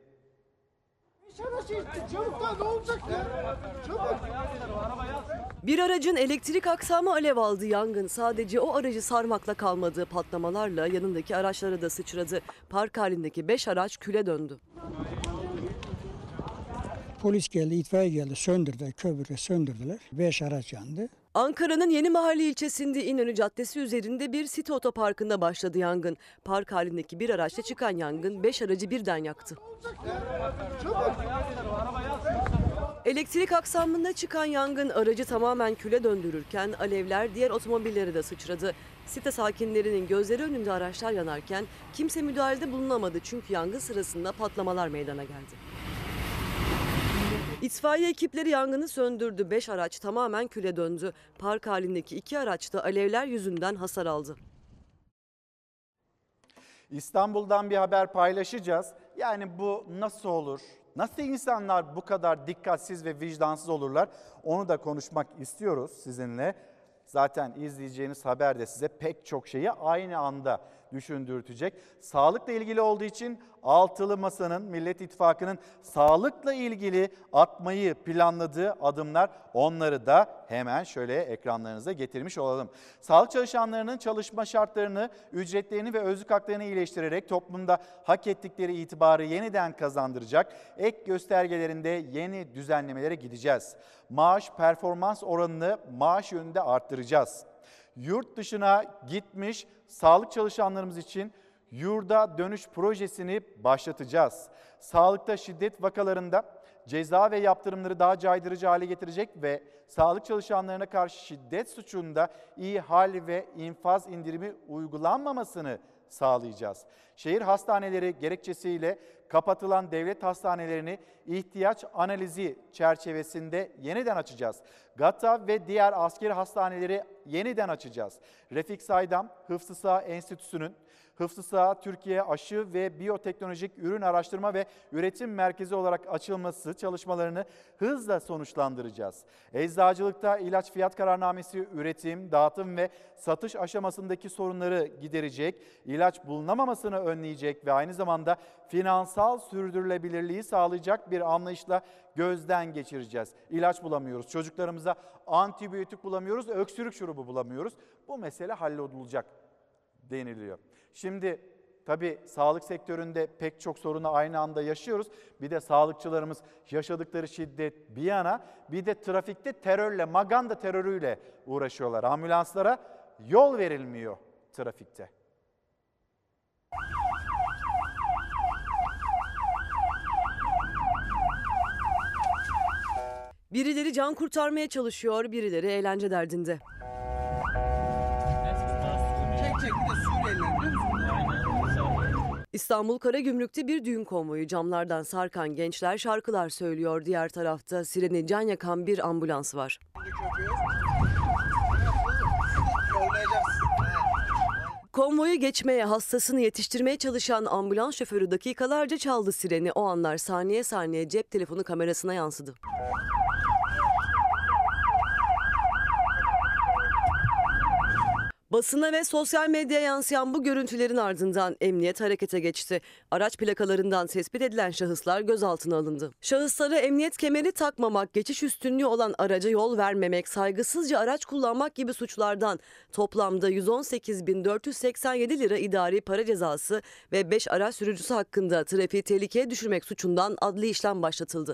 S13: Bir aracın elektrik aksamı alev aldı. Yangın sadece o aracı sarmakla kalmadı. Patlamalarla yanındaki araçlara da sıçradı. Park halindeki beş araç küle döndü.
S15: Polis geldi, itfaiye geldi, söndürdü, kömürle söndürdüler. Beş araç yandı.
S13: Ankara'nın Yeni Mahalle ilçesinde İnönü Caddesi üzerinde bir site otoparkında başladı yangın. Park halindeki bir araçla çıkan yangın beş aracı birden yaktı. Elektrik aksamında çıkan yangın aracı tamamen küle döndürürken alevler diğer otomobillere de sıçradı. Site sakinlerinin gözleri önünde araçlar yanarken kimse müdahalede bulunamadı çünkü yangın sırasında patlamalar meydana geldi. İtfaiye ekipleri yangını söndürdü. Beş araç tamamen küle döndü. Park halindeki iki araç da alevler yüzünden hasar aldı.
S2: İstanbul'dan bir haber paylaşacağız. Yani bu nasıl olur? Nasıl insanlar bu kadar dikkatsiz ve vicdansız olurlar? Onu da konuşmak istiyoruz sizinle. Zaten izleyeceğiniz haber de size pek çok şeyi aynı anda düşündürtecek. Sağlıkla ilgili olduğu için Altılı Masa'nın, Millet İttifakı'nın sağlıkla ilgili atmayı planladığı adımlar, onları da hemen şöyle ekranlarınıza getirmiş olalım. Sağlık çalışanlarının çalışma şartlarını, ücretlerini ve özlük haklarını iyileştirerek toplumda hak ettikleri itibarı yeniden kazandıracak ek göstergelerinde yeni düzenlemelere gideceğiz. Maaş performans oranını maaş yönünde arttıracağız. Yurt dışına gitmiş sağlık çalışanlarımız için yurda dönüş projesini başlatacağız. Sağlıkta şiddet vakalarında ceza ve yaptırımları daha caydırıcı hale getirecek ve sağlık çalışanlarına karşı şiddet suçunda ihale ve infaz indirimi uygulanmamasını sağlayacağız. Şehir hastaneleri gerekçesiyle kapatılan devlet hastanelerini ihtiyaç analizi çerçevesinde yeniden açacağız. GATA ve diğer askeri hastaneleri yeniden açacağız. Refik Saydam Hıfzı Sağ Enstitüsü'nün Hıfzı Sağ Türkiye Aşı ve Biyoteknolojik Ürün Araştırma ve Üretim Merkezi olarak açılması çalışmalarını hızla sonuçlandıracağız. Eczacılıkta ilaç fiyat kararnamesi üretim, dağıtım ve satış aşamasındaki sorunları giderecek, ilaç bulunamamasını önleyecek ve aynı zamanda finansal sürdürülebilirliği sağlayacak bir anlayışla gözden geçireceğiz. İlaç bulamıyoruz, çocuklarımıza antibiyotik bulamıyoruz, öksürük şurubu bulamıyoruz. Bu mesele hallolacak deniliyor. Şimdi tabii sağlık sektöründe pek çok sorunu aynı anda yaşıyoruz. Bir de sağlıkçılarımız yaşadıkları şiddet bir yana, bir de trafikte terörle, maganda terörüyle uğraşıyorlar. Ambulanslara yol verilmiyor trafikte.
S13: Birileri can kurtarmaya çalışıyor, birileri eğlence derdinde. İstanbul Karagümrük'te bir düğün konvoyu camlardan sarkan gençler şarkılar söylüyor. Diğer tarafta sireni can yakan bir ambulans var. Konvoyu geçmeye, hastasını yetiştirmeye çalışan ambulans şoförü dakikalarca çaldı sireni. O anlar saniye saniye cep telefonu kamerasına yansıdı. Basına ve sosyal medyaya yansıyan bu görüntülerin ardından emniyet harekete geçti. Araç plakalarından tespit edilen şahıslar gözaltına alındı. Şahısları emniyet kemeri takmamak, geçiş üstünlüğü olan araca yol vermemek, saygısızca araç kullanmak gibi suçlardan toplamda yüz on sekiz bin dört yüz seksen yedi lira idari para cezası ve beş araç sürücüsü hakkında trafiği tehlikeye düşürmek suçundan adli işlem başlatıldı.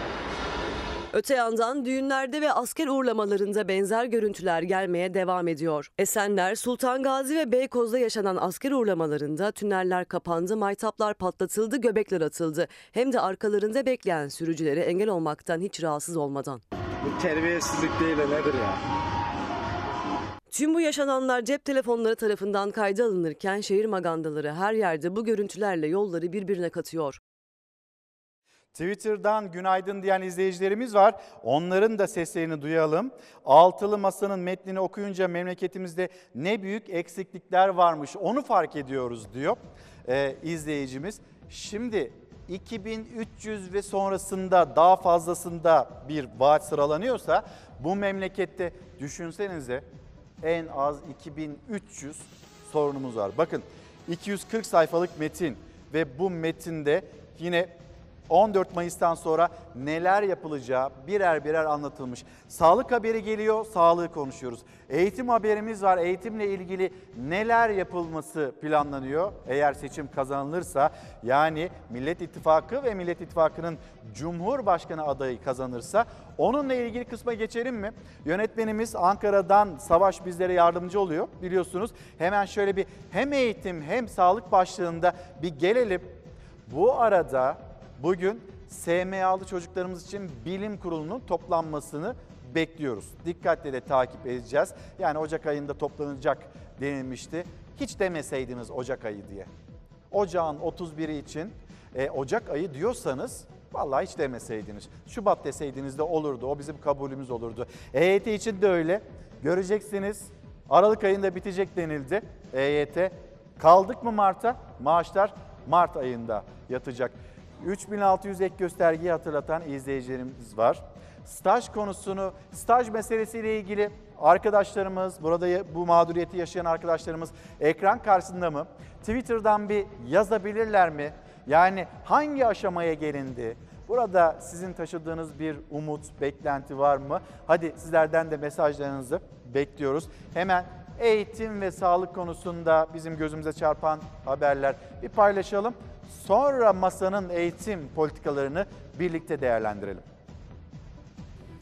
S13: Öte yandan düğünlerde ve asker uğurlamalarında benzer görüntüler gelmeye devam ediyor. Esenler, Sultan Gazi ve Beykoz'da yaşanan asker uğurlamalarında tüneller kapandı, maytaplar patlatıldı, göbekler atıldı. Hem de arkalarında bekleyen sürücülere engel olmaktan hiç rahatsız olmadan.
S8: Bu terbiyesizlik değil de nedir ya?
S13: Tüm bu yaşananlar cep telefonları tarafından kayda alınırken şehir magandaları her yerde bu görüntülerle yolları birbirine katıyor.
S2: Twitter'dan günaydın diyen izleyicilerimiz var. Onların da seslerini duyalım. Altılı Masa'nın metnini okuyunca memleketimizde ne büyük eksiklikler varmış onu fark ediyoruz diyor ee, izleyicimiz. Şimdi iki bin üç yüz ve sonrasında daha fazlasında bir vaat sıralanıyorsa bu memlekette düşünsenize en az iki bin üç yüz sorunumuz var. Bakın iki yüz kırk sayfalık metin ve bu metinde yine on dört Mayıs'tan sonra neler yapılacağı birer birer anlatılmış. Sağlık haberi geliyor, sağlığı konuşuyoruz. Eğitim haberimiz var, eğitimle ilgili neler yapılması planlanıyor eğer seçim kazanılırsa. Yani Millet İttifakı ve Millet İttifakı'nın Cumhurbaşkanı adayı kazanırsa onunla ilgili kısma geçelim mi? Yönetmenimiz Ankara'dan Savaş bizlere yardımcı oluyor biliyorsunuz. Hemen şöyle bir hem eğitim hem sağlık başlığında bir gelelim. Bu arada bugün S M A'lı çocuklarımız için bilim kurulunun toplanmasını bekliyoruz. Dikkatle de takip edeceğiz. Yani Ocak ayında toplanacak denilmişti. Hiç demeseydiniz Ocak ayı diye. Ocağın otuz biri için e, Ocak ayı diyorsanız vallahi hiç demeseydiniz. Şubat deseydiniz de olurdu. O bizim kabulümüz olurdu. E Y T için de öyle. Göreceksiniz. Aralık ayında bitecek denildi E Y T. Kaldık mı Mart'a? Maaşlar Mart ayında yatacak. üç bin altı yüz ek göstergeyi hatırlatan izleyicilerimiz var. Staj konusunu, staj meselesiyle ilgili arkadaşlarımız, burada bu mağduriyeti yaşayan arkadaşlarımız ekran karşısında mı? Twitter'dan bir yazabilirler mi? Yani hangi aşamaya gelindi? Burada sizin taşıdığınız bir umut, beklenti var mı? Hadi sizlerden de mesajlarınızı bekliyoruz. Hemen eğitim ve sağlık konusunda bizim gözümüze çarpan haberler bir paylaşalım. Sonra masanın eğitim politikalarını birlikte değerlendirelim.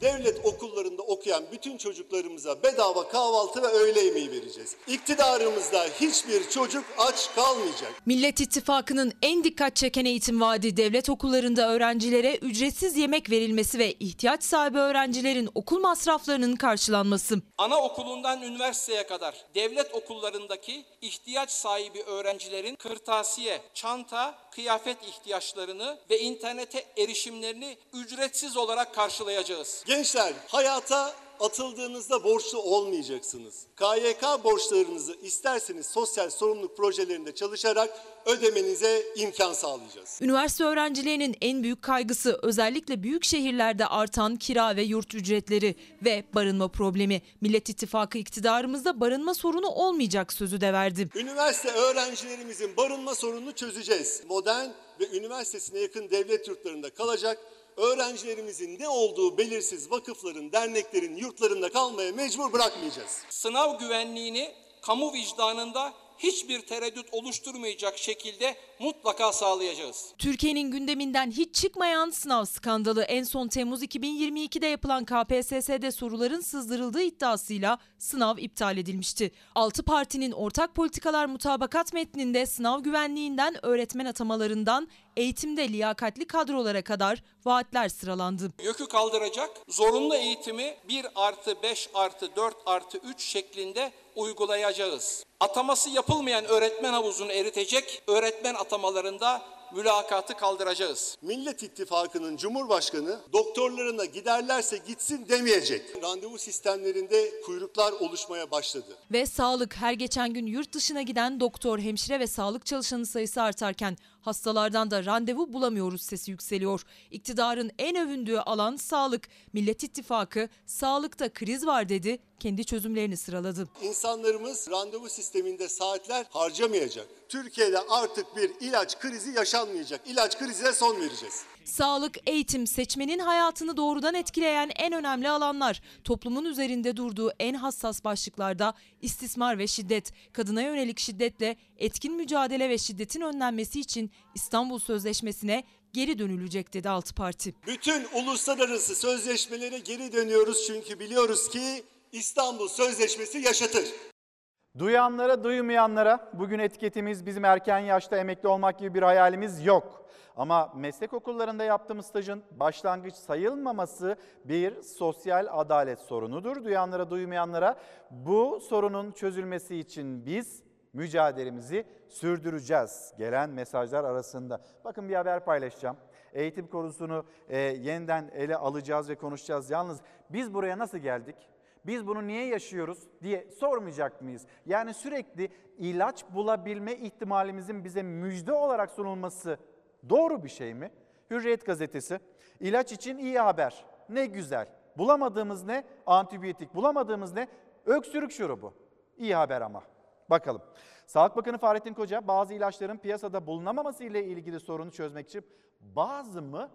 S16: devlet okullarında okuyan bütün çocuklarımıza bedava kahvaltı ve öğle yemeği vereceğiz. İktidarımızda hiçbir çocuk aç kalmayacak.
S17: Millet İttifakı'nın en dikkat çeken eğitim vaadi devlet okullarında öğrencilere ücretsiz yemek verilmesi ve ihtiyaç sahibi öğrencilerin okul masraflarının karşılanması.
S18: Anaokulundan üniversiteye kadar devlet okullarındaki ihtiyaç sahibi öğrencilerin kırtasiye, çanta, kıyafet ihtiyaçlarını ve internete erişimlerini ücretsiz olarak karşılayacağız.
S16: Gençler, hayata atıldığınızda borçlu olmayacaksınız. K Y K borçlarınızı isterseniz sosyal sorumluluk projelerinde çalışarak ödemenize imkan sağlayacağız.
S17: Üniversite öğrencilerinin en büyük kaygısı özellikle büyük şehirlerde artan kira ve yurt ücretleri ve barınma problemi. Millet İttifakı iktidarımızda barınma sorunu olmayacak sözü de verdi.
S16: Üniversite öğrencilerimizin barınma sorununu çözeceğiz. Modern ve üniversitesine yakın devlet yurtlarında kalacak. Öğrencilerimizin ne olduğu belirsiz vakıfların, derneklerin yurtlarında kalmaya mecbur bırakmayacağız.
S18: Sınav güvenliğini kamu vicdanında hiçbir tereddüt oluşturmayacak şekilde mutlaka sağlayacağız.
S17: Türkiye'nin gündeminden hiç çıkmayan sınav skandalı en son Temmuz iki bin yirmi ikide yapılan K P S S'de soruların sızdırıldığı iddiasıyla sınav iptal edilmişti. Altı partinin ortak politikalar mutabakat metninde sınav güvenliğinden öğretmen atamalarından eğitimde liyakatli kadrolara kadar vaatler sıralandı.
S18: Yükü kaldıracak, zorunlu eğitimi bir artı beş artı dört artı üç şeklinde uygulayacağız. Ataması yapılmayan öğretmen havuzunu eritecek, öğretmen atamalarında mülakatı kaldıracağız.
S16: Millet İttifakı'nın Cumhurbaşkanı doktorlarına giderlerse gitsin demeyecek. Randevu sistemlerinde kuyruklar oluşmaya başladı.
S17: Ve sağlık, her geçen gün yurt dışına giden doktor, hemşire ve sağlık çalışanı sayısı artarken hastalardan da randevu bulamıyoruz sesi yükseliyor. İktidarın en övündüğü alan sağlık. Millet İttifakı sağlıkta kriz var dedi, kendi çözümlerini sıraladı.
S16: İnsanlarımız randevu sisteminde saatler harcamayacak. Türkiye'de artık bir ilaç krizi yaşanmayacak. İlaç krizine son vereceğiz.
S17: Sağlık, eğitim, seçmenin hayatını doğrudan etkileyen en önemli alanlar. Toplumun üzerinde durduğu en hassas başlıklarda istismar ve şiddet. Kadına yönelik şiddetle etkin mücadele ve şiddetin önlenmesi için İstanbul Sözleşmesi'ne geri dönülecek dedi altı parti.
S16: Bütün uluslararası sözleşmelere geri dönüyoruz çünkü biliyoruz ki İstanbul Sözleşmesi yaşatır.
S2: Duyanlara, duymayanlara bugün etiketimiz bizim erken yaşta emekli olmak gibi bir hayalimiz yok. Ama meslek okullarında yaptığımız stajın başlangıç sayılmaması bir sosyal adalet sorunudur. Duyanlara, duymayanlara bu sorunun çözülmesi için biz mücadelemizi sürdüreceğiz. Gelen mesajlar arasında. Bakın bir haber paylaşacağım. Eğitim konusunu e, yeniden ele alacağız ve konuşacağız. Yalnız biz buraya nasıl geldik? Biz bunu niye yaşıyoruz diye sormayacak mıyız? Yani sürekli ilaç bulabilme ihtimalimizin bize müjde olarak sunulması doğru bir şey mi? Hürriyet gazetesi, ilaç için iyi haber. Ne güzel. Bulamadığımız ne? Antibiyotik. Bulamadığımız ne? Öksürük şurubu. İyi haber ama. Bakalım. Sağlık Bakanı Fahrettin Koca bazı ilaçların piyasada bulunamaması ile ilgili sorunu çözmek için bazı mı,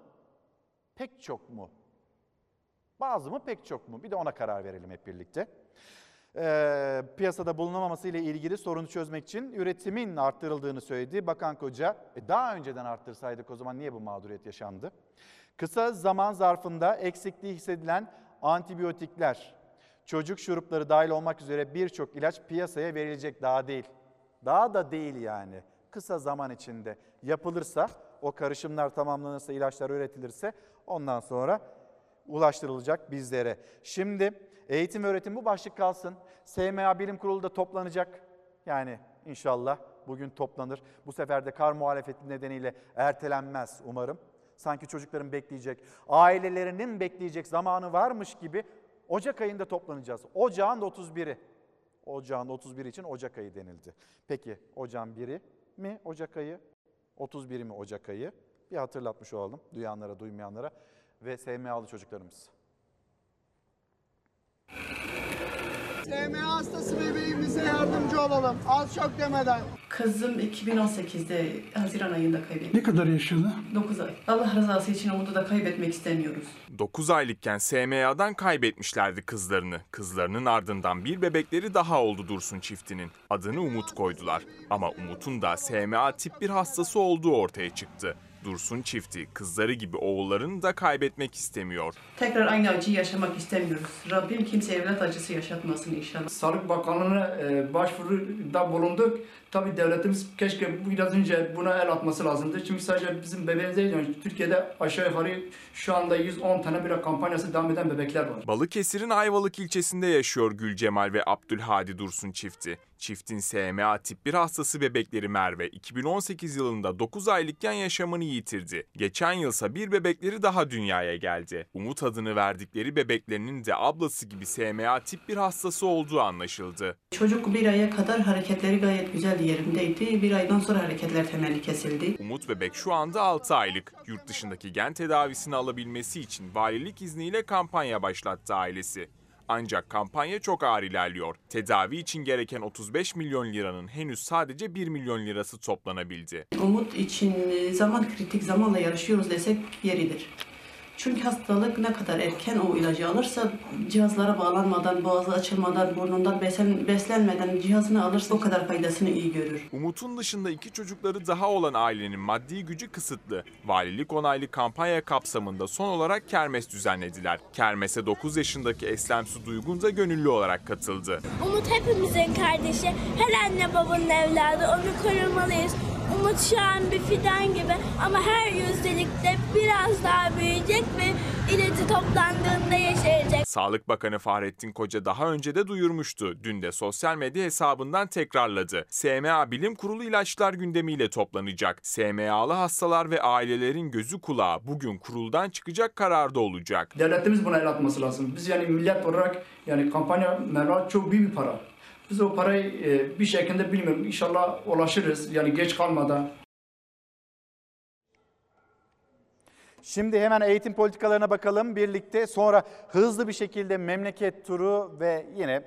S2: pek çok mu? Bazı mı, pek çok mu? Bir de ona karar verelim hep birlikte. Ee, piyasada bulunamaması ile ilgili sorunu çözmek için üretimin arttırıldığını söyledi Bakan Koca. E daha önceden arttırsaydık o zaman niye bu mağduriyet yaşandı? Kısa zaman zarfında eksikliği hissedilen antibiyotikler, çocuk şurupları dahil olmak üzere birçok ilaç piyasaya verilecek, daha değil. Daha da değil yani. Kısa zaman içinde yapılırsa, o karışımlar tamamlanırsa, ilaçlar üretilirse ondan sonra ulaştırılacak bizlere. Şimdi eğitim ve öğretim bu başlık kalsın. S M A Bilim Kurulu da toplanacak. Yani inşallah bugün toplanır. Bu sefer de kar muhalefeti nedeniyle ertelenmez umarım. Sanki çocukların bekleyecek, ailelerinin bekleyecek zamanı varmış gibi Ocak ayında toplanacağız. Ocağın otuz biri. Ocağın otuz biri için Ocak ayı denildi. Peki Ocağın biri mi Ocak ayı? otuz biri mi Ocak ayı? Bir hatırlatmış olalım duyanlara, duymayanlara ve S M A'lı çocuklarımız.
S19: S M A hastası bebeğimize yardımcı olalım. Az çok demeden.
S20: Kızım iki bin on sekizde Haziran ayında kaybetti.
S19: Ne kadar yaşadı?
S20: dokuz ay. Allah rızası için umudu da kaybetmek istemiyoruz.
S24: dokuz aylıkken S M A'dan kaybetmişlerdi kızlarını. Kızlarının ardından bir bebekleri daha oldu Dursun çiftinin. Adını Umut koydular. Ama Umut'un da S M A tip bir hastası olduğu ortaya çıktı. Dursun çifti kızları gibi oğullarını da kaybetmek istemiyor.
S20: Tekrar aynı acıyı yaşamak istemiyoruz. Rabbim kimse evlat acısı yaşatmasın inşallah.
S4: Sağlık Bakanlığı'na e, başvuruda bulunduk. Tabii devletimiz keşke biraz önce buna el atması lazımdı. Çünkü sadece bizim bebeğimiz değil, yani Türkiye'de aşağı yukarı şu anda yüz on tane bile kampanyası devam eden bebekler var.
S24: Balıkesir'in Ayvalık ilçesinde yaşıyor Gülcemal ve Abdülhadi Dursun çifti. Çiftin S M A tip bir hastası bebekleri Merve iki bin on sekiz yılında dokuz aylıkken yaşamını yitirdi. Geçen yılsa bir bebekleri daha dünyaya geldi. Umut adını verdikleri bebeklerinin de ablası gibi S M A tip bir hastası olduğu anlaşıldı.
S20: Çocuk bir aya kadar hareketleri gayet güzel yerindeydi. Bir aydan sonra hareketler temelli kesildi.
S24: Umut bebek şu anda altı aylık. Yurt dışındaki gen tedavisini alabilmesi için valilik izniyle kampanya başlattı ailesi. Ancak kampanya çok ağır ilerliyor. Tedavi için gereken otuz beş milyon liranın henüz sadece bir milyon lirası toplanabildi.
S20: Umut için zaman kritik zamanla yarışıyoruz desek yeridir. Çünkü hastalık ne kadar erken o ilacı alırsa, cihazlara bağlanmadan, boğazı açılmadan, burnundan besen, beslenmeden cihazını alırsa o kadar faydasını iyi görür.
S24: Umut'un dışında iki çocukları daha olan ailenin maddi gücü kısıtlı. Valilik onaylı kampanya kapsamında son olarak kermes düzenlediler. Kermese dokuz yaşındaki Eslem Su Duygun da gönüllü olarak katıldı.
S5: Umut hepimizin kardeşi, her anne babanın evladı, onu korumalıyız. Umut şu an bir fidan gibi ama her yüzdelikte biraz daha büyüyecek ve ilacı toplandığında yeşerecek.
S24: Sağlık Bakanı Fahrettin Koca daha önce de duyurmuştu. Dün de sosyal medya hesabından tekrarladı. S M A Bilim Kurulu ilaçlar gündemiyle toplanacak. S M A'lı hastalar ve ailelerin gözü kulağı bugün kuruldan çıkacak kararda olacak.
S4: Devletimiz buna el atması lazım. Biz yani millet olarak yani kampanya meblağ çok büyük bir para. Biz o parayı e, bir şekilde bilmiyorum inşallah ulaşırız yani geç kalmadan.
S2: Şimdi hemen eğitim politikalarına bakalım birlikte. Sonra hızlı bir şekilde memleket turu ve yine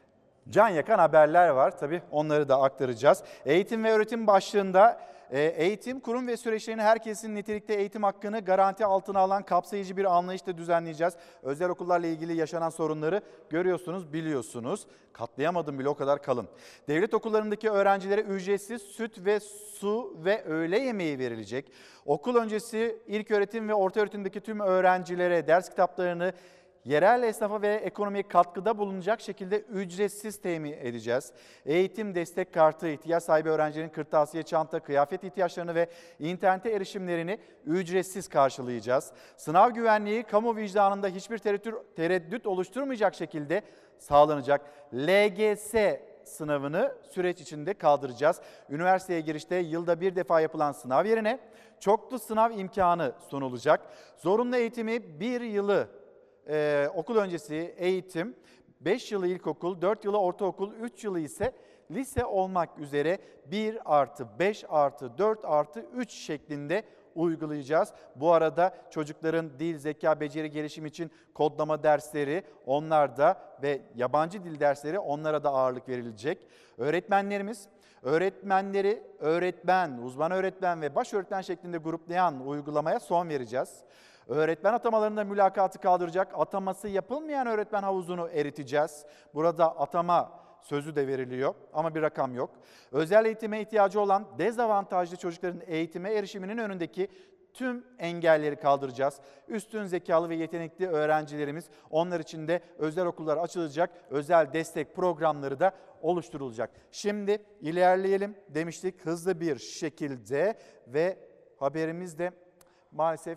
S2: can yakan haberler var. Tabii onları da aktaracağız. Eğitim ve öğretim başlığında eğitim, kurum ve süreçlerini herkesin nitelikte eğitim hakkını garanti altına alan kapsayıcı bir anlayışla düzenleyeceğiz. Özel okullarla ilgili yaşanan sorunları görüyorsunuz, biliyorsunuz. Katlayamadım bile, o kadar kalın. Devlet okullarındaki öğrencilere ücretsiz süt ve su ve öğle yemeği verilecek. Okul öncesi ilköğretim ve ortaöğretimdeki tüm öğrencilere ders kitaplarını yerel esnafa ve ekonomiye katkıda bulunacak şekilde ücretsiz temin edeceğiz. Eğitim destek kartı, ihtiyaç sahibi öğrencilerin kırtasiye, çanta, kıyafet ihtiyaçlarını ve internete erişimlerini ücretsiz karşılayacağız. Sınav güvenliği kamu vicdanında hiçbir tereddüt, tereddüt oluşturmayacak şekilde sağlanacak. L G S sınavını süreç içinde kaldıracağız. Üniversiteye girişte yılda bir defa yapılan sınav yerine çoklu sınav imkanı sunulacak. Zorunlu eğitimi bir yılı Ee, okul öncesi eğitim, beş yılı ilkokul, dört yılı ortaokul, üç yılı ise lise olmak üzere bir artı beş artı dört artı üç şeklinde uygulayacağız. Bu arada çocukların dil, zeka, beceri gelişimi için kodlama dersleri onlarda ve yabancı dil dersleri onlara da ağırlık verilecek. Öğretmenlerimiz öğretmenleri öğretmen, uzman öğretmen ve baş öğretmen şeklinde gruplayan uygulamaya son vereceğiz. Öğretmen atamalarında mülakatı kaldıracak, ataması yapılmayan öğretmen havuzunu eriteceğiz. Burada atama sözü de veriliyor ama bir rakam yok. Özel eğitime ihtiyacı olan dezavantajlı çocukların eğitime erişiminin önündeki tüm engelleri kaldıracağız. Üstün zekalı ve yetenekli öğrencilerimiz, onlar için de özel okullar açılacak, özel destek programları da oluşturulacak. Şimdi ilerleyelim demiştik hızlı bir şekilde ve haberimiz de maalesef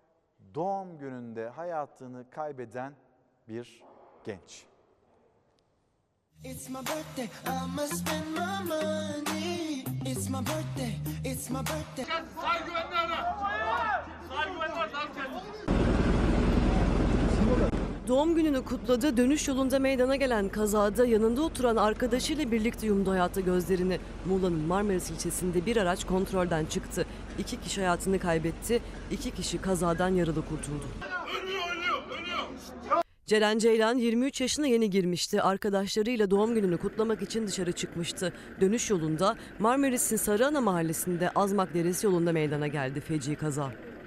S2: doğum gününde hayatını kaybeden bir genç. It's my birthday, I must spend my money. It's my birthday, it's my birthday.
S1: Sağ güvenli ara. Sağ güvenli ara.
S13: Doğum gününü kutladı, dönüş yolunda meydana gelen kazada yanında oturan arkadaşıyla birlikte yumdu hayata gözlerini. Muğla'nın Marmaris ilçesinde bir araç kontrolden çıktı. İki kişi hayatını kaybetti, iki kişi kazadan yaralı kurtuldu.
S1: Ölüyor, ölüyor, ölüyor.
S13: Ceren Ceylan yirmi üç yaşına yeni girmişti. Arkadaşlarıyla doğum gününü kutlamak için dışarı çıkmıştı. Dönüş yolunda Marmaris'in Sarıana mahallesinde Azmak Deresi yolunda meydana geldi feci kaza.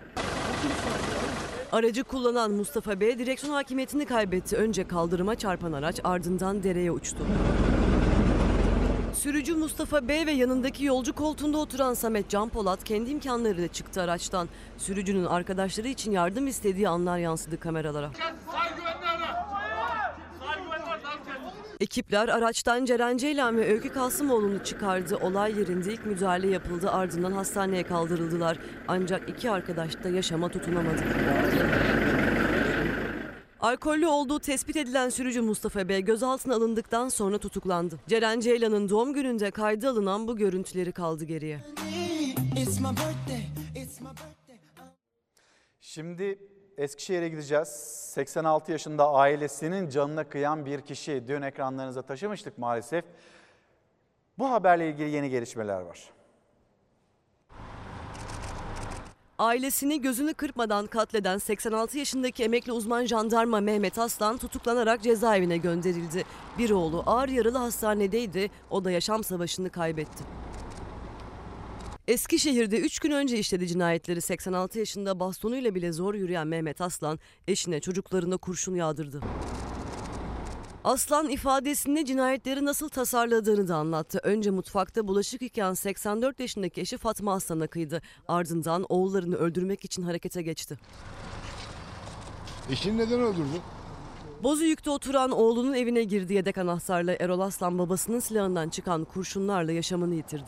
S13: Aracı kullanan Mustafa B. direksiyon hakimiyetini kaybetti. Önce kaldırıma çarpan araç ardından dereye uçtu. Sürücü Mustafa Bey ve yanındaki yolcu koltuğunda oturan Samet Can Polat kendi imkanlarıyla çıktı araçtan. Sürücünün arkadaşları için yardım istediği anlar yansıdı kameralara. Ekipler araçtan Ceren Ceylan ve Öykü Kasımoğlu'nu çıkardı. Olay yerinde ilk müdahale yapıldı, ardından hastaneye kaldırıldılar. Ancak iki arkadaş da yaşama tutunamadı. Alkollü olduğu tespit edilen sürücü Mustafa Bey gözaltına alındıktan sonra tutuklandı. Ceren Ceylan'ın doğum gününde kayda alınan bu görüntüleri kaldı geriye.
S2: Şimdi Eskişehir'e gideceğiz. seksen altı yaşında ailesinin canına kıyan bir kişi dün ekranlarınıza taşımıştık maalesef. Bu haberle ilgili yeni gelişmeler var.
S13: Ailesini gözünü kırpmadan katleden seksen altı yaşındaki emekli uzman jandarma Mehmet Aslan tutuklanarak cezaevine gönderildi. Bir oğlu ağır yaralı hastanedeydi, o da yaşam savaşını kaybetti. Eskişehir'de üç gün önce işledi cinayetleri. seksen altı yaşında bastonuyla bile zor yürüyen Mehmet Aslan eşine çocuklarına kurşun yağdırdı. Aslan ifadesinde cinayetleri nasıl tasarladığını da anlattı. Önce mutfakta bulaşık yıkayan seksen dört yaşındaki eşi Fatma Aslan'a kıydı. Ardından oğullarını öldürmek için harekete geçti.
S6: Eşini neden öldürdü?
S13: Bozüyük'te oturan oğlunun evine girdi. Yedek anahtarla Erol Aslan babasının silahından çıkan kurşunlarla yaşamını yitirdi.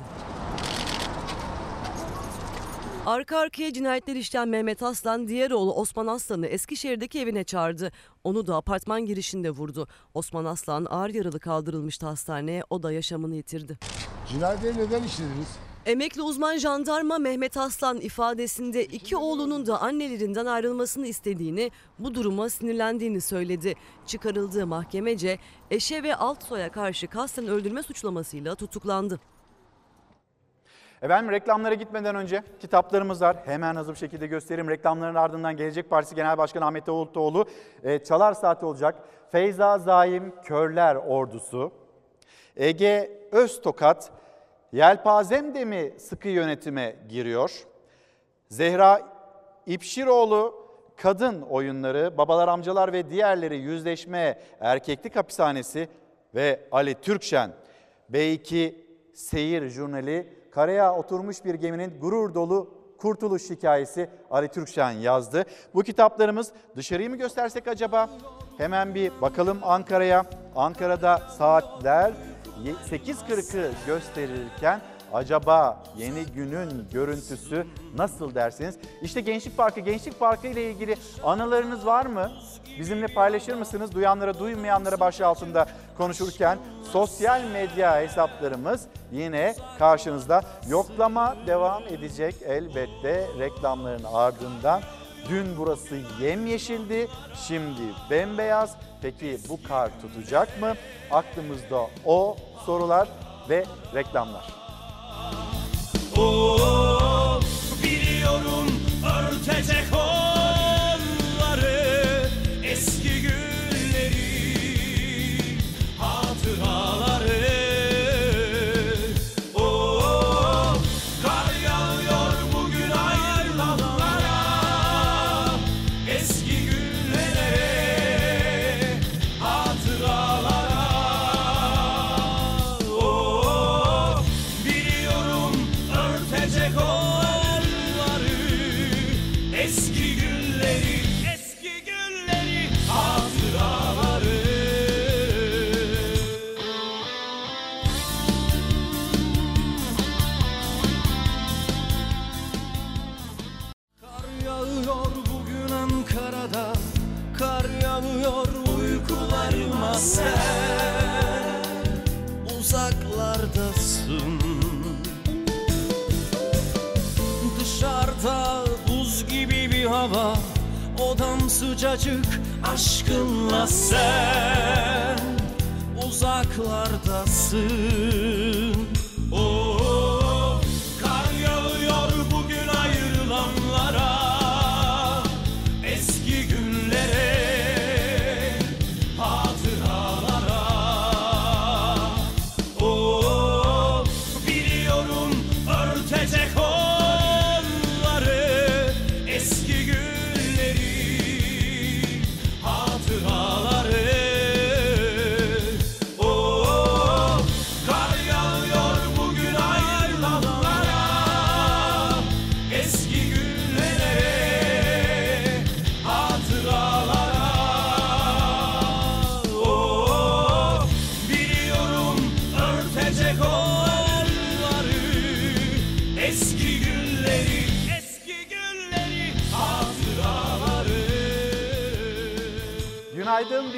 S13: Arka arkaya cinayetler işleyen Mehmet Aslan diğer oğlu Osman Aslan'ı Eskişehir'deki evine çağırdı. Onu da apartman girişinde vurdu. Osman Aslan ağır yaralı kaldırılmıştı hastaneye, o da yaşamını yitirdi.
S6: Cinayetleri neden işlediniz?
S13: Emekli uzman jandarma Mehmet Aslan ifadesinde iki oğlunun da annelerinden ayrılmasını istediğini, bu duruma sinirlendiğini söyledi. Çıkarıldığı mahkemece eşe ve alt soya karşı kasten öldürme suçlamasıyla tutuklandı.
S2: Efendim reklamlara gitmeden önce kitaplarımız var. Hemen hızlı bir şekilde göstereyim. Reklamların ardından Gelecek Partisi Genel Başkanı Ahmet Davutoğlu e, Çalar Saati olacak. Feyza Zaim Körler Ordusu, Ege Öztokat Yelpazem de mi sıkı yönetime giriyor? Zehra İpşiroğlu Kadın Oyunları, Babalar Amcalar ve Diğerleri Yüzleşme Erkeklik Hapishanesi ve Ali Türkşen B iki Seyir Jurnali, karaya oturmuş bir geminin gurur dolu kurtuluş hikayesi Ali Türkşen yazdı. Bu kitaplarımız dışarıyı mı göstersek acaba? Hemen bir bakalım Ankara'ya. Ankara'da saatler sekiz kırkı gösterirken acaba yeni günün görüntüsü nasıl dersiniz? İşte Gençlik Parkı. Gençlik Parkı ile ilgili anılarınız var mı? Bizimle paylaşır mısınız? Duyanlara, duymayanlara başlığı altında konuşurken sosyal medya hesaplarımız yine karşınızda. Yoklama devam edecek elbette reklamların ardından. Dün burası yemyeşildi, şimdi bembeyaz. Peki bu kar tutacak mı? Aklımızda o sorular ve reklamlar.
S10: Oh, biliyorum örtecek onları, eski günleri, hatıraları. Oh, kar yağıyor bugün ayrılanlara, eski günlere, hatıralara. Oh, biliyorum örtecek onları, eski günleri, eski günleri, hatıraları. Kar yağıyor bugün Ankara'da, kar yağıyor uykularıma, sen uzaklardasın. Dışarıda buz gibi bir hava, odam sıcacık aşkınla, sen uzaklardasın. Oh, kar yağıyor bugün ayrılanlara, eski günlere, hatıralara. Oh, biliyorum örtecek onları, eski günleri, hatıraları. Oh, kar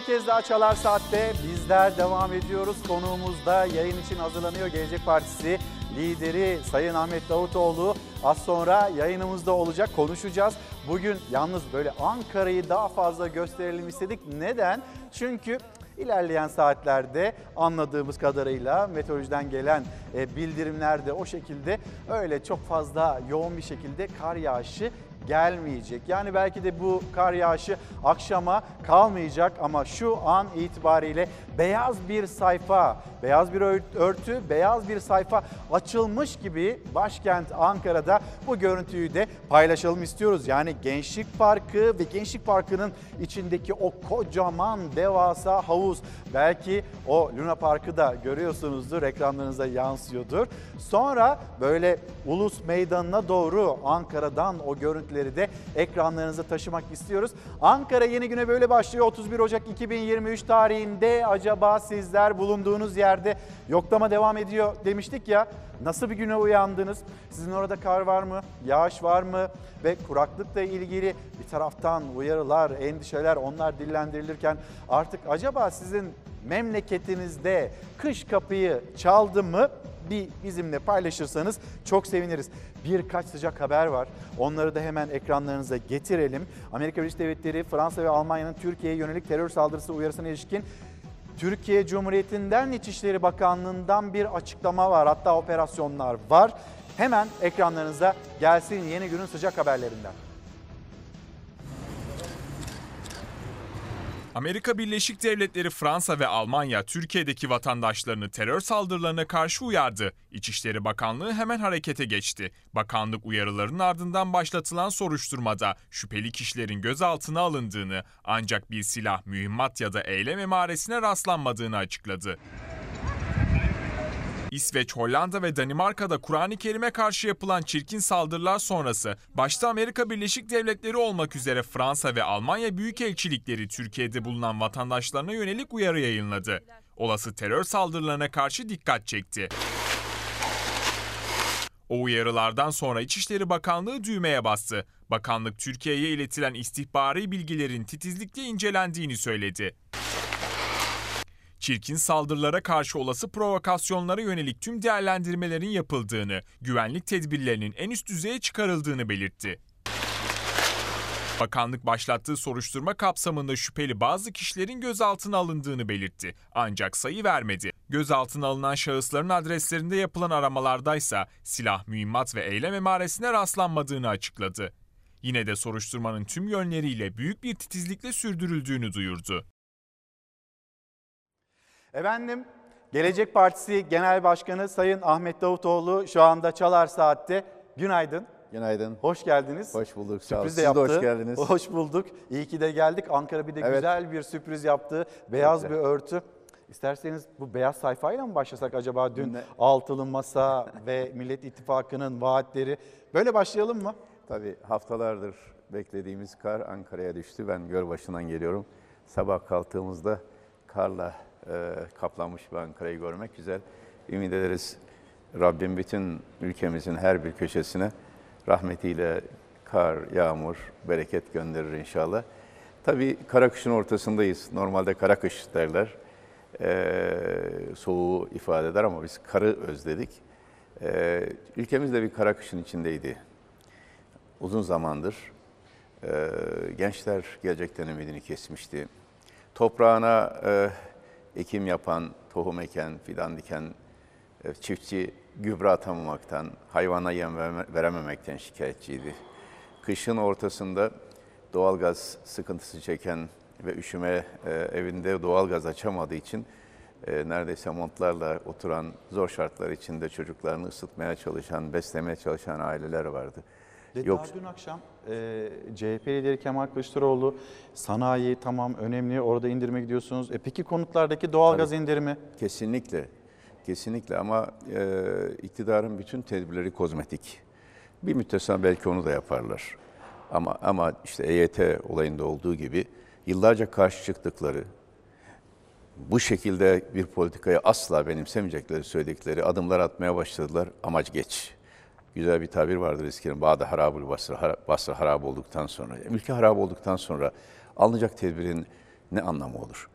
S2: kez daha Çalar Saat'te bizler devam ediyoruz. Konuğumuz da yayın için hazırlanıyor. Gelecek Partisi lideri Sayın Ahmet Davutoğlu az sonra yayınımızda olacak, konuşacağız. Bugün yalnız böyle Ankara'yı daha fazla gösterelim istedik. Neden? Çünkü ilerleyen saatlerde anladığımız kadarıyla meteorolojiden gelen bildirimler de o şekilde, öyle çok fazla yoğun bir şekilde kar yağışı gelmeyecek. Yani belki de bu kar yağışı akşama kalmayacak ama şu an itibariyle beyaz bir sayfa, beyaz bir örtü, beyaz bir sayfa açılmış gibi başkent Ankara'da bu görüntüyü de paylaşalım istiyoruz. Yani Gençlik Parkı ve Gençlik Parkı'nın içindeki o kocaman devasa havuz, belki o Luna Park'ı da görüyorsunuzdur, ekranlarınıza yansıyordur. Sonra böyle Ulus Meydanı'na doğru Ankara'dan o görüntüleri de ekranlarınıza taşımak istiyoruz. Ankara yeni güne böyle başlıyor. otuz bir Ocak iki bin yirmi üç tarihinde acaba sizler bulunduğunuz yerde yoklama devam ediyor demiştik ya. Nasıl bir güne uyandınız? Sizin orada kar var mı? Yağış var mı? Ve kuraklıkla ilgili bir taraftan uyarılar, endişeler, onlar dillendirilirken artık acaba sizin memleketinizde kış kapıyı çaldı mı? Bir bizimle paylaşırsanız çok seviniriz. Birkaç sıcak haber var. Onları da hemen ekranlarınıza getirelim. Amerika Birleşik Devletleri, Fransa ve Almanya'nın Türkiye'ye yönelik terör saldırısı uyarısına ilişkin Türkiye Cumhuriyeti'nden İçişleri Bakanlığı'ndan bir açıklama var. Hatta operasyonlar var. Hemen ekranlarınıza gelsin yeni günün sıcak haberlerinden.
S24: Amerika Birleşik Devletleri, Fransa ve Almanya Türkiye'deki vatandaşlarını terör saldırılarına karşı uyardı. İçişleri Bakanlığı hemen harekete geçti. Bakanlık uyarılarının ardından başlatılan soruşturmada şüpheli kişilerin gözaltına alındığını, ancak bir silah, mühimmat ya da eylem emaresine rastlanmadığını açıkladı. İsveç, Hollanda ve Danimarka'da Kur'an-ı Kerim'e karşı yapılan çirkin saldırılar sonrası başta Amerika Birleşik Devletleri olmak üzere Fransa ve Almanya büyükelçilikleri Türkiye'de bulunan vatandaşlarına yönelik uyarı yayınladı. Olası terör saldırılarına karşı dikkat çekti. O uyarılardan sonra İçişleri Bakanlığı düğmeye bastı. Bakanlık Türkiye'ye iletilen istihbari bilgilerin titizlikle incelendiğini söyledi. Çirkin saldırılara karşı olası provokasyonlara yönelik tüm değerlendirmelerin yapıldığını, güvenlik tedbirlerinin en üst düzeye çıkarıldığını belirtti. Bakanlık başlattığı soruşturma kapsamında şüpheli bazı kişilerin gözaltına alındığını belirtti. Ancak sayı vermedi. Gözaltına alınan şahısların adreslerinde yapılan aramalardaysa silah, mühimmat ve eylem emaresine rastlanmadığını açıkladı. Yine de soruşturmanın tüm yönleriyle büyük bir titizlikle sürdürüldüğünü duyurdu.
S2: Efendim, Gelecek Partisi Genel Başkanı Sayın Ahmet Davutoğlu şu anda Çalar Saat'te. Günaydın.
S12: Günaydın.
S2: Hoş geldiniz.
S12: Hoş bulduk. Sağ olun.
S2: Sürpriz de
S12: Siz
S2: yaptı.
S12: de hoş geldiniz.
S2: Hoş bulduk. İyi ki de geldik. Ankara bir de
S12: Evet.
S2: güzel bir sürpriz yaptı. Beyaz
S12: Evet.
S2: bir örtü. İsterseniz bu beyaz sayfayla mı başlasak acaba? Dün
S12: Ne?
S2: Altılı Masa ve Millet İttifakı'nın vaatleri. Böyle başlayalım mı?
S12: Tabii haftalardır beklediğimiz kar Ankara'ya düştü. Ben Gölbaşı'ndan geliyorum. Sabah kalktığımızda karla e, kaplanmış bir Ankara'yı görmek güzel. Ümit ederiz Rabbim bütün ülkemizin her bir köşesine rahmetiyle kar, yağmur, bereket gönderir inşallah. Tabii kara kışın ortasındayız. Normalde kara kış derler. Ee, soğuğu ifade eder ama biz karı özledik. Ee, ülkemiz de bir kara kışın içindeydi. Uzun zamandır e, gençler gelecekten ümidini kesmişti. Toprağına e, ekim yapan, tohum eken, fidan diken e, çiftçi gübre atamamaktan, hayvana yem verememekten şikayetçiydi. Kışın ortasında doğalgaz sıkıntısı çeken ve üşüme e, evinde doğalgaz açamadığı için e, neredeyse montlarla oturan, zor şartlar içinde çocuklarını ısıtmaya çalışan, beslemeye çalışan aileler vardı.
S2: Ve
S12: Yok.
S2: daha dün akşam e, C H P lideri Kemal Kılıçdaroğlu sanayi tamam önemli, orada indirime gidiyorsunuz. E peki konutlardaki doğalgaz
S12: Tabii.
S2: indirimi?
S12: Kesinlikle, kesinlikle ama e, iktidarın bütün tedbirleri kozmetik. Bir müddet sonra belki onu da yaparlar. Ama ama işte E Y T olayında olduğu gibi yıllarca karşı çıktıkları, bu şekilde bir politikayı asla benimsemeyecekleri söyledikleri adımlar atmaya başladılar. Amaç geç. Güzel bir tabir vardır eskiden. Ba'de harabul Basra, Basra harap olduktan sonra, ülke harap olduktan sonra alınacak tedbirin ne anlamı olur?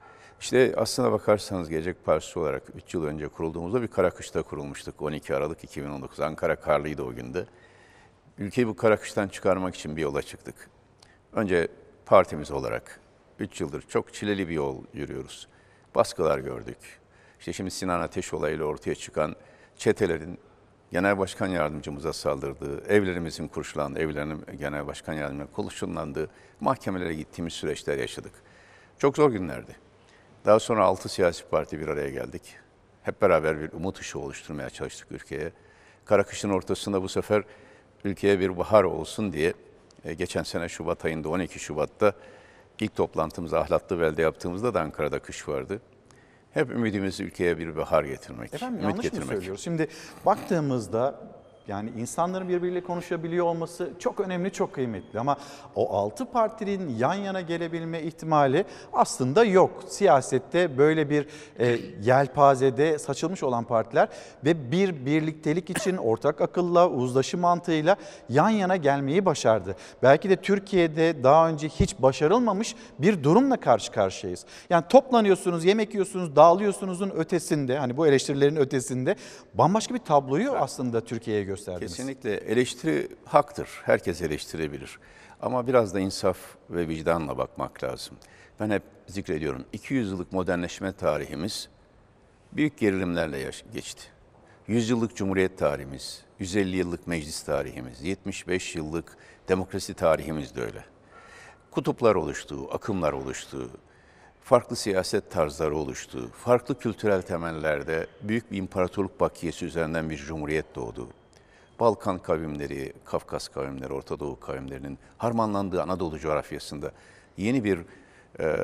S12: İşte aslına bakarsanız Gelecek Partisi olarak üç yıl önce kurulduğumuzda bir kara kışta kurulmuştuk. on iki Aralık iki bin on dokuz. Ankara karlıydı o günde. Ülkeyi bu kara kıştan çıkarmak için bir yola çıktık. Önce partimiz olarak üç yıldır çok çileli bir yol yürüyoruz. Baskılar gördük. İşte şimdi Sinan Ateş olayıyla ortaya çıkan çetelerin genel başkan yardımcımıza saldırdığı, evlerimizin kurşulandığı, evlerinin genel başkan yardımcımıza kurşunlandığı, mahkemelere gittiğimiz süreçler yaşadık. Çok zor günlerdi. Daha sonra altı siyasi parti bir araya geldik. Hep beraber bir umut ışığı oluşturmaya çalıştık ülkeye. Kara kışın ortasında bu sefer ülkeye bir bahar olsun diye e, geçen sene Şubat ayında on iki Şubat'ta ilk toplantımızı Ahlatlı Bel'de yaptığımızda da Ankara'da kış vardı. Hep ümidimiz ülkeye bir bahar getirmek,
S2: Efendim
S12: ümit
S2: yanlış
S12: getirmek.
S2: mı söylüyoruz? Şimdi baktığımızda yani insanların birbiriyle konuşabiliyor olması çok önemli, çok kıymetli. Ama o altı partinin yan yana gelebilme ihtimali aslında yok. Siyasette böyle bir e, yelpazede saçılmış olan partiler ve bir birliktelik için ortak akılla, uzlaşı mantığıyla yan yana gelmeyi başardı. Belki de Türkiye'de daha önce hiç başarılmamış bir durumla karşı karşıyayız. Yani toplanıyorsunuz, yemek yiyorsunuz, dağılıyorsunuzun ötesinde, hani bu eleştirilerin ötesinde bambaşka bir tabloyu aslında Türkiye'ye gösterdiniz.
S12: Kesinlikle eleştiri haktır. Herkes eleştirebilir. Ama biraz da insaf ve vicdanla bakmak lazım. Ben hep zikrediyorum. iki yüz yıllık modernleşme tarihimiz büyük gerilimlerle yaş- geçti. yüz yıllık Cumhuriyet tarihimiz, yüz elli yıllık meclis tarihimiz, yetmiş beş yıllık demokrasi tarihimiz de öyle. Kutuplar oluştu, akımlar oluştu, farklı siyaset tarzları oluştu, farklı kültürel temellerde büyük bir imparatorluk bakiyesi üzerinden bir cumhuriyet doğdu. Balkan kavimleri, Kafkas kavimleri, Orta Doğu kavimlerinin harmanlandığı Anadolu coğrafyasında yeni bir e,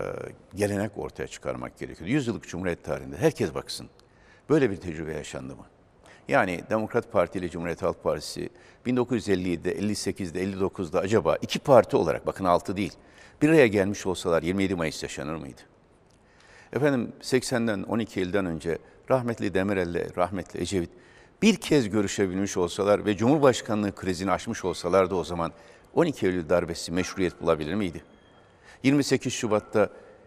S12: gelenek ortaya çıkarmak gerekiyor. Yüzyıllık Cumhuriyet tarihinde herkes baksın. Böyle bir tecrübe yaşandı mı? Yani Demokrat Parti ile Cumhuriyet Halk Partisi bin dokuz yüz elli yedide, elli sekizde, elli dokuzda acaba iki parti olarak, bakın altı değil, bir araya gelmiş olsalar yirmi yedi Mayıs yaşanır mıydı? Efendim seksenden on iki yıldan önce rahmetli Demirel'le rahmetli Ecevit bir kez görüşebilmiş olsalar ve Cumhurbaşkanlığı krizini aşmış olsalardı o zaman on iki Eylül darbesi meşruiyet bulabilir miydi? yirmi sekiz Şubat'ta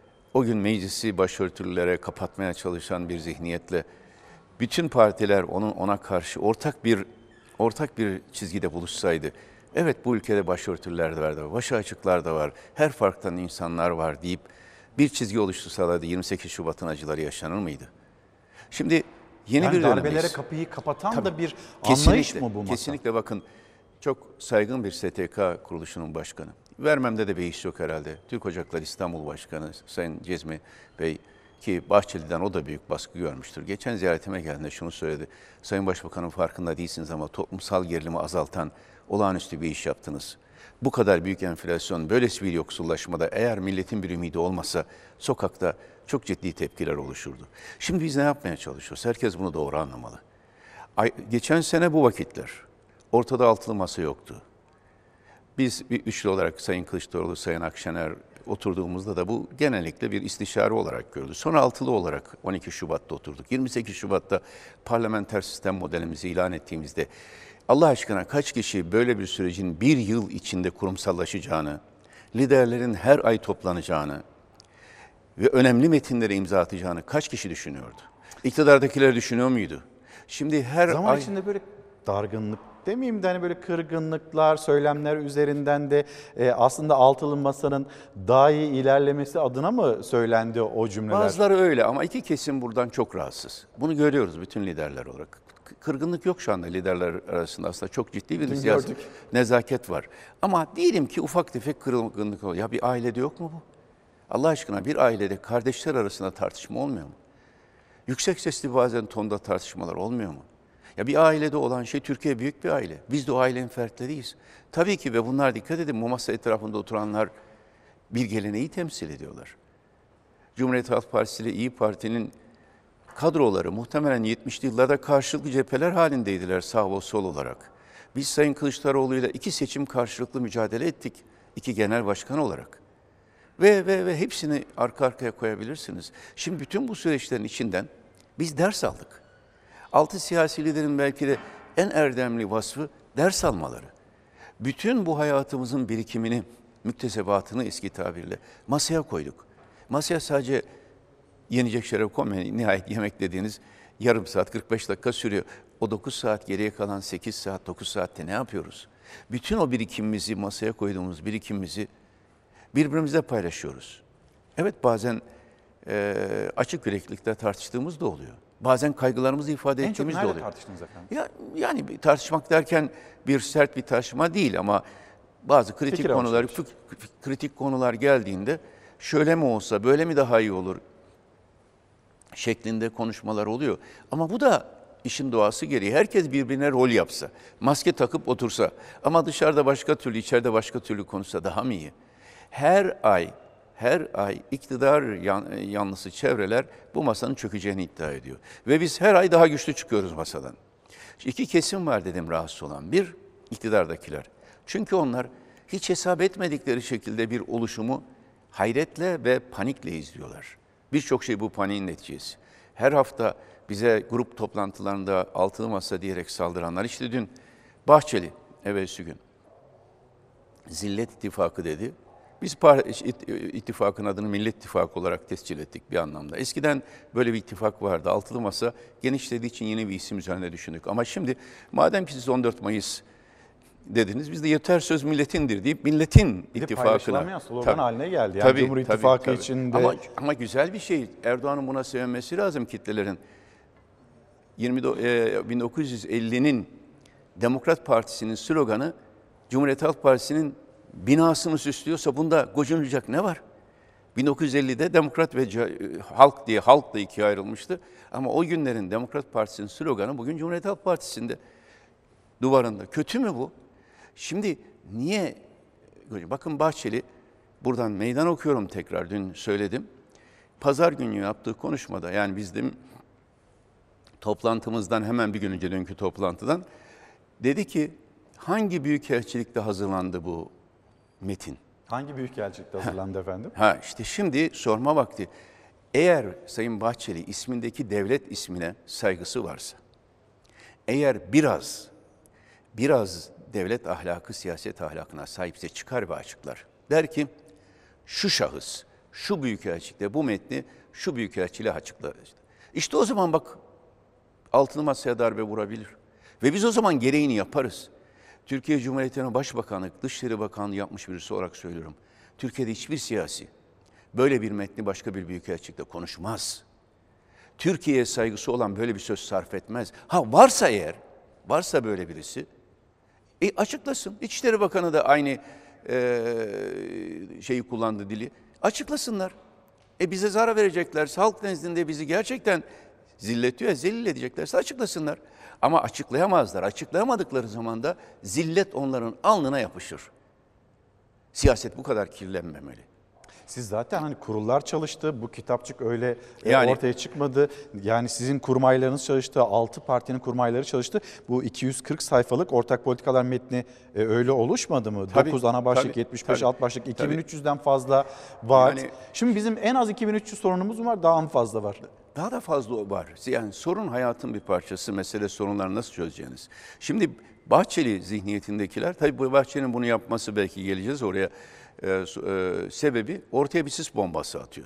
S12: o gün meclisi başörtülülere kapatmaya çalışan bir zihniyetle bütün partiler onun ona karşı ortak bir ortak bir çizgide buluşsaydı, evet bu ülkede başörtülüler de var, başı açıklar da var, her farktan insanlar var deyip bir çizgi oluştursalardı yirmi sekiz Şubat'ın acıları yaşanır mıydı? Şimdi yeni
S2: yani
S12: bir
S2: darbelere
S12: dönemdeyiz.
S2: kapıyı kapatan
S12: Tabii,
S2: da bir anlayış mı bu masa?
S12: Kesinlikle bakın çok saygın bir S T K kuruluşunun başkanı. Vermemde de bir iş yok herhalde. Türk Ocakları İstanbul Başkanı Sayın Cezmi Bey ki Bahçeli'den o da büyük baskı görmüştür. Geçen ziyaretime geldiğinde şunu söyledi. Sayın Başbakanın farkında değilsiniz ama toplumsal gerilimi azaltan olağanüstü bir iş yaptınız. Bu kadar büyük enflasyon, böylesi bir yoksullaşmada eğer milletin bir ümidi olmasa sokakta çok ciddi tepkiler oluşurdu. Şimdi biz ne yapmaya çalışıyoruz? Herkes bunu doğru anlamalı. Ay, geçen sene bu vakitler ortada altılı masa yoktu. Biz bir üçlü olarak Sayın Kılıçdaroğlu, Sayın Akşener oturduğumuzda da bu genellikle bir istişare olarak gördü. Sonra altılı olarak on iki Şubat'ta oturduk. yirmi sekiz Şubat'ta parlamenter sistem modelimizi ilan ettiğimizde Allah aşkına kaç kişi böyle bir sürecin bir yıl içinde kurumsallaşacağını, liderlerin her ay toplanacağını ve önemli metinlere imza atacağını kaç kişi düşünüyordu? İktidardakiler düşünüyor muydu? Şimdi her
S2: Zaman
S12: ay...
S2: içinde böyle dargınlık demeyeyim de hani böyle kırgınlıklar, söylemler üzerinden de e, aslında altılı masanın daha iyi ilerlemesi adına mı söylendi o cümleler?
S12: Bazıları öyle ama iki kesim buradan çok rahatsız. Bunu görüyoruz bütün liderler olarak. Kırgınlık yok şu anda liderler arasında, aslında çok ciddi bir siyasi nezaket var. Ama diyelim ki ufak tefek kırgınlık oluyor. Ya bir ailede yok mu bu? Allah aşkına bir ailede kardeşler arasında tartışma olmuyor mu? Yüksek sesli bazen tonda tartışmalar olmuyor mu? Ya bir ailede olan şey, Türkiye büyük bir aile. Biz de o ailenin fertleriyiz. Tabii ki ve bunlar, dikkat edin, bu masa etrafında oturanlar bir geleneği temsil ediyorlar. Cumhuriyet Halk Partisi ile İYİ Parti'nin kadroları muhtemelen yetmişli yıllarda karşılıklı cepheler halindeydiler sağ ve sol olarak. Biz Sayın Kılıçdaroğlu ile iki seçim karşılıklı mücadele ettik. İki genel başkan olarak. Ve, ve, ve hepsini arka arkaya koyabilirsiniz. Şimdi bütün bu süreçlerin içinden biz ders aldık. Altı siyasi liderin belki de en erdemli vasfı ders almaları. Bütün bu hayatımızın birikimini, müktesebatını eski tabirle masaya koyduk. Masaya sadece yenecek şeref konmayın. Nihayet yemek dediğiniz yarım saat kırk beş dakika sürüyor. O dokuz saat geriye kalan sekiz saat dokuz saatte ne yapıyoruz? Bütün o birikimimizi masaya koyduğumuz birikimimizi birbirimizle paylaşıyoruz. Evet bazen e, açık yüreklilikte tartıştığımız da oluyor. Bazen kaygılarımızı ifade
S2: en
S12: ettiğimiz de
S2: çok
S12: oluyor.
S2: nerede tartıştınız efendim?
S12: Ya, yani bir tartışmak derken bir sert bir tartışma değil ama bazı kritik
S2: Fikir
S12: konular kritik konular geldiğinde şöyle mi olsa böyle mi daha iyi olur şeklinde konuşmalar oluyor. Ama bu da işin doğası gereği. Herkes birbirine rol yapsa, maske takıp otursa ama dışarıda başka türlü, içeride başka türlü konuşsa daha mı iyi? Her ay, her ay iktidar yan, yanlısı çevreler bu masanın çökeceğini iddia ediyor. Ve biz her ay daha güçlü çıkıyoruz masadan. İki kesim var dedim rahatsız olan. Bir, iktidardakiler. Çünkü onlar hiç hesap etmedikleri şekilde bir oluşumu hayretle ve panikle izliyorlar. Birçok şey bu paniğin neticesi. Her hafta bize grup toplantılarında altılı masa diyerek saldıranlar, işte dün Bahçeli evvelsi gün Zillet İttifakı dedi. Biz ittifakın adını Millet İttifakı olarak tescil ettik bir anlamda. Eskiden böyle bir ittifak vardı. Altılı masa genişlediği için yeni bir isim üzerine düşündük. Ama şimdi madem ki siz on dört Mayıs dediniz, biz de yeter söz milletindir deyip milletin ittifakına.
S2: Paylaşılamayan slogan
S12: tabii,
S2: haline geldi. Yani
S12: tabii,
S2: Cumhur
S12: tabii,
S2: İttifakı
S12: tabii.
S2: içinde.
S12: Ama, ama güzel bir şey. Erdoğan'ın buna sevinmesi lazım kitlelerin. bin dokuz yüz ellinin Demokrat Partisi'nin sloganı Cumhuriyet Halk Partisi'nin binasını süslüyorsa bunda gocunacak ne var? bin dokuz yüz ellide Demokrat ve Halk diye halk da ikiye ayrılmıştı. Ama o günlerin Demokrat Partisi'nin sloganı bugün Cumhuriyet Halk Partisi'nde duvarında. Kötü mü bu? Şimdi niye? Bakın Bahçeli, buradan meydan okuyorum tekrar, dün söyledim. Pazar günü yaptığı konuşmada, yani bizim toplantımızdan hemen bir gün önce dünkü toplantıdan, dedi ki hangi büyükelçilikte hazırlandı bu metin?
S2: Hangi büyükelçilikte hazırlandı efendim?
S12: Ha işte şimdi sorma vakti. Eğer Sayın Bahçeli ismindeki devlet ismine saygısı varsa, eğer biraz, biraz devlet ahlakı, siyaset ahlakına sahipse çıkar ve açıklar. Der ki şu şahıs, şu büyükelçilikte bu metni şu büyükelçiliğe açıklar. İşte o zaman bak altılı masaya darbe vurabilir. Ve biz o zaman gereğini yaparız. Türkiye Cumhuriyeti'nin Başbakanı, Dışişleri Bakanlığı yapmış birisi olarak söylüyorum. Türkiye'de hiçbir siyasi böyle bir metni başka bir büyükelçilikte konuşmaz. Türkiye'ye saygısı olan böyle bir söz sarf etmez. Ha varsa eğer, varsa böyle birisi, e açıklasın. İçişleri Bakanı da aynı e, şeyi kullandı, dili. Açıklasınlar. E bize zarar vereceklerse, halk nezdinde bizi gerçekten zilletiyor ya, zelil edeceklerse açıklasınlar. Ama açıklayamazlar. Açıklayamadıkları zaman da zillet onların alnına yapışır. Siyaset bu kadar kirlenmemeli.
S2: Siz zaten hani kurullar çalıştı, bu kitapçık öyle
S12: yani,
S2: ortaya çıkmadı. Yani sizin kurmaylarınız çalıştı, altı partinin kurmayları çalıştı. Bu iki yüz kırk sayfalık ortak politikalar metni e, öyle oluşmadı mı?
S12: Tabii,
S2: dokuz ana başlık,
S12: tabii,
S2: yetmiş beş
S12: tabii,
S2: alt başlık, iki bin üç yüzden
S12: tabii.
S2: fazla var.
S12: Yani,
S2: şimdi bizim en az iki bin üç yüz sorunumuz var, daha mı fazla var?
S12: Daha da fazla var. Yani sorun hayatın bir parçası, mesele sorunları nasıl çözeceğiniz. Şimdi Bahçeli zihniyetindekiler, tabii bu Bahçeli'nin bunu yapması, belki geleceğiz oraya, e, e, sebebi ortaya bir sis bombası atıyor.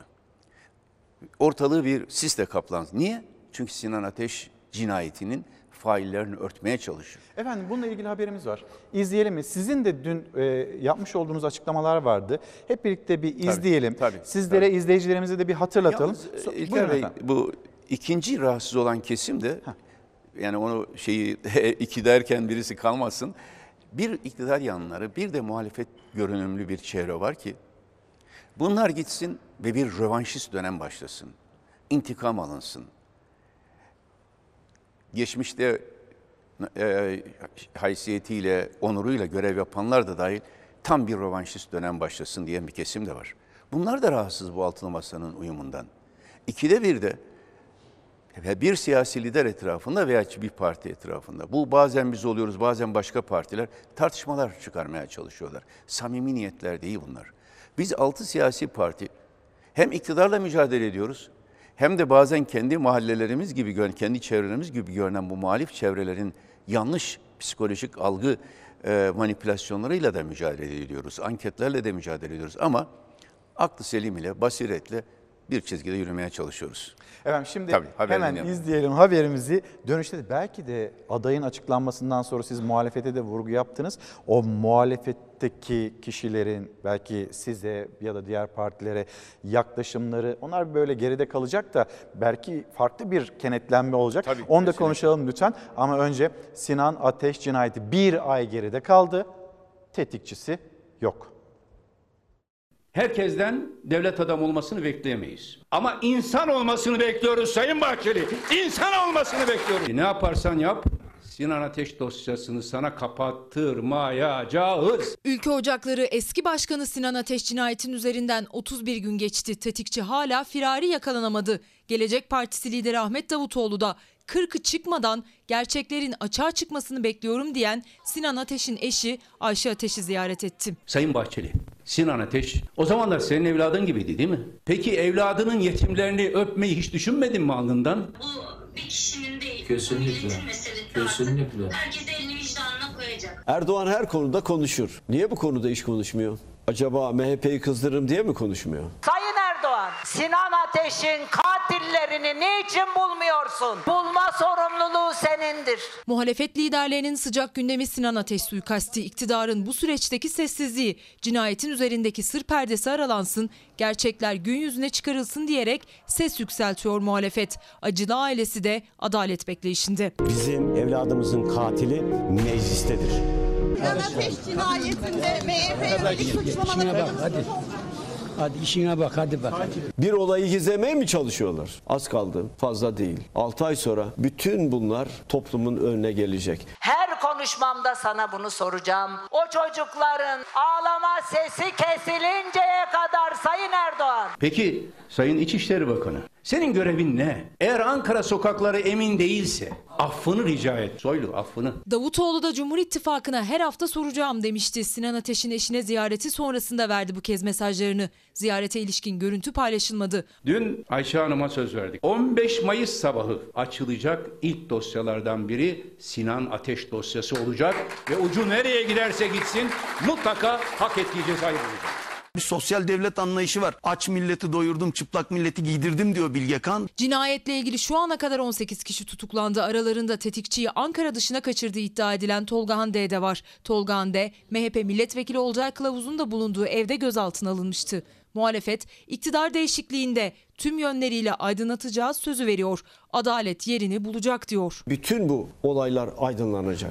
S12: Ortalığı bir sisle kaplandı. Niye? Çünkü Sinan Ateş cinayetinin faillerini örtmeye çalışıyor.
S2: Efendim bununla ilgili haberimiz var. İzleyelim mi? Sizin de dün e, yapmış olduğunuz açıklamalar vardı. Hep birlikte bir izleyelim.
S12: Tabii, tabii,
S2: Sizlere,
S12: tabii.
S2: izleyicilerimize de bir hatırlatalım.
S12: Yalnız, İlker Bey, bu ikinci rahatsız olan kesim de, Heh. yani onu şeyi iki derken birisi kalmasın. Bir iktidar yanlıları, bir de muhalefet görünümlü bir çevre var ki bunlar gitsin ve bir rövanşist dönem başlasın. İntikam alınsın. Geçmişte e, haysiyetiyle, onuruyla görev yapanlar da dahil tam bir rövanşist dönem başlasın diyen bir kesim de var. Bunlar da rahatsız bu altılı masanın uyumundan. İkide bir de bir siyasi lider etrafında veya bir parti etrafında, bu bazen biz oluyoruz, bazen başka partiler tartışmalar çıkarmaya çalışıyorlar. Samimi niyetler değil bunlar. Biz altı siyasi parti hem iktidarla mücadele ediyoruz, hem de bazen kendi mahallelerimiz gibi, kendi çevrelerimiz gibi görünen bu muhalif çevrelerin yanlış psikolojik algı e, manipülasyonlarıyla da mücadele ediyoruz. Anketlerle de mücadele ediyoruz ama aklı selim ile, basiretle bir çizgide yürümeye çalışıyoruz.
S2: Efendim şimdi
S12: Tabii,
S2: hemen
S12: dinleyelim.
S2: izleyelim haberimizi. Dönüşte de belki de adayın açıklanmasından sonra siz muhalefete de vurgu yaptınız. O muhalefetteki kişilerin belki size ya da diğer partilere yaklaşımları, onlar böyle geride kalacak da belki farklı bir kenetlenme olacak.
S12: Tabii,
S2: Onu da
S12: kesinlikle.
S2: konuşalım lütfen. Ama önce Sinan Ateş cinayeti bir ay geride kaldı. Tetikçisi yok.
S14: Herkesten devlet adamı olmasını bekleyemeyiz. Ama insan olmasını bekliyoruz Sayın Bahçeli. İnsan olmasını bekliyoruz. Ne yaparsan yap, Sinan Ateş dosyasını sana kapattırmayacağız.
S17: Ülke Ocakları eski başkanı Sinan Ateş cinayetinin üzerinden otuz bir gün geçti. Tetikçi hala firari yakalanamadı. Gelecek Partisi lideri Ahmet Davutoğlu da kırkı çıkmadan gerçeklerin açığa çıkmasını bekliyorum diyen Sinan Ateş'in eşi Ayşe Ateş'i ziyaret etti.
S14: Sayın Bahçeli, Sinan Ateş o zamanlar senin evladın gibiydi değil mi? Peki evladının yetimlerini öpmeyi hiç düşünmedin mi alnından?
S21: Bu bir kişinin değil.
S22: Kesinlikle. Kesinlikle.
S21: Herkes elini vicdanına koyacak.
S22: Erdoğan her konuda konuşur. Niye bu konuda hiç konuşmuyor? Acaba M H P'yi kızdırırım diye mi konuşmuyor?
S23: Sayın Erdoğan, Sinan Ateş'in katillerini niçin bulmuyorsun? Bulma sorumluluğu senindir.
S17: Muhalefet liderlerinin sıcak gündemi Sinan Ateş suikasti, iktidarın bu süreçteki sessizliği, cinayetin üzerindeki sır perdesi aralansın, gerçekler gün yüzüne çıkarılsın diyerek ses yükseltiyor muhalefet. Acılı ailesi de adalet bekleyişinde.
S22: Bizim evladımızın katili meclistedir.
S25: Sinan Ateş cinayetinde M H P'yi suçlamaları...
S22: Hadi işine bak, hadi bak. Bir olayı gizlemeye mi çalışıyorlar? Az kaldı, fazla değil. altı ay sonra bütün bunlar toplumun önüne gelecek.
S23: Her konuşmamda sana bunu soracağım. O çocukların ağlama sesi kesilinceye kadar Sayın Erdoğan.
S14: Peki Sayın İçişleri Bakanı, senin görevin ne? Eğer Ankara sokakları emin değilse affını rica et. Soylu affını.
S17: Davutoğlu da Cumhur İttifakı'na her hafta soracağım demişti. Sinan Ateş'in eşine ziyareti sonrasında verdi bu kez mesajlarını. Ziyarete ilişkin görüntü paylaşılmadı.
S14: Dün Ayşe Hanım'a söz verdik. on beş Mayıs sabahı açılacak ilk dosyalardan biri Sinan Ateş dosyası olacak ve ucu nereye giderse gitsin mutlaka hak ettiği cezayı bulacak.
S26: Bir sosyal devlet anlayışı var. Aç milleti doyurdum, çıplak milleti giydirdim diyor Bilge Kağan.
S17: Cinayetle ilgili şu ana kadar on sekiz kişi tutuklandı. Aralarında tetikçiyi Ankara dışına kaçırdığı iddia edilen Tolga Hande de var. Tolga Hande, M H P milletvekili Olcay Kılavuz'un da bulunduğu evde gözaltına alınmıştı. Muhalefet, iktidar değişikliğinde tüm yönleriyle aydınlatacağız sözü veriyor. Adalet yerini bulacak diyor.
S22: Bütün bu olaylar aydınlanacak.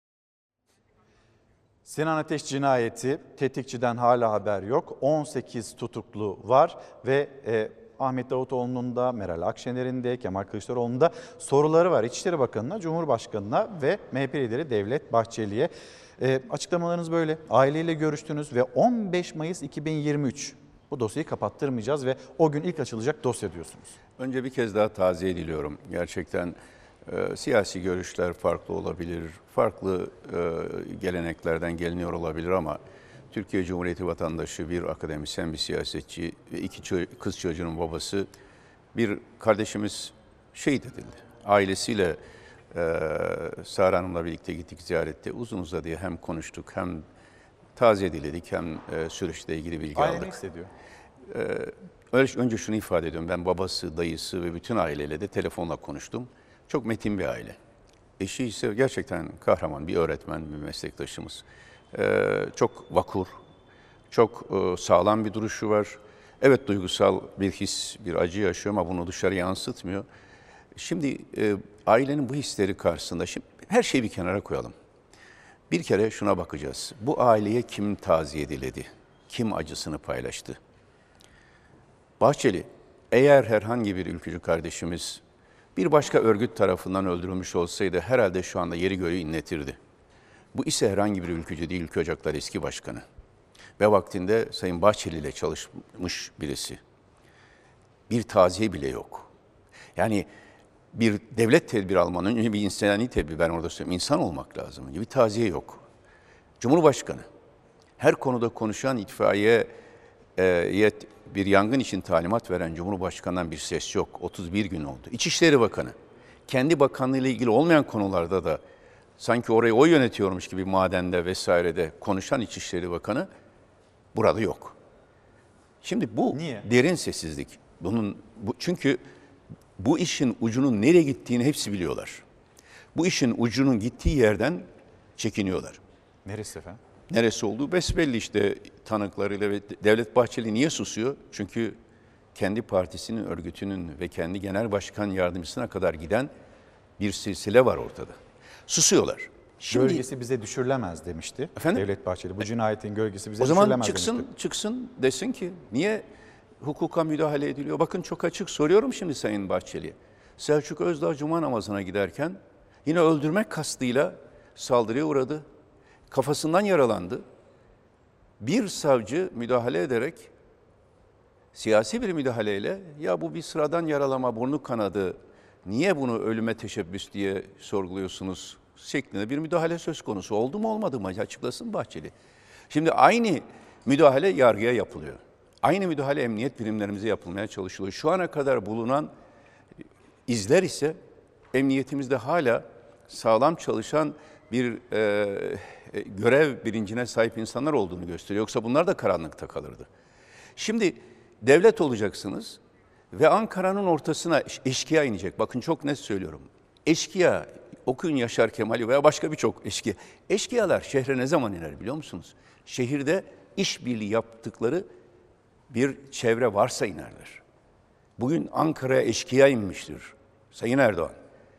S2: Sinan Ateş cinayeti, tetikçiden hala haber yok. on sekiz tutuklu var ve e, Ahmet Davutoğlu'nun da, Meral Akşener'in de, Kemal Kılıçdaroğlu'nun da soruları var. İçişleri Bakanı'na, Cumhurbaşkanı'na ve M H P lideri Devlet Bahçeli'ye. E, açıklamalarınız böyle. Aileyle görüştünüz ve on beş Mayıs iki bin yirmi üç bu dosyayı kapattırmayacağız ve o gün ilk açılacak dosya diyorsunuz.
S12: Önce bir kez daha taziye diliyorum. Gerçekten e, siyasi görüşler farklı olabilir, farklı e, geleneklerden geliniyor olabilir ama Türkiye Cumhuriyeti vatandaşı, bir akademisyen, bir siyasetçi ve iki ço- kız çocuğunun babası bir kardeşimiz şehit edildi. Ailesiyle e, Sara Hanım'la birlikte gittik ziyarette. Uzun uzadıya hem konuştuk hem taziye diledik hem e, süreçle ilgili bilgi
S2: Aile
S12: aldık.
S2: ne hissediyor?
S12: Ee, önce şunu ifade ediyorum. Ben babası, dayısı ve bütün aileyle de telefonla konuştum. Çok metin bir aile. Eşi ise gerçekten kahraman, bir öğretmen, bir meslektaşımız. Ee, çok vakur, çok e, sağlam bir duruşu var. Evet, duygusal bir his, bir acı yaşıyor ama bunu dışarı yansıtmıyor. Şimdi e, ailenin bu hisleri karşısında şimdi her şeyi bir kenara koyalım. Bir kere şuna bakacağız. Bu aileye kim taziye diledi? Kim acısını paylaştı? Bahçeli, eğer herhangi bir ülkücü kardeşimiz bir başka örgüt tarafından öldürülmüş olsaydı herhalde şu anda yeri göğü inletirdi. Bu ise herhangi bir ülkücü değil, Ülke Ocakları eski başkanı. Ve vaktinde Sayın Bahçeli ile çalışmış birisi. Bir taziye bile yok. Yani bir devlet tedbiri almanın önce bir insani tedbir, ben orada söyleyeyim, insan olmak lazım. Bir taziye yok. Cumhurbaşkanı, her konuda konuşan, itfaiye e, bir yangın için talimat veren Cumhurbaşkanı'ndan bir ses yok. otuz bir gün oldu. İçişleri Bakanı, kendi bakanlığıyla ilgili olmayan konularda da sanki orayı o yönetiyormuş gibi madende vesairede konuşan İçişleri Bakanı burada yok. Şimdi bu Niye? derin sessizlik. Bunun bu, çünkü bu işin ucunun nereye gittiğini hepsi biliyorlar. Bu işin ucunun gittiği yerden çekiniyorlar.
S2: Neresi efendim?
S12: Neresi olduğu besbelli işte tanıklarıyla ve Devlet Bahçeli niye susuyor? Çünkü kendi partisinin, örgütünün ve kendi genel başkan yardımcısına kadar giden bir silsile var ortada. Susuyorlar.
S2: Şimdi, gölgesi bize düşürülemez demişti
S12: efendim?
S2: Devlet Bahçeli. Bu cinayetin gölgesi bize
S12: o zaman
S2: düşürülemez
S12: çıksın,
S2: demişti.
S12: çıksın desin ki niye hukuka müdahale ediliyor? Bakın çok açık soruyorum şimdi Sayın Bahçeli'ye. Selçuk Özdağ Cuma namazına giderken yine öldürmek kastıyla saldırıya uğradı. Kafasından yaralandı. Bir savcı müdahale ederek siyasi bir müdahaleyle ya bu bir sıradan yaralama, burnu kanadı, niye bunu ölüme teşebbüs diye sorguluyorsunuz şeklinde bir müdahale söz konusu. Oldu mu olmadı mı açıklasın Bahçeli. Şimdi aynı müdahale yargıya yapılıyor. Aynı müdahale emniyet birimlerimize yapılmaya çalışılıyor. Şu ana kadar bulunan izler ise emniyetimizde hala sağlam çalışan bir e, e, görev bilincine sahip insanlar olduğunu gösteriyor. Yoksa bunlar da karanlıkta kalırdı. Şimdi devlet olacaksınız ve Ankara'nın ortasına eşkıya inecek. Bakın çok net söylüyorum. Eşkıya, okuyun Yaşar Kemal'i veya başka birçok eşkıya. Eşkıyalar şehre ne zaman iner biliyor musunuz? Şehirde işbirliği yaptıkları bir çevre varsa inerler. Bugün Ankara'ya eşkıya inmiştir Sayın Erdoğan.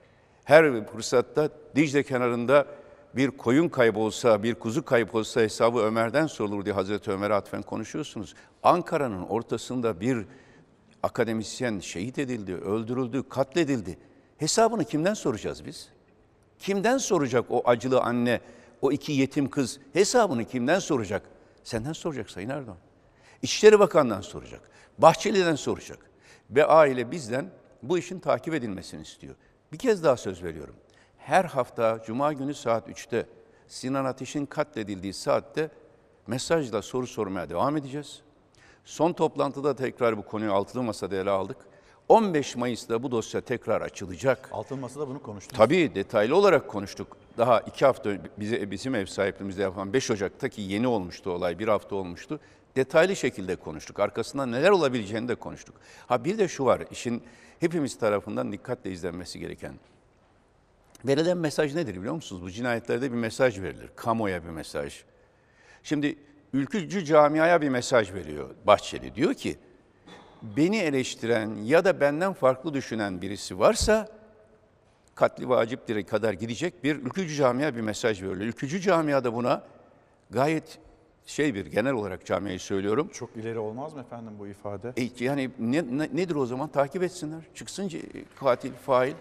S12: Her fırsatta Dicle kenarında bir koyun kaybolsa, bir kuzu kaybolsa hesabı Ömer'den sorulur diye Hazreti Ömer'e atfen konuşuyorsunuz. Ankara'nın ortasında bir akademisyen şehit edildi, öldürüldü, katledildi. Hesabını kimden soracağız biz? Kimden soracak o acılı anne, o iki yetim kız? Hesabını kimden soracak? Senden soracak Sayın Erdoğan. İçişleri Bakanı'ndan soracak. Bahçeli'den soracak. Ve aile bizden bu işin takip edilmesini istiyor. Bir kez daha söz veriyorum. Her hafta Cuma günü saat üçte Sinan Ateş'in katledildiği saatte mesajla soru sormaya devam edeceğiz. Son toplantıda tekrar bu konuyu altılı masada ele aldık. on beş Mayıs'ta bu dosya tekrar açılacak.
S2: Altılı masada bunu konuştuk.
S12: Tabii detaylı olarak konuştuk. Daha iki hafta bize, bizim ev sahipliğimizde yapılan beş Ocak'taki yeni olmuştu olay, bir hafta olmuştu. Detaylı şekilde konuştuk. Arkasından neler olabileceğini de konuştuk. Ha bir de şu var, işin hepimiz tarafından dikkatle izlenmesi gereken. Verilen mesaj nedir biliyor musunuz? Bu cinayetlerde bir mesaj verilir. Kamuoya bir mesaj. Şimdi ülkücü camiaya bir mesaj veriyor Bahçeli. Diyor ki, beni eleştiren ya da benden farklı düşünen birisi varsa katli vaciptir kadar gidecek bir ülkücü camiaya bir mesaj veriyor. Ülkücü camia da buna gayet şey bir genel olarak camiayı söylüyorum.
S2: Çok ileri olmaz mı efendim bu ifade?
S12: E, yani ne, ne, nedir o zaman? Takip etsinler. Çıksın katil, fail.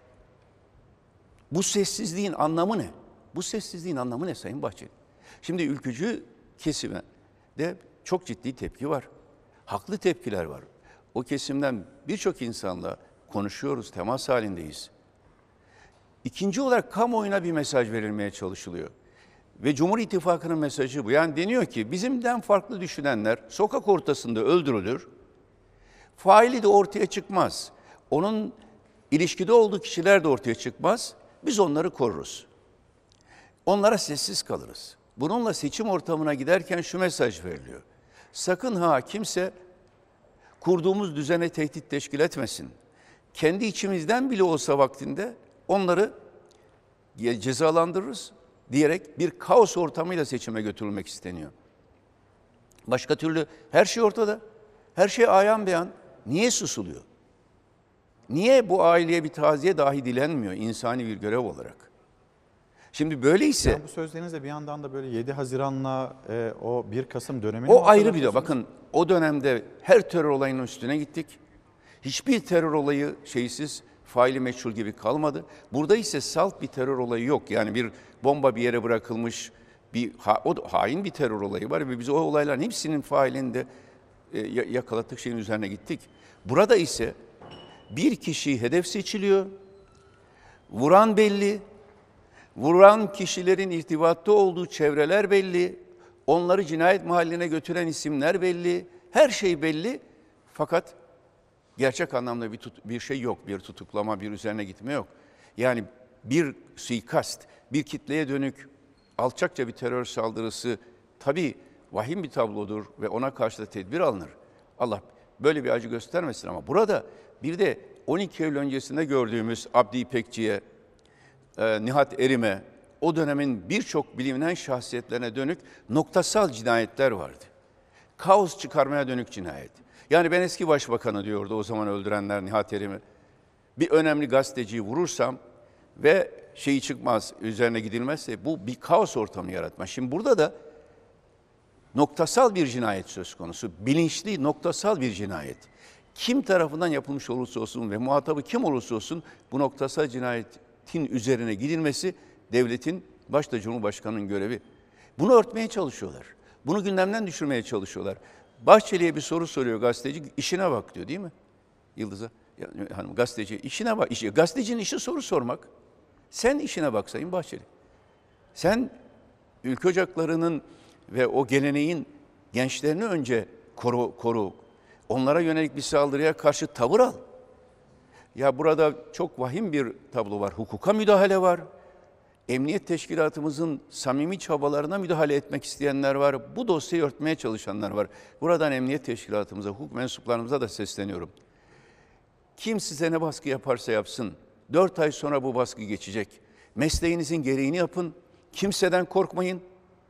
S12: Bu sessizliğin anlamı ne? Bu sessizliğin anlamı ne Sayın Bahçeli? Şimdi ülkücü kesime de çok ciddi tepki var. Haklı tepkiler var. O kesimden birçok insanla konuşuyoruz, temas halindeyiz. İkinci olarak kamuoyuna bir mesaj verilmeye çalışılıyor. Ve Cumhur İttifakı'nın mesajı bu. Yani deniyor ki bizimden farklı düşünenler sokak ortasında öldürülür. Faili de ortaya çıkmaz. Onun ilişkide olduğu kişiler de ortaya çıkmaz. Biz onları koruruz. Onlara sessiz kalırız. Bununla seçim ortamına giderken şu mesaj veriliyor. Sakın ha kimse kurduğumuz düzene tehdit teşkil etmesin. Kendi içimizden bile olsa vaktinde onları cezalandırırız diyerek bir kaos ortamıyla seçime götürülmek isteniyor. Başka türlü her şey ortada. Her şey ayan beyan. Niye susuluyor? Niye bu aileye bir taziye dahi dilenmiyor insani bir görev olarak? Şimdi böyleyse...
S2: Yani bu sözlerinizle bir yandan da böyle yedi Haziran'la e, o bir Kasım dönemini...
S12: O ayrı bir de bakın o dönemde her terör olayının üstüne gittik. Hiçbir terör olayı şeysiz, faili meçhul gibi kalmadı. Burada ise salt bir terör olayı yok. Yani bir bomba bir yere bırakılmış, bir ha, o hain bir terör olayı var ve biz o olayların hepsinin failini de e, yakaladık, şeyin üzerine gittik. Burada ise bir kişi hedef seçiliyor, vuran belli, vuran kişilerin irtibatta olduğu çevreler belli, onları cinayet mahalline götüren isimler belli, her şey belli. Fakat gerçek anlamda bir, tut, bir şey yok, bir tutuklama, bir üzerine gitme yok. Yani bir suikast, bir kitleye dönük alçakça bir terör saldırısı tabii vahim bir tablodur ve ona karşı da tedbir alınır. Allah böyle bir acı göstermesin ama burada bir de on iki Eylül öncesinde gördüğümüz Abdi İpekçi'ye, e, Nihat Erim'e, o dönemin birçok bilinen şahsiyetlerine dönük noktasal cinayetler vardı. Kaos çıkarmaya dönük cinayet. Yani ben eski başbakanı diyordu o zaman öldürenler Nihat Erim'i. Bir önemli gazeteciyi vurursam ve şeyi çıkmaz, üzerine gidilmezse bu bir kaos ortamı yaratmaz. Şimdi burada da noktasal bir cinayet söz konusu. Bilinçli, noktasal bir cinayet. Kim tarafından yapılmış olursa olsun ve muhatabı kim olursa olsun bu noktasal cinayetin üzerine gidilmesi devletin, başta Cumhurbaşkanı'nın görevi. Bunu örtmeye çalışıyorlar. Bunu gündemden düşürmeye çalışıyorlar. Bahçeli'ye bir soru soruyor gazeteci, işine bak diyor değil mi? Yıldız'a, hanım gazeteci işine bak. İşi, gazetecinin işi soru sormak. Sen işine bak Sayın Bahçeli. Sen ülke ocaklarının ve o geleneğin gençlerini önce koru, koru. Onlara yönelik bir saldırıya karşı tavır al. Ya burada çok vahim bir tablo var. Hukuka müdahale var. Emniyet teşkilatımızın samimi çabalarına müdahale etmek isteyenler var. Bu dosyayı örtmeye çalışanlar var. Buradan emniyet teşkilatımıza, hukuk mensuplarımıza da sesleniyorum. Kim size ne baskı yaparsa yapsın, dört ay sonra bu baskı geçecek. Mesleğinizin gereğini yapın, kimseden korkmayın.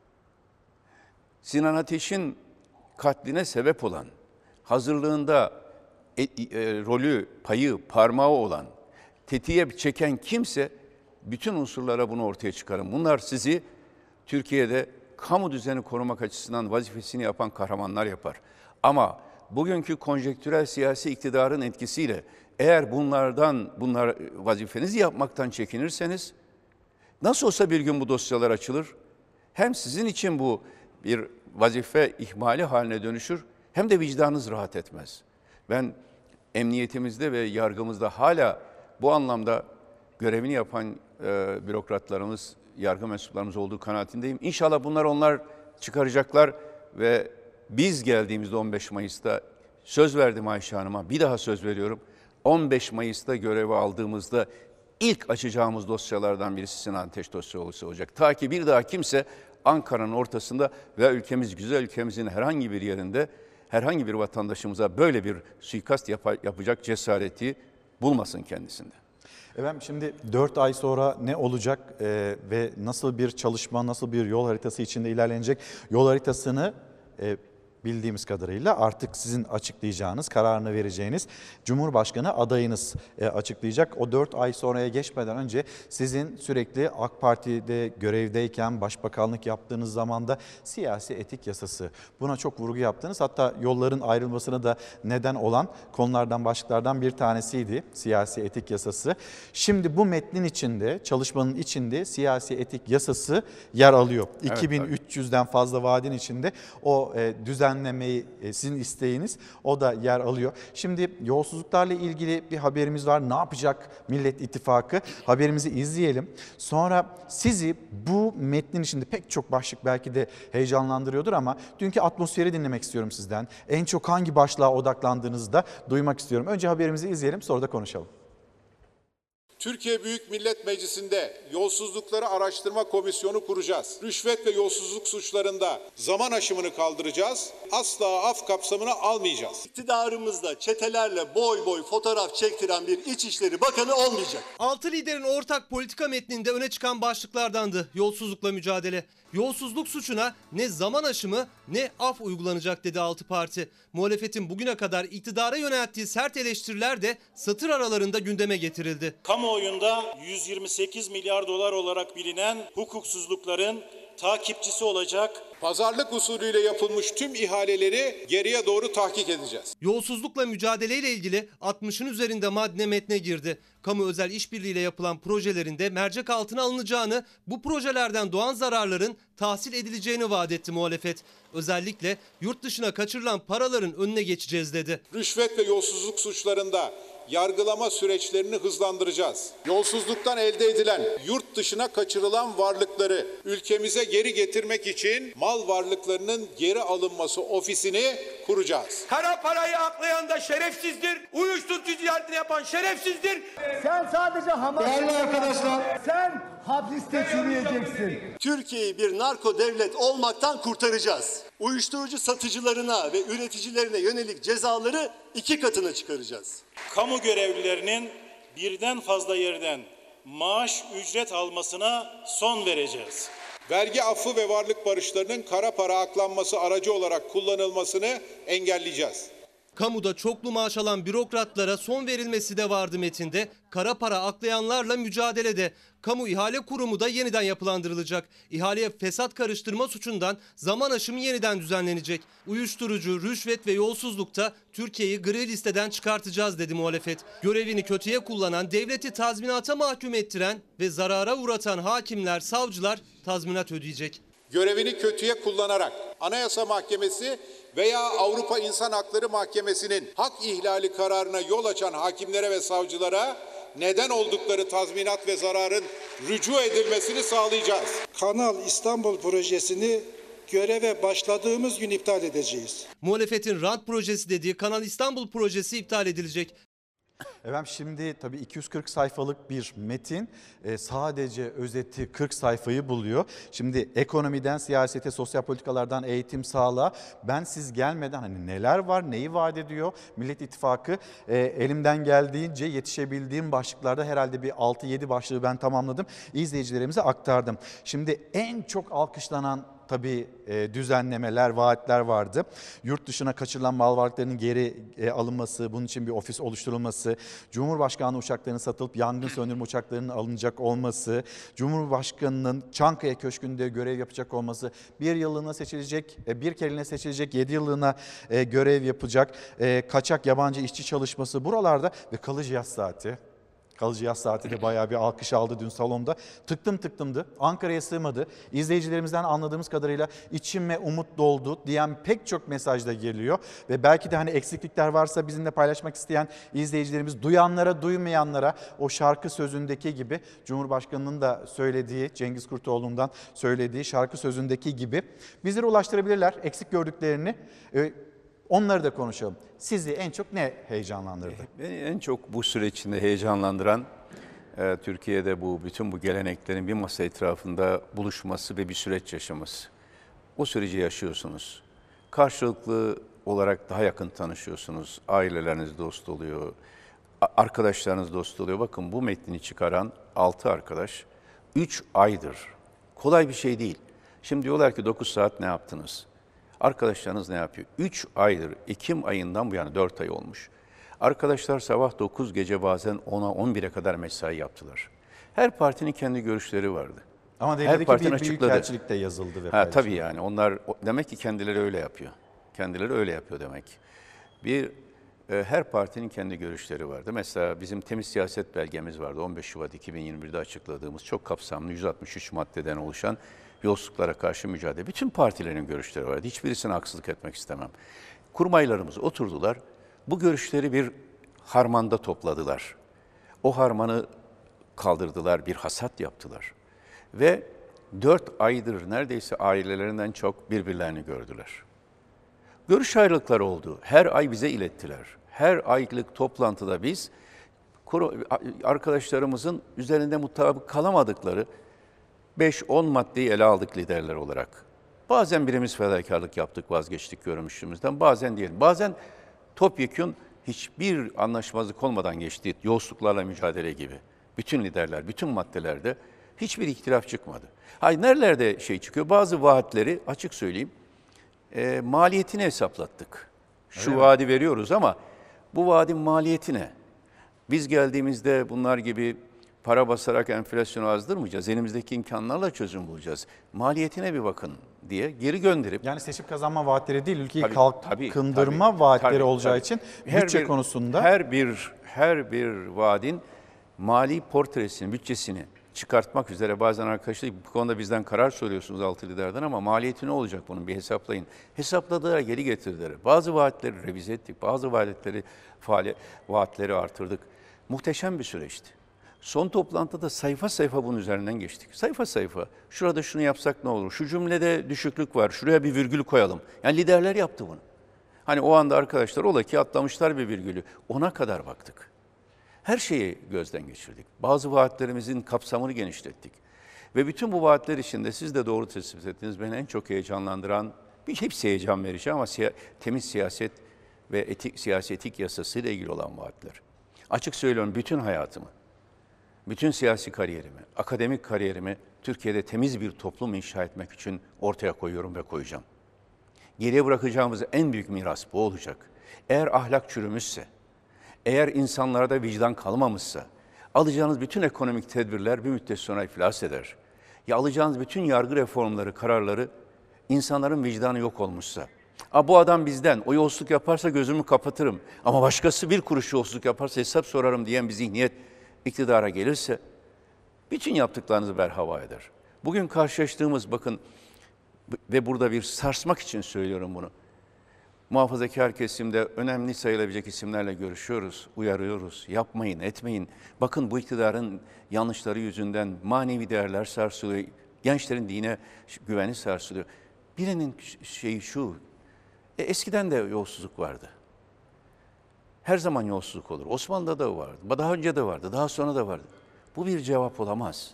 S12: Sinan Ateş'in katline sebep olan, hazırlığında e, e, rolü, payı, parmağı olan, tetiğe çeken kimse bütün unsurlara bunu ortaya çıkarın. Bunlar sizi Türkiye'de kamu düzeni korumak açısından vazifesini yapan kahramanlar yapar. Ama bugünkü konjektürel siyasi iktidarın etkisiyle eğer bunlardan, bunlar vazifenizi yapmaktan çekinirseniz nasıl olsa bir gün bu dosyalar açılır. Hem sizin için bu bir vazife ihmali haline dönüşür hem de vicdanınız rahat etmez. Ben emniyetimizde ve yargımızda hala bu anlamda görevini yapan e, bürokratlarımız, yargı mensuplarımız olduğu kanaatindeyim. İnşallah bunlar onlar çıkaracaklar ve biz geldiğimizde on beş Mayıs'ta söz verdim Ayşe Hanım'a, bir daha söz veriyorum. on beş Mayıs'ta görevi aldığımızda ilk açacağımız dosyalardan birisi Sinan Ateş dosyası olacak. Ta ki bir daha kimse Ankara'nın ortasında ve ülkemiz, güzel ülkemizin herhangi bir yerinde herhangi bir vatandaşımıza böyle bir suikast yap- yapacak cesareti bulmasın kendisinde.
S2: Efendim şimdi dört ay sonra ne olacak e, ve nasıl bir çalışma, nasıl bir yol haritası içinde ilerlenecek? Yol haritasını e, bildiğimiz kadarıyla artık sizin açıklayacağınız, kararını vereceğiniz Cumhurbaşkanı adayınız e, açıklayacak. O dört ay sonraya geçmeden önce sizin sürekli AK Parti'de görevdeyken başbakanlık yaptığınız zamanda siyasi etik yasası, buna çok vurgu yaptınız. Hatta yolların ayrılmasına da neden olan konulardan, başlıklardan bir tanesiydi siyasi etik yasası. Şimdi bu metnin içinde, çalışmanın içinde siyasi etik yasası yer alıyor. Evet, iki bin üç yüzden fazla vaadin içinde o e, düzen düzenlemeyi sizin isteğiniz o da yer alıyor. Şimdi yolsuzluklarla ilgili bir haberimiz var. Ne yapacak Millet İttifakı? Haberimizi izleyelim. Sonra sizi bu metnin içinde pek çok başlık belki de heyecanlandırıyordur ama dünkü atmosferi dinlemek istiyorum sizden. En çok hangi başlığa odaklandığınızı da duymak istiyorum. Önce haberimizi izleyelim, sonra da konuşalım.
S3: Türkiye Büyük Millet Meclisi'nde yolsuzlukları araştırma komisyonu kuracağız. Rüşvet ve yolsuzluk suçlarında zaman aşımını kaldıracağız. Asla af kapsamına almayacağız.
S16: İktidarımızda çetelerle boy boy fotoğraf çektiren bir İçişleri Bakanı olmayacak.
S7: Altı liderin ortak politika metninde öne çıkan başlıklardandı yolsuzlukla mücadele. Yolsuzluk suçuna ne zaman aşımı ne af uygulanacak dedi altı parti. Muhalefetin bugüne kadar iktidara yönelttiği sert eleştiriler de satır aralarında gündeme getirildi.
S8: Kamuoyunda yüz yirmi sekiz milyar dolar olarak bilinen hukuksuzlukların takipçisi olacak.
S3: Pazarlık usulüyle yapılmış tüm ihaleleri geriye doğru tahkik edeceğiz.
S7: Yolsuzlukla mücadeleyle ilgili altmışın üzerinde madde metne girdi. Kamu özel işbirliğiyle yapılan projelerin de mercek altına alınacağını, bu projelerden doğan zararların tahsil edileceğini vaat etti muhalefet. Özellikle yurt dışına kaçırılan paraların önüne geçeceğiz dedi.
S3: Rüşvet ve yolsuzluk suçlarında yargılama süreçlerini hızlandıracağız. Yolsuzluktan elde edilen, yurt dışına kaçırılan varlıkları ülkemize geri getirmek için mal varlıklarının geri alınması ofisini kuracağız. kuracağız.
S10: Kara parayı aklayan da şerefsizdir. Uyuşturucu ticaretini yapan şerefsizdir.
S6: Sen sadece Hamas... Değerli arkadaşlar. Sen hapiste çürüyeceksin.
S16: Türkiye'yi bir narko devlet olmaktan kurtaracağız. Uyuşturucu satıcılarına ve üreticilerine yönelik cezaları iki katına çıkaracağız.
S8: Kamu görevlilerinin birden fazla yerden maaş, ücret almasına son vereceğiz.
S3: Vergi affı ve varlık barışlarının kara para aklanması aracı olarak kullanılmasını engelleyeceğiz.
S7: Kamuda çoklu maaş alan bürokratlara son verilmesi de vardı metinde. Kara para aklayanlarla mücadelede. Kamu İhale Kurumu da yeniden yapılandırılacak. İhaleye fesat karıştırma suçundan zaman aşımı yeniden düzenlenecek. Uyuşturucu, rüşvet ve yolsuzlukta Türkiye'yi gri listeden çıkartacağız dedi muhalefet. Görevini kötüye kullanan, devleti tazminata mahkum ettiren ve zarara uğratan hakimler, savcılar tazminat ödeyecek.
S3: Görevini kötüye kullanarak Anayasa Mahkemesi veya Avrupa İnsan Hakları Mahkemesi'nin hak ihlali kararına yol açan hakimlere ve savcılara neden oldukları tazminat ve zararın rücu edilmesini sağlayacağız.
S9: Kanal İstanbul projesini göreve başladığımız gün iptal edeceğiz.
S7: Muhalefetin rant projesi dediği Kanal İstanbul projesi iptal edilecek.
S2: Efendim şimdi tabii iki yüz kırk sayfalık bir metin e, sadece özeti kırk sayfayı buluyor. Şimdi ekonomiden siyasete, sosyal politikalardan eğitim, sağlığa ben siz gelmeden hani neler var, neyi vaat ediyor Millet İttifakı e, elimden geldiğince yetişebildiğim başlıklarda herhalde bir altı yedi başlığı ben tamamladım. İzleyicilerimize aktardım. Şimdi en çok alkışlanan tabii e, düzenlemeler, vaatler vardı. Yurt dışına kaçırılan mal varlıklarının geri e, alınması, bunun için bir ofis oluşturulması, Cumhurbaşkanlığı uçaklarının satılıp yangın söndürme uçaklarının alınacak olması, Cumhurbaşkanının Çankaya Köşkü'nde görev yapacak olması, bir yıllığına seçilecek, e, bir kereliğine seçilecek, yedi yıllığına e, görev yapacak, e, kaçak yabancı işçi çalışması buralarda ve kalıcı yaz saati. Kalıcı yaz saati de bayağı bir alkış aldı dün salonda. Tıktım tıktımdı. Ankara'ya sığmadı. İzleyicilerimizden anladığımız kadarıyla içime umut doldu diyen pek çok mesaj da geliyor. Ve belki de hani eksiklikler varsa bizimle paylaşmak isteyen izleyicilerimiz duyanlara duymayanlara o şarkı sözündeki gibi Cumhurbaşkanı'nın da söylediği Cengiz Kurtoğlu'ndan söylediği şarkı sözündeki gibi bizlere ulaştırabilirler eksik gördüklerini. Ee, Onları da konuşalım. Sizi en çok ne heyecanlandırdı?
S12: Beni en çok bu süreç içinde heyecanlandıran e, Türkiye'de bu bütün bu geleneklerin bir masa etrafında buluşması ve bir süreç yaşaması. O süreci yaşıyorsunuz. Karşılıklı olarak daha yakın tanışıyorsunuz. Aileleriniz dost oluyor. Arkadaşlarınız dost oluyor. Bakın bu metni çıkaran altı arkadaş üç aydır. Kolay bir şey değil. Şimdi diyorlar ki dokuz saat ne yaptınız? Arkadaşlarınız ne yapıyor? üç aydır, Ekim ayından bu yana dört ay olmuş. Arkadaşlar sabah dokuz, gece bazen ona on bire kadar mesai yaptılar. Her partinin kendi görüşleri vardı.
S2: Ama devletteki bir büyükelçilikte yazıldı ve
S12: ha, tabii yani onlar demek ki kendileri öyle yapıyor. Kendileri öyle yapıyor demek. Bir e, her partinin kendi görüşleri vardı. Mesela bizim temiz siyaset belgemiz vardı. on beş Şubat iki bin yirmi bir'de açıkladığımız çok kapsamlı yüz altmış üç maddeden oluşan yolsuzluklara karşı mücadele. Bütün partilerin görüşleri vardı. Hiçbirisine haksızlık etmek istemem. Kurmaylarımız oturdular. Bu görüşleri bir harmanda topladılar. O harmanı kaldırdılar, bir hasat yaptılar. Ve dört aydır neredeyse ailelerinden çok birbirlerini gördüler. Görüş ayrılıkları oldu. Her ay bize ilettiler. Her aylık toplantıda biz arkadaşlarımızın üzerinde mutabık kalamadıkları beş on maddeyi ele aldık liderler olarak. Bazen birimiz fedakarlık yaptık, vazgeçtik görmüşlüğümüzden. Bazen değil. Bazen topyekun hiçbir anlaşmazlık olmadan geçti. Yolsuzluklarla mücadele gibi. Bütün liderler, bütün maddelerde hiçbir ihtilaf çıkmadı. Hayır, nerelerde şey çıkıyor? Bazı vaatleri açık söyleyeyim, e, maliyetini hesaplattık. Şu Öyle vaadi mi? veriyoruz ama bu vaadin maliyeti ne? Biz geldiğimizde bunlar gibi para basarak enflasyonu azdırmayacağız. Elimizdeki imkanlarla çözüm bulacağız. Maliyetine bir bakın diye geri gönderip...
S2: Yani seçip kazanma vaatleri değil, ülkeyi
S12: tabii,
S2: kalkındırma
S12: tabii,
S2: vaatleri
S12: tabii,
S2: olacağı
S12: tabii.
S2: için
S12: her
S2: bütçe
S12: bir,
S2: konusunda...
S12: Her bir, her bir vaadin mali portresini, bütçesini çıkartmak üzere bazen arkadaşlar bu konuda bizden karar soruyorsunuz altı liderden ama maliyeti ne olacak bunun bir hesaplayın. Hesapladılar, geri getirdiler. Bazı vaatleri revize ettik, bazı vaatleri, faali, vaatleri artırdık. Muhteşem bir süreçti. Son toplantıda sayfa sayfa bunun üzerinden geçtik. Sayfa sayfa. Şurada şunu yapsak ne olur? Şu cümlede düşüklük var. Şuraya bir virgül koyalım. Yani liderler yaptı bunu. Hani o anda arkadaşlar ola ki atlamışlar bir virgülü. Ona kadar baktık. Her şeyi gözden geçirdik. Bazı vaatlerimizin kapsamını genişlettik. Ve bütün bu vaatler içinde siz de doğru tespit ettiniz. Beni en çok heyecanlandıran, bir hepsi heyecan verici ama siya, temiz siyaset ve etik, siyasi etik yasası ile ilgili olan vaatler. Açık söylüyorum, bütün hayatımı, bütün siyasi kariyerimi, akademik kariyerimi Türkiye'de temiz bir toplum inşa etmek için ortaya koyuyorum ve koyacağım. Geriye bırakacağımız en büyük miras bu olacak. Eğer ahlak çürümüşse, eğer insanlarda vicdan kalmamışsa, alacağınız bütün ekonomik tedbirler bir müddet sonra iflas eder. Ya alacağınız bütün yargı reformları, kararları insanların vicdanı yok olmuşsa, "A, bu adam bizden, o yolsuzluk yaparsa gözümü kapatırım ama başkası bir kuruş yolsuzluk yaparsa hesap sorarım" diyen bir zihniyet iktidara gelirse, bütün yaptıklarınızı berhava eder. Bugün karşılaştığımız, bakın ve burada bir sarsmak için söylüyorum bunu. Muhafazakar kesimde önemli sayılabilecek isimlerle görüşüyoruz, uyarıyoruz. Yapmayın, etmeyin. Bakın bu iktidarın yanlışları yüzünden manevi değerler sarsılıyor. Gençlerin dine güveni sarsılıyor. Birinin şeyi şu, e, eskiden de yolsuzluk vardı. Her zaman yolsuzluk olur. Osmanlı'da da vardı. Daha önce de vardı, daha sonra da vardı. Bu bir cevap olamaz.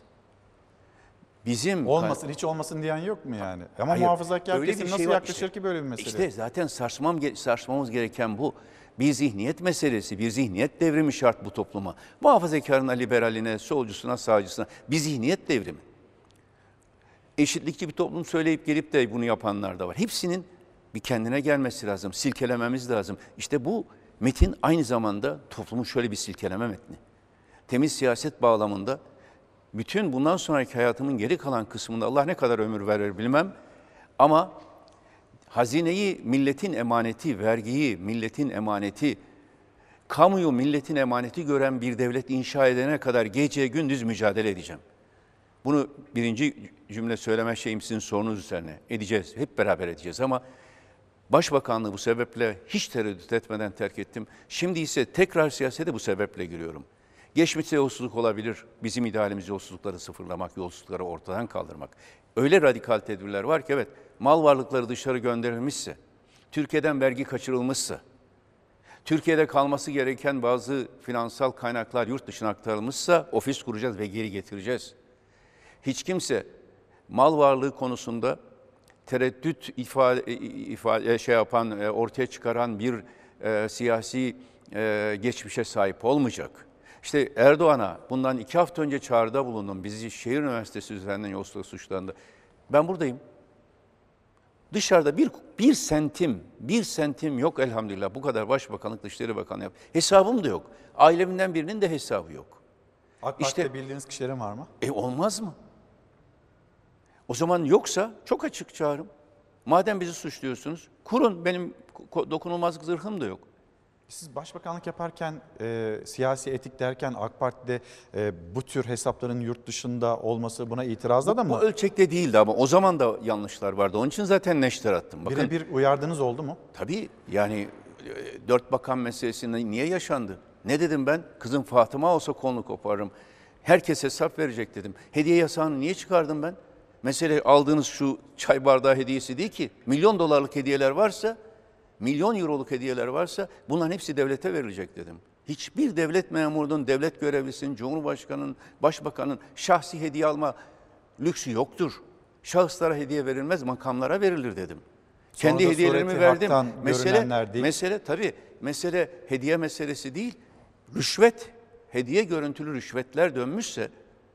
S12: Bizim
S2: olmasın, hiç olmasın diyen yok mu yani? Ama
S12: Hayır,
S2: muhafazakar
S12: öyle
S2: kesim
S12: bir
S2: nasıl
S12: şey var
S2: yaklaşır
S12: işte.
S2: ki böyle bir mesele?
S12: İşte zaten sarsmam, sarsmamız gereken bu. Bir zihniyet meselesi, bir zihniyet devrimi şart bu topluma. Muhafazakarına, liberaline, solcusuna, sağcısına bir zihniyet devrimi. Eşitlikçi bir toplum söyleyip gelip de bunu yapanlar da var. Hepsinin bir kendine gelmesi lazım, silkelememiz lazım. İşte bu metin aynı zamanda toplumun şöyle bir silkeleme metni. Temiz siyaset bağlamında bütün bundan sonraki hayatımın geri kalan kısmında Allah ne kadar ömür verir bilmem ama hazineyi milletin emaneti, vergiyi milletin emaneti, kamuyu milletin emaneti gören bir devlet inşa edene kadar gece gündüz mücadele edeceğim. Bunu birinci cümle söyleme şeyim sizin sorunuz üzerine edeceğiz, hep beraber edeceğiz ama Başbakanlığı bu sebeple hiç tereddüt etmeden terk ettim. Şimdi ise tekrar siyasete bu sebeple giriyorum. Geçmişte yolsuzluk olabilir. Bizim idealimiz yolsuzlukları sıfırlamak, yolsuzlukları ortadan kaldırmak. Öyle radikal tedbirler var ki evet, mal varlıkları dışarı gönderilmişse, Türkiye'den vergi kaçırılmışsa, Türkiye'de kalması gereken bazı finansal kaynaklar yurt dışına aktarılmışsa ofis kuracağız ve geri getireceğiz. Hiç kimse mal varlığı konusunda tereddüt ifade, ifade şey yapan, ortaya çıkaran bir e, siyasi e, geçmişe sahip olmayacak. İşte Erdoğan'a bundan iki hafta önce çağrıda bulundum. Bizi şehir üniversitesi üzerinden yolsuzluk suçlarında. Ben buradayım. Dışarıda bir, bir sentim, bir sentim yok elhamdülillah. Bu kadar Başbakanlık, Dışişleri Bakanı yap. Hesabım da yok. Ailemden birinin de hesabı yok.
S2: AK Parti'de
S12: İşte,
S2: bildiğiniz kişilerin var mı?
S12: E olmaz mı? O zaman yoksa çok açık çağrım. Madem bizi suçluyorsunuz, kurun. Benim dokunulmazlık zırhım da yok.
S2: Siz başbakanlık yaparken e, siyasi etik derken AK Parti'de e, bu tür hesapların yurt dışında olması buna itirazda da mı?
S12: Bu ölçekte değildi ama o zaman da yanlışlar vardı. Onun için zaten neşter attım. Bakın,
S2: birebir uyardığınız oldu mu?
S12: Tabii yani e, dört bakan meselesinde niye yaşandı? Ne dedim ben? Kızım Fatıma olsa kolunu koparırım. Herkes hesap verecek dedim. Hediye yasağını niye çıkardım ben? Mesele aldığınız şu çay bardağı hediyesi değil ki. Milyon dolarlık hediyeler varsa, milyon euroluk hediyeler varsa bunların hepsi devlete verilecek dedim. Hiçbir devlet memurunun, devlet görevlisinin, cumhurbaşkanının, başbakanın şahsi hediye alma lüksü yoktur. Şahıslara hediye verilmez, makamlara verilir dedim.
S2: Sonra
S12: Kendi hediyelerimi verdim. Mesele, mesele tabii, mesele hediye meselesi değil, rüşvet, hediye görüntülü rüşvetler dönmüşse,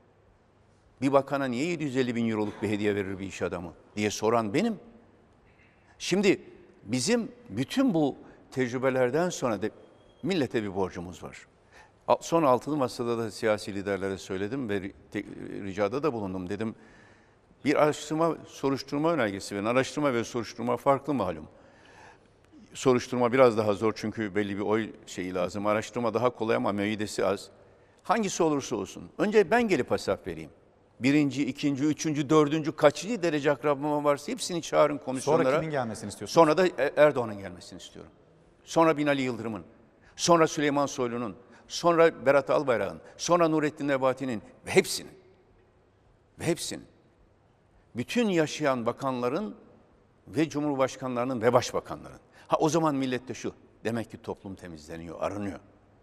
S12: bir bakana niye yedi yüz elli bin euroluk bir hediye verir bir iş adamı diye soran benim. Şimdi bizim bütün bu tecrübelerden sonra da millete bir borcumuz var. Son altılı masada da siyasi liderlere söyledim ve ricada da bulundum. Dedim bir araştırma, soruşturma önergesi verin. Araştırma ve soruşturma farklı malum. Soruşturma biraz daha zor çünkü belli bir oy şeyi lazım. Araştırma daha kolay ama müeyyidesi az. Hangisi olursa olsun. Önce ben gelip hesap vereyim. Birinci, ikinci, üçüncü, dördüncü, kaçıncı derece akrabama varsa hepsini çağırın komisyonlara.
S2: Sonra kimin gelmesini istiyorsunuz?
S12: Sonra da Erdoğan'ın gelmesini istiyorum. Sonra Binali Yıldırım'ın, sonra Süleyman Soylu'nun, sonra Berat Albayrak'ın, sonra Nurettin Nebati'nin ve hepsinin. Ve hepsinin. Bütün yaşayan bakanların ve cumhurbaşkanlarının ve başbakanların. Ha, o zaman millet de şu, demek ki toplum temizleniyor, arınıyor.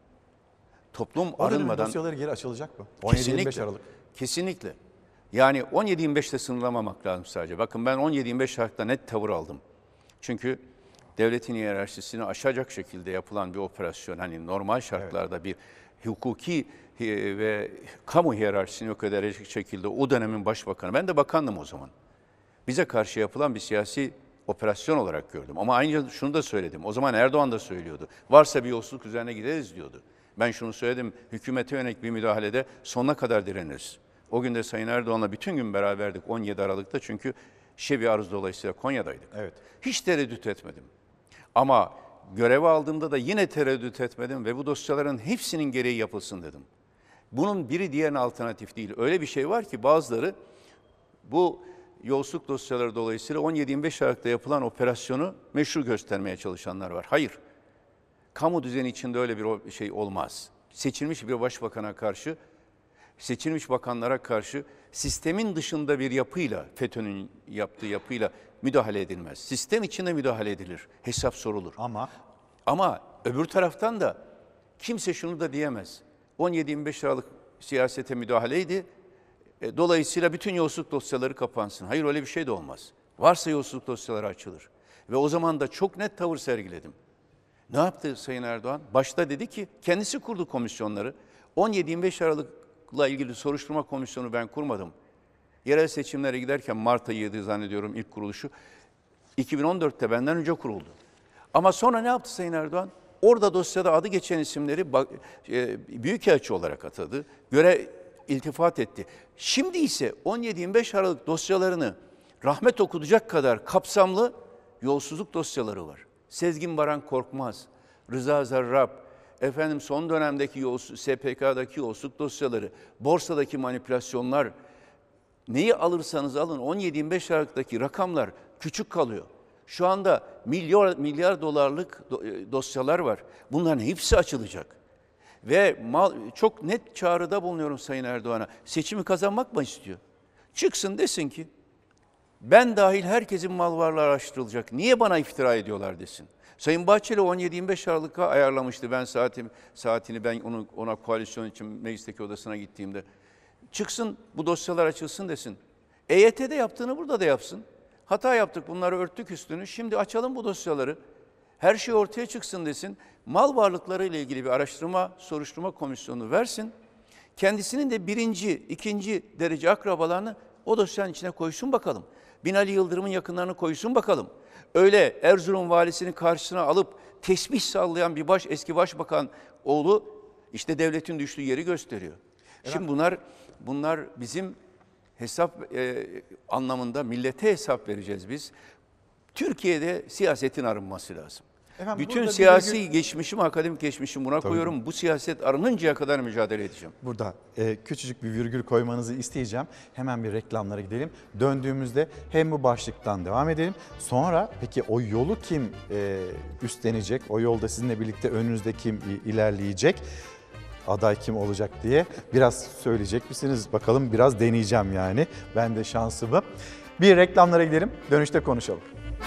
S12: Toplum
S2: Orada
S12: arınmadan...
S2: dosyaları geri açılacak mı? on yedi yirmi beş Aralık.
S12: Kesinlikle. Yani on yedi yirmi beşte sınırlamamak lazım sadece. Bakın ben on yedi yirmi beş Aralık'ta net tavır aldım. Çünkü devletin hiyerarşisini aşacak şekilde yapılan bir operasyon, hani normal şartlarda evet. bir hukuki ve kamu hiyerarşisini yok edecek şekilde o dönemin başbakanı, ben de bakandım o zaman. Bize karşı yapılan bir siyasi operasyon olarak gördüm. Ama aynı şunu da söyledim. O zaman Erdoğan da söylüyordu. Varsa bir yolsuzluk üzerine gideriz diyordu. Ben şunu söyledim. Hükümete yönelik bir müdahalede sonuna kadar direniriz. O gün de Sayın Erdoğan'la bütün gün beraberdik on yedi Aralık'ta. Çünkü şebi aruz dolayısıyla Konya'daydık.
S2: Evet.
S12: Hiç tereddüt etmedim. Ama görevi aldığımda da yine tereddüt etmedim ve bu dosyaların hepsinin gereği yapılsın dedim. Bunun biri diğerine alternatif değil. Öyle bir şey var ki bazıları bu yolsuzluk dosyaları dolayısıyla on yedi yirmi beş Aralık'ta yapılan operasyonu meşru göstermeye çalışanlar var. Hayır. Kamu düzeni içinde öyle bir şey olmaz. Seçilmiş bir başbakana karşı, seçilmiş bakanlara karşı sistemin dışında bir yapıyla, FETÖ'nün yaptığı yapıyla müdahale edilmez. Sistem içinde müdahale edilir, hesap sorulur.
S2: Ama
S12: ama öbür taraftan da kimse şunu da diyemez. on yedi yirmi beş Aralık siyasete müdahaleydi. E, dolayısıyla bütün yolsuzluk dosyaları kapansın. Hayır, öyle bir şey de olmaz. Varsa yolsuzluk dosyaları açılır. Ve o zaman da çok net tavır sergiledim. Ne yaptı Sayın Erdoğan? Başta dedi ki kendisi kurdu komisyonları. on yedi yirmi beş Aralık'la ilgili soruşturma komisyonu ben kurmadım. Yerel seçimlere giderken Mart ayıydı zannediyorum ilk kuruluşu. iki bin on dörtte benden önce kuruldu. Ama sonra ne yaptı Sayın Erdoğan? Orada dosyada adı geçen isimleri büyükelçi olarak atadı. Göre iltifat etti. Şimdi ise on yedi yirmi beş Aralık dosyalarını rahmet okutacak kadar kapsamlı yolsuzluk dosyaları var. Sezgin Baran Korkmaz, Rıza Zarrab, efendim son dönemdeki yolsuz, S P K'daki yolsuzluk dosyaları, borsadaki manipülasyonlar, neyi alırsanız alın on yedi yirmi beş Aralık'taki rakamlar küçük kalıyor. Şu anda milyar, milyar dolarlık dosyalar var. Bunların hepsi açılacak. Ve mal, çok net çağrıda bulunuyorum Sayın Erdoğan'a. Seçimi kazanmak mı istiyor? Çıksın desin ki ben dahil herkesin mal varlığı araştırılacak. Niye bana iftira ediyorlar desin. Sayın Bahçeli on yedi yirmi beş Aralık'a ayarlamıştı. Ben saatim, saatini ben onu, ona koalisyon için meclisteki odasına gittiğimde. Çıksın bu dosyalar açılsın desin. E Y T'de yaptığını burada da yapsın. Hata yaptık, bunları örttük üstünü. Şimdi açalım bu dosyaları. Her şey ortaya çıksın desin. Mal varlıkları ile ilgili bir araştırma, soruşturma komisyonu versin. Kendisinin de birinci, ikinci derece akrabalarını o dosyanın içine koysun bakalım. Binali Yıldırım'ın yakınlarını koysun bakalım. Öyle Erzurum valisinin karşısına alıp tesbih sallayan bir baş, eski başbakan oğlu işte devletin düştüğü yeri gösteriyor. Evet. Şimdi bunlar bunlar bizim hesap e, anlamında millete hesap vereceğiz biz. Türkiye'de siyasetin arınması lazım. Efendim, bütün siyasi virgül... geçmişim, akademik geçmişim buna Tabii. koyuyorum. Bu siyaset arınıncaya kadar mücadele edeceğim.
S2: Burada e, küçücük bir virgül koymanızı isteyeceğim. Hemen bir reklamlara gidelim. Döndüğümüzde hem bu başlıktan devam edelim. Sonra peki o yolu kim e, üstlenecek? O yolda sizinle birlikte önünüzde kim ilerleyecek? Aday kim olacak diye biraz söyleyecek misiniz? Bakalım, biraz deneyeceğim yani. Ben de şansımı. Bir reklamlara gidelim. Dönüşte konuşalım.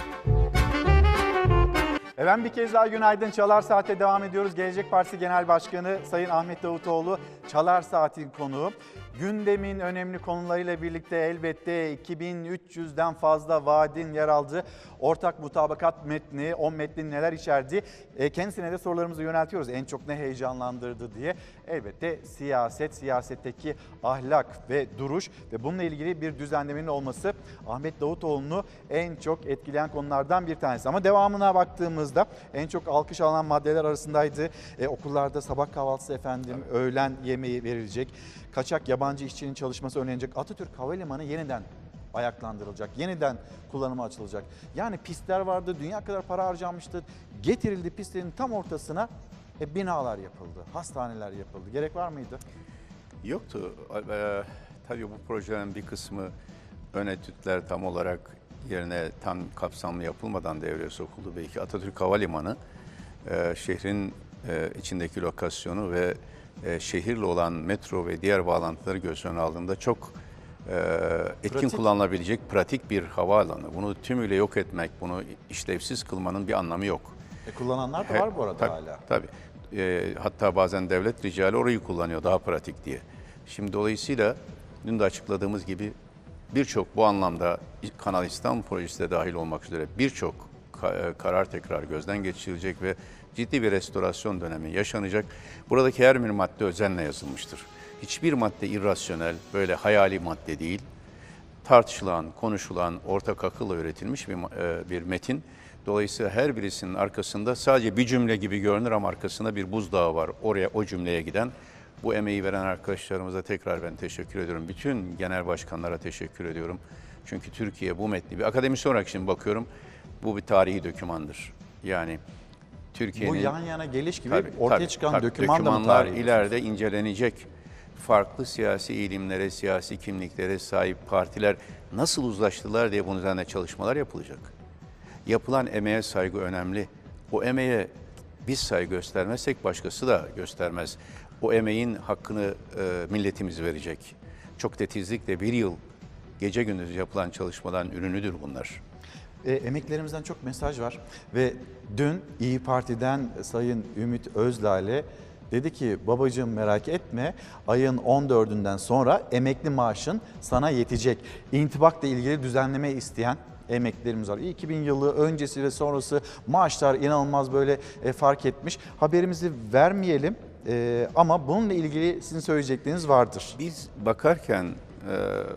S2: Efendim bir kez daha günaydın. Çalar Saat'e devam ediyoruz. Gelecek Partisi Genel Başkanı Sayın Ahmet Davutoğlu Çalar Saat'in konuğu. Gündemin önemli konularıyla birlikte elbette iki bin üç yüzden fazla vaadin yer aldığı ortak mutabakat metni, on metnin neler içerdiği, kendisine de sorularımızı yöneltiyoruz. En çok ne heyecanlandırdı diye. Elbette siyaset, siyasetteki ahlak ve duruş ve bununla ilgili bir düzenlemenin olması Ahmet Davutoğlu'nu en çok etkileyen konulardan bir tanesi. Ama devamına baktığımızda en çok alkış alan maddeler arasındaydı. E, okullarda sabah kahvaltısı efendim, evet. öğlen yemeği verilecek. Kaçak yabancı işçinin çalışması önlenecek. Atatürk Havalimanı yeniden ayaklandırılacak. Yeniden kullanıma açılacak. Yani pistler vardı, dünya kadar para harcanmıştı. Getirildi pistlerin tam ortasına e, binalar yapıldı, hastaneler yapıldı. Gerek var mıydı?
S12: Yoktu. Ee, tabii bu projelerin bir kısmı ön etütler tam olarak yerine tam kapsamlı yapılmadan devreye sokuldu. Belki Atatürk Havalimanı e, şehrin e, içindeki lokasyonu ve e, şehirle olan metro ve diğer bağlantıları göz önüne aldığında çok e, etkin
S2: Pratik.
S12: kullanılabilecek pratik bir havaalanı. Bunu tümüyle yok etmek, bunu işlevsiz kılmanın bir anlamı yok.
S2: E, kullananlar da
S12: He-
S2: var bu arada
S12: tabii,
S2: hala.
S12: Tabii. E, hatta bazen devlet ricali orayı kullanıyor daha pratik diye. Şimdi dolayısıyla dün de açıkladığımız gibi birçok bu anlamda Kanal İstanbul projesi de dahil olmak üzere birçok ka- karar tekrar gözden geçirilecek ve ciddi bir restorasyon dönemi yaşanacak. Buradaki her bir madde özenle yazılmıştır. Hiçbir madde irrasyonel, böyle hayali madde değil. Tartışılan, konuşulan, ortak akılla üretilmiş bir, e, bir metin. Dolayısıyla her birisinin arkasında sadece bir cümle gibi görünür ama arkasında bir buzdağı var. Oraya, o cümleye giden. Bu emeği veren arkadaşlarımıza tekrar ben teşekkür ediyorum. Bütün genel başkanlara teşekkür ediyorum. Çünkü Türkiye bu metni, bir akademisyen olarak şimdi bakıyorum, bu bir tarihi dokümandır. Yani Türkiye'nin...
S2: Bu yan yana geliş gibi
S12: Tabii,
S2: ortaya
S12: tabii,
S2: çıkan
S12: tabii.
S2: doküman da mı
S12: Dokümanlar
S2: tarihi?
S12: ileride incelenecek. Farklı siyasi eğilimlere, siyasi kimliklere sahip partiler nasıl uzlaştılar diye bunun üzerine çalışmalar yapılacak. Yapılan emeğe saygı önemli. O emeğe biz saygı göstermezsek başkası da göstermez. O emeğin hakkını e, milletimiz verecek. Çok titizlikle bir yıl gece gündüz yapılan çalışmaların ürünüdür bunlar.
S2: E, emeklerimizden çok mesaj var ve dün İyi Parti'den Sayın Ümit Özdağ'le dedi ki babacığım merak etme ayın on dördünden sonra emekli maaşın sana yetecek. İntibakla ilgili düzenleme isteyen emeklilerimiz var. iki bin yılı öncesi ve sonrası maaşlar inanılmaz böyle e, fark etmiş. Haberimizi vermeyelim e, ama bununla ilgili sizin söyleyecekleriniz vardır.
S12: Biz bakarken e,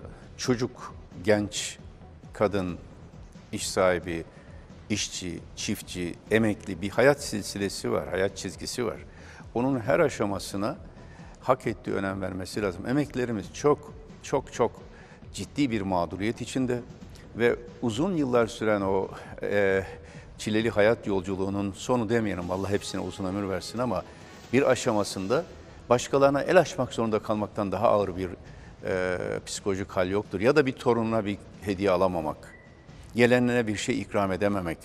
S12: çocuk, genç, kadın, iş sahibi, işçi, çiftçi, emekli bir hayat silsilesi var, hayat çizgisi var. Onun her aşamasına hak ettiği önem vermesi lazım. Emeklilerimiz çok çok çok ciddi bir mağduriyet içinde ve uzun yıllar süren o e, çileli hayat yolculuğunun sonu demeyelim, Allah hepsine uzun ömür versin ama bir aşamasında başkalarına el açmak zorunda kalmaktan daha ağır bir e, psikolojik hal yoktur. Ya da bir torununa bir hediye alamamak, gelenine bir şey ikram edememek,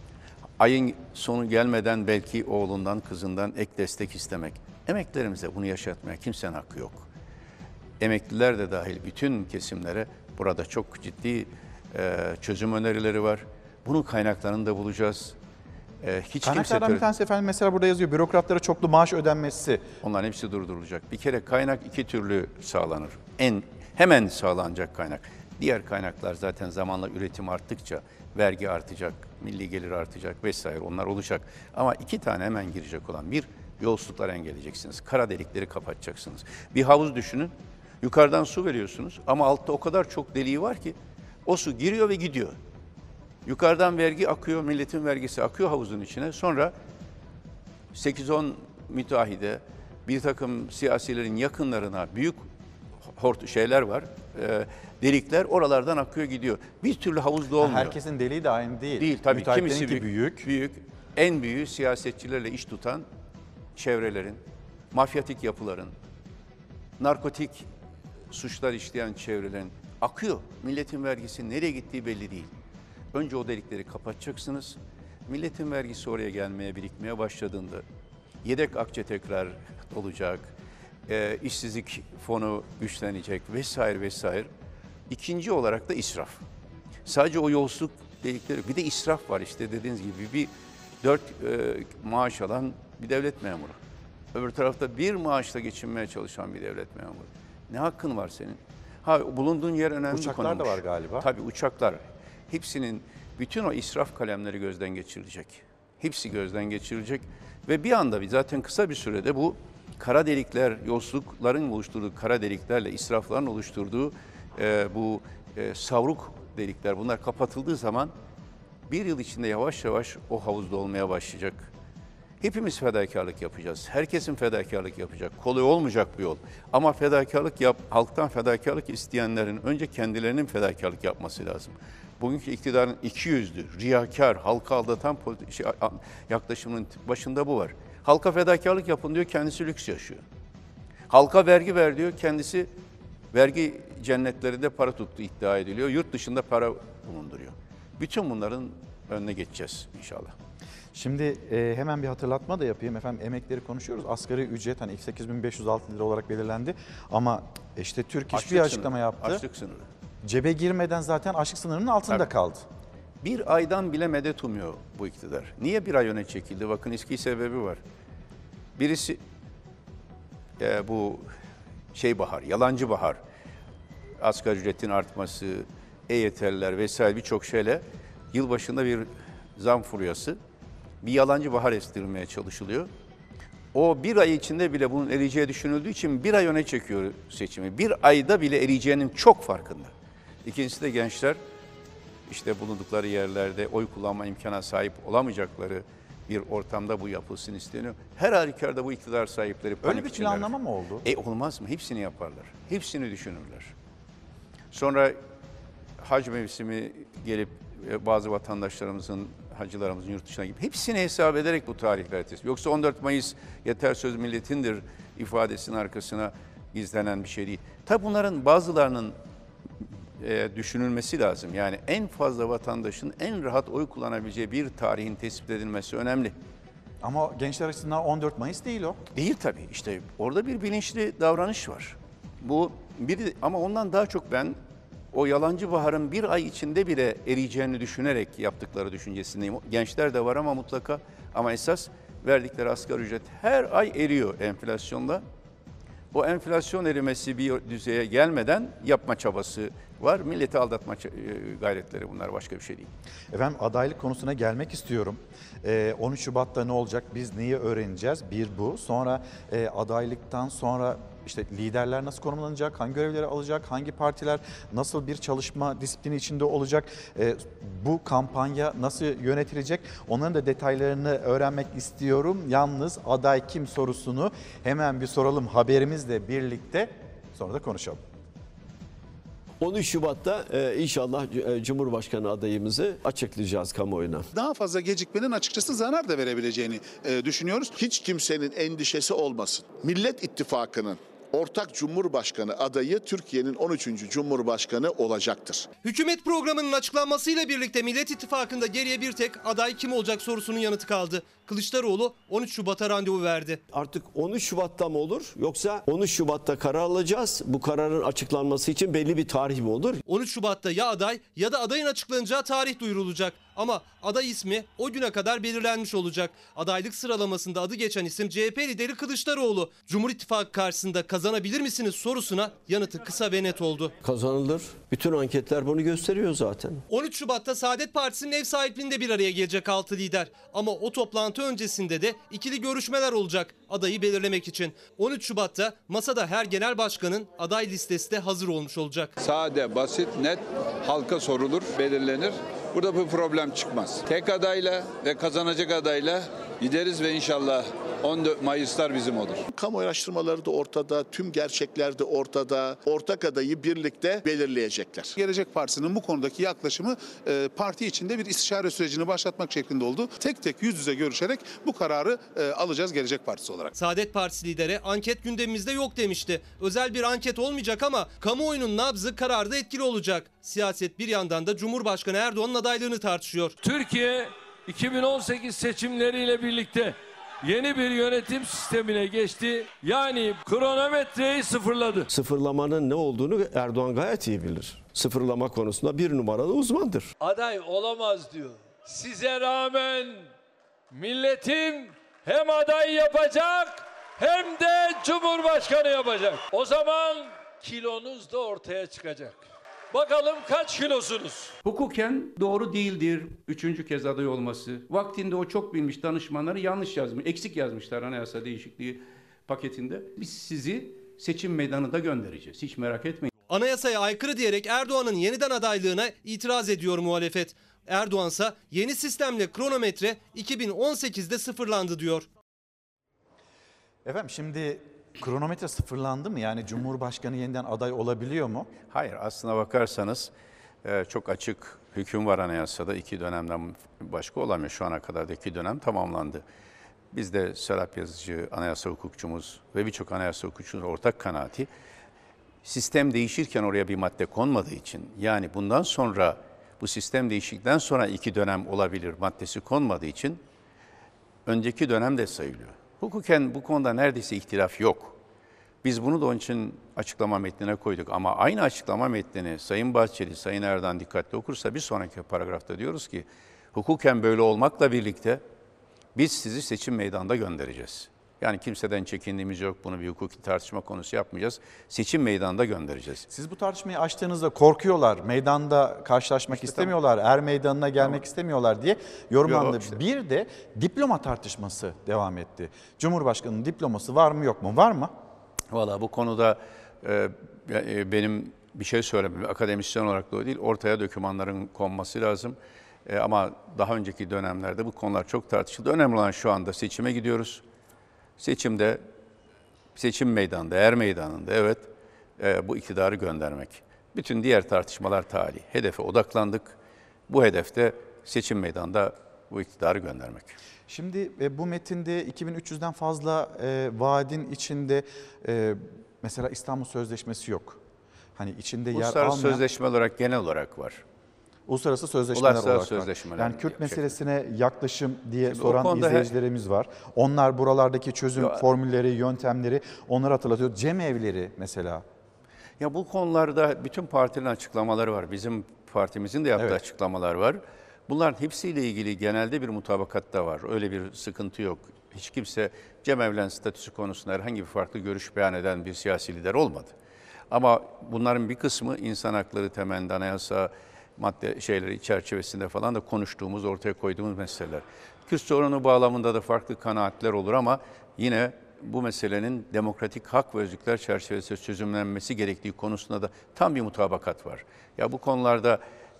S12: ayın sonu gelmeden belki oğlundan, kızından ek destek istemek. Emeklilerimize bunu yaşatmaya kimsenin hakkı yok. Emekliler de dahil bütün kesimlere burada çok ciddi e, çözüm önerileri var. Bunun kaynaklarını da bulacağız. E, hiç
S2: Kaynaklardan
S12: kimse...
S2: bir tanesi efendim mesela burada yazıyor bürokratlara çoklu maaş ödenmesi.
S12: Onların hepsi durdurulacak. Bir kere kaynak iki türlü sağlanır. En hemen sağlanacak kaynak. Diğer kaynaklar zaten zamanla üretim arttıkça vergi artacak, milli gelir artacak vesaire onlar olacak. Ama iki tane hemen girecek olan bir, yolsuzlukları engelleyeceksiniz. Kara delikleri kapatacaksınız. Bir havuz düşünün. Yukarıdan su veriyorsunuz ama altta o kadar çok deliği var ki o su giriyor ve gidiyor. Yukarıdan vergi akıyor, milletin vergisi akıyor havuzun içine. Sonra sekiz on müteahhide, bir takım siyasilerin yakınlarına büyük hort şeyler var, e, delikler oralardan akıyor gidiyor. Bir türlü havuzda olmuyor.
S2: Herkesin deliği de aynı değil.
S12: Değil tabii. Kimisi
S2: Müteahhitlerinki
S12: büyük, büyük. En büyüğü siyasetçilerle iş tutan çevrelerin, mafyatik yapıların, narkotik suçlar işleyen çevrelerin akıyor. Milletin vergisi nereye gittiği belli değil. Önce o delikleri kapatacaksınız. Milletin vergisi oraya gelmeye, birikmeye başladığında yedek akçe tekrar olacak, e, işsizlik fonu güçlenecek vesaire vesaire. İkinci olarak da israf. Sadece o yolsuzluk delikleri, bir de israf var işte dediğiniz gibi bir dört e, maaş alan bir devlet memuru. Öbür tarafta bir maaşla geçinmeye çalışan bir devlet memuru. Ne hakkın var senin? Ha bulunduğun yer önemli bir konuymuş.
S2: Uçaklar da var galiba.
S12: Tabii uçaklar. Hepsinin, bütün o israf kalemleri gözden geçirilecek. Hepsi gözden geçirilecek ve bir anda bir zaten kısa bir sürede bu kara delikler, yolsuzlukların oluşturduğu kara deliklerle israfların oluşturduğu e, bu e, savruk delikler bunlar kapatıldığı zaman bir yıl içinde yavaş yavaş o havuzda olmaya başlayacak. Hepimiz fedakarlık yapacağız. Herkesin fedakarlık yapacak. Kolay olmayacak bu yol. Ama fedakarlık yap, halktan fedakarlık isteyenlerin önce kendilerinin fedakarlık yapması lazım. Bugünkü iktidarın iki yüzlü, riyakar, halka aldatan şey, yaklaşımının başında bu var. Halka fedakarlık yapın diyor, kendisi lüks yaşıyor. Halka vergi ver diyor, kendisi vergi cennetlerinde para tuttu iddia ediliyor. Yurt dışında para bulunduruyor. Bütün bunların önüne geçeceğiz inşallah.
S2: Şimdi e, hemen bir hatırlatma da yapayım efendim, emekleri konuşuyoruz. Asgari ücret hani sekiz bin beş yüz altı lira olarak belirlendi ama İşte Türk İş
S12: Açlık
S2: bir açıklama
S12: sınırı,
S2: yaptı.
S12: Açlık sınırı.
S2: Cebe girmeden zaten açlık sınırının altında
S12: Tabii.
S2: kaldı.
S12: Bir aydan bile medet umuyor bu iktidar. Niye bir ay öne çekildi? Bakın iki sebebi var. Birisi e, bu şey bahar, yalancı bahar. Asgari ücretin artması, E Y T'liler vesaire birçok şeyle yılbaşında bir zam furyası, bir yalancı bahar estirilmeye çalışılıyor. O bir ay içinde bile bunun eriyeceği düşünüldüğü için bir ay öne çekiyor seçimi. Bir ayda bile eriyeceğinin çok farkında. İkincisi de gençler işte bulundukları yerlerde oy kullanma imkanına sahip olamayacakları bir ortamda bu yapılsın isteniyor. Her halükarda bu iktidar sahipleri panik
S2: Öyle bir
S12: içindeler.
S2: planlama mı oldu?
S12: E olmaz mı? Hepsini yaparlar. Hepsini düşünürler. Sonra hac mevsimi gelip bazı vatandaşlarımızın, hacılarımızın yurt dışına gidip hepsini hesap ederek bu tarihler tespit. Yoksa on dört Mayıs yeter söz milletindir ifadesinin arkasına gizlenen bir şey değil. Tabi bunların bazılarının e, düşünülmesi lazım. Yani en fazla vatandaşın en rahat oy kullanabileceği bir tarihin tespit edilmesi önemli.
S2: Ama gençler açısından on dört Mayıs değil o.
S12: Değil tabii. İşte orada bir bilinçli davranış var. Bu bir ama ondan daha çok ben o yalancı baharın bir ay içinde bile eriyeceğini düşünerek yaptıkları düşüncesindeyim. Gençler de var ama mutlaka ama esas verdikleri asgari ücret her ay eriyor enflasyonla. O enflasyon erimesi bir düzeye gelmeden yapma çabası var. Milleti aldatma gayretleri bunlar, başka bir şey değil.
S2: Efendim adaylık konusuna gelmek istiyorum. Ee, on üç Şubat'ta ne olacak? Biz neyi öğreneceğiz? Bir bu. Sonra e, adaylıktan sonra işte liderler nasıl konumlanacak? Hangi görevleri alacak? Hangi partiler nasıl bir çalışma disiplini içinde olacak? E, bu kampanya nasıl yönetilecek? Onların da detaylarını öğrenmek istiyorum. Yalnız aday kim sorusunu hemen bir soralım haberimizle birlikte. Sonra da konuşalım.
S22: on üç Şubat'ta e, inşallah e, Cumhurbaşkanı adayımızı açıklayacağız kamuoyuna.
S5: Daha fazla gecikmenin açıkçası zarar da verebileceğini e, düşünüyoruz.
S11: Hiç kimsenin endişesi olmasın. Millet İttifakı'nın ortak Cumhurbaşkanı adayı Türkiye'nin on üçüncü Cumhurbaşkanı olacaktır.
S7: Hükümet programının açıklanmasıyla birlikte Millet İttifakı'nda geriye bir tek aday kim olacak sorusunun yanıtı kaldı. Kılıçdaroğlu on üç Şubat'a randevu verdi.
S22: Artık on üç Şubat'ta mı olur yoksa on üç Şubat'ta karar alacağız? Bu kararın açıklanması için belli bir tarih mi olur?
S7: on üç Şubat'ta ya aday ya da adayın açıklanacağı tarih duyurulacak. Ama aday ismi o güne kadar belirlenmiş olacak. Adaylık sıralamasında adı geçen isim C H P lideri Kılıçdaroğlu. Cumhur İttifakı karşısında kazanabilir misiniz sorusuna yanıtı kısa ve net oldu.
S22: Kazanılır. Bütün anketler bunu gösteriyor zaten.
S7: on üç Şubat'ta Saadet Partisi'nin ev sahipliğinde bir araya gelecek altı lider. Ama o toplantı öncesinde de ikili görüşmeler olacak adayı belirlemek için. on üç Şubat'ta masada her genel başkanın aday listesi de hazır olmuş olacak.
S15: Sade, basit, net, halka sorulur, belirlenir. Burada bir problem çıkmaz. Tek adayla ve kazanacak adayla gideriz ve inşallah on dört Mayıslar bizim olur.
S11: Kamuoyu araştırmaları da ortada, tüm gerçekler de ortada. Ortak adayı birlikte belirleyecekler.
S5: Gelecek Partisi'nin bu konudaki yaklaşımı e, parti içinde bir istişare sürecini başlatmak şeklinde oldu. Tek tek yüz yüze görüşerek bu kararı e, alacağız Gelecek Partisi olarak.
S7: Saadet Partisi lideri anket gündemimizde yok demişti. Özel bir anket olmayacak ama kamuoyunun nabzı kararda etkili olacak. Siyaset bir yandan da Cumhurbaşkanı Erdoğan'ın adaylığını tartışıyor.
S18: Türkiye iki bin on sekiz seçimleriyle birlikte yeni bir yönetim sistemine geçti. Yani kronometreyi sıfırladı.
S22: Sıfırlamanın ne olduğunu Erdoğan gayet iyi bilir. Sıfırlama konusunda bir numaralı uzmandır.
S18: Aday olamaz diyor. Size rağmen milletim hem aday yapacak hem de Cumhurbaşkanı yapacak. O zaman kilonuz da ortaya çıkacak. Bakalım kaç kilosunuz?
S14: Hukuken doğru değildir üçüncü kez aday olması. Vaktinde o çok bilmiş danışmanları yanlış yazmış, eksik yazmışlar anayasa değişikliği paketinde. Biz sizi seçim meydanında göndereceğiz. Hiç merak etmeyin.
S7: Anayasaya aykırı diyerek Erdoğan'ın yeniden adaylığına itiraz ediyor muhalefet. Erdoğan'sa yeni sistemle kronometre iki bin on sekizde sıfırlandı diyor.
S2: Efendim şimdi kronometre sıfırlandı mı? Yani Cumhurbaşkanı yeniden aday olabiliyor mu?
S12: Hayır, aslına bakarsanız çok açık hüküm var anayasada. İki dönemden başka olamıyor. Şu ana kadar da iki dönem tamamlandı. Biz de Serap Yazıcı, anayasa hukukçumuz ve birçok anayasa hukukçumuz ortak kanaati. Sistem değişirken oraya bir madde konmadığı için, yani bundan sonra bu sistem değişikten sonra iki dönem olabilir maddesi konmadığı için önceki dönem de sayılıyor. Hukuken bu konuda neredeyse ihtilaf yok. Biz bunu da onun için açıklama metnine koyduk. Ama aynı açıklama metnini Sayın Bahçeli, Sayın Erdoğan dikkatli okursa bir sonraki paragrafta diyoruz ki hukuken böyle olmakla birlikte biz sizi seçim meydanında göndereceğiz. Yani kimseden çekindiğimiz yok. Bunu bir hukuki tartışma konusu yapmayacağız. Seçim meydanında göndereceğiz.
S2: Siz bu tartışmayı açtığınızda korkuyorlar, meydanda karşılaşmak işte istemiyorlar, er meydanına gelmek tamam. istemiyorlar diye yorumlandı. Işte. Bir de diploma tartışması devam etti. Cumhurbaşkanının diploması var mı yok mu? Var mı?
S12: Valla bu konuda e, benim bir şey söylemem, akademisyen olarak da o değil, ortaya dokümanların konması lazım. E, ama daha önceki dönemlerde bu konular çok tartışıldı. Önemli olan şu anda seçime gidiyoruz. Seçimde, seçim meydanında, er meydanında evet e, bu iktidarı göndermek. Bütün diğer tartışmalar tali. Hedefe odaklandık. Bu hedefte seçim meydanında bu iktidarı göndermek.
S2: Şimdi e, bu metinde iki bin üç yüzden fazla e, vaadin içinde e, mesela İstanbul Sözleşmesi yok. Hani içinde yer almayan...
S12: Uluslararası sözleşme olarak genel olarak var.
S2: Uluslararası sözleşmeler
S12: Uluslararası
S2: olarak
S12: sözleşmeler
S2: var. Yani Kürt meselesine
S12: şey.
S2: yaklaşım diye
S12: Şimdi
S2: soran izleyicilerimiz var. Onlar buralardaki çözüm Yo, formülleri, yöntemleri onları hatırlatıyor. Cemevleri mesela.
S12: Ya bu konularda bütün partilerin açıklamaları var. Bizim partimizin de yaptığı evet. açıklamalar var. Bunların hepsiyle ilgili genelde bir mutabakat da var. Öyle bir sıkıntı yok. Hiç kimse cemevlen statüsü konusunda herhangi bir farklı görüş beyan eden bir siyasi lider olmadı. Ama bunların bir kısmı insan hakları temelinde, anayasa madde şeyleri çerçevesinde falan da konuştuğumuz, ortaya koyduğumuz meseleler. Kürt sorunu bağlamında da farklı kanaatler olur ama yine bu meselenin demokratik hak ve özgürlükler çerçevesinde çözümlenmesi gerektiği konusunda da tam bir mutabakat var. Ya bu konularda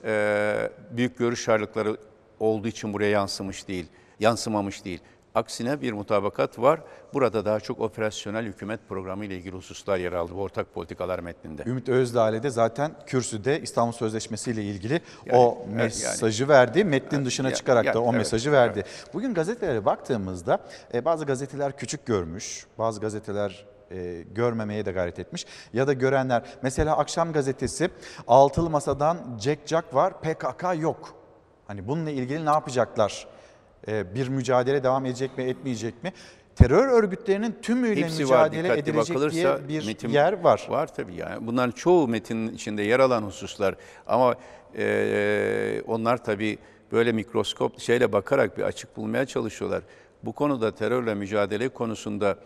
S12: e, büyük görüş ayrılıkları olduğu için buraya yansımış değil, yansımamış değil. Aksine bir mutabakat var. Burada daha çok operasyonel hükümet programı ile ilgili hususlar yer aldı bu ortak politikalar metninde.
S2: Ümit Özdağ'le de zaten kürsüde İstanbul Sözleşmesi ile ilgili yani, o mesajı yani, verdi. Metnin yani, dışına yani, çıkarak yani, da o evet, mesajı verdi. Evet. Bugün gazetelere baktığımızda e, bazı gazeteler küçük görmüş, bazı gazeteler e, görmemeye de gayret etmiş. Ya da görenler, mesela Akşam Gazetesi altılı masadan Jack Jack var, P K K yok. Hani bununla ilgili ne yapacaklar? Bir mücadele devam edecek mi, etmeyecek mi? Terör örgütlerinin tümüyle Hepsi mücadele var, edilecek diye bir metin yer var.
S12: Var tabii yani. Bunların çoğu metinin içinde yer alan hususlar. Ama e, onlar tabii böyle mikroskop şeyle bakarak bir açık bulmaya çalışıyorlar. Bu konuda terörle mücadele konusunda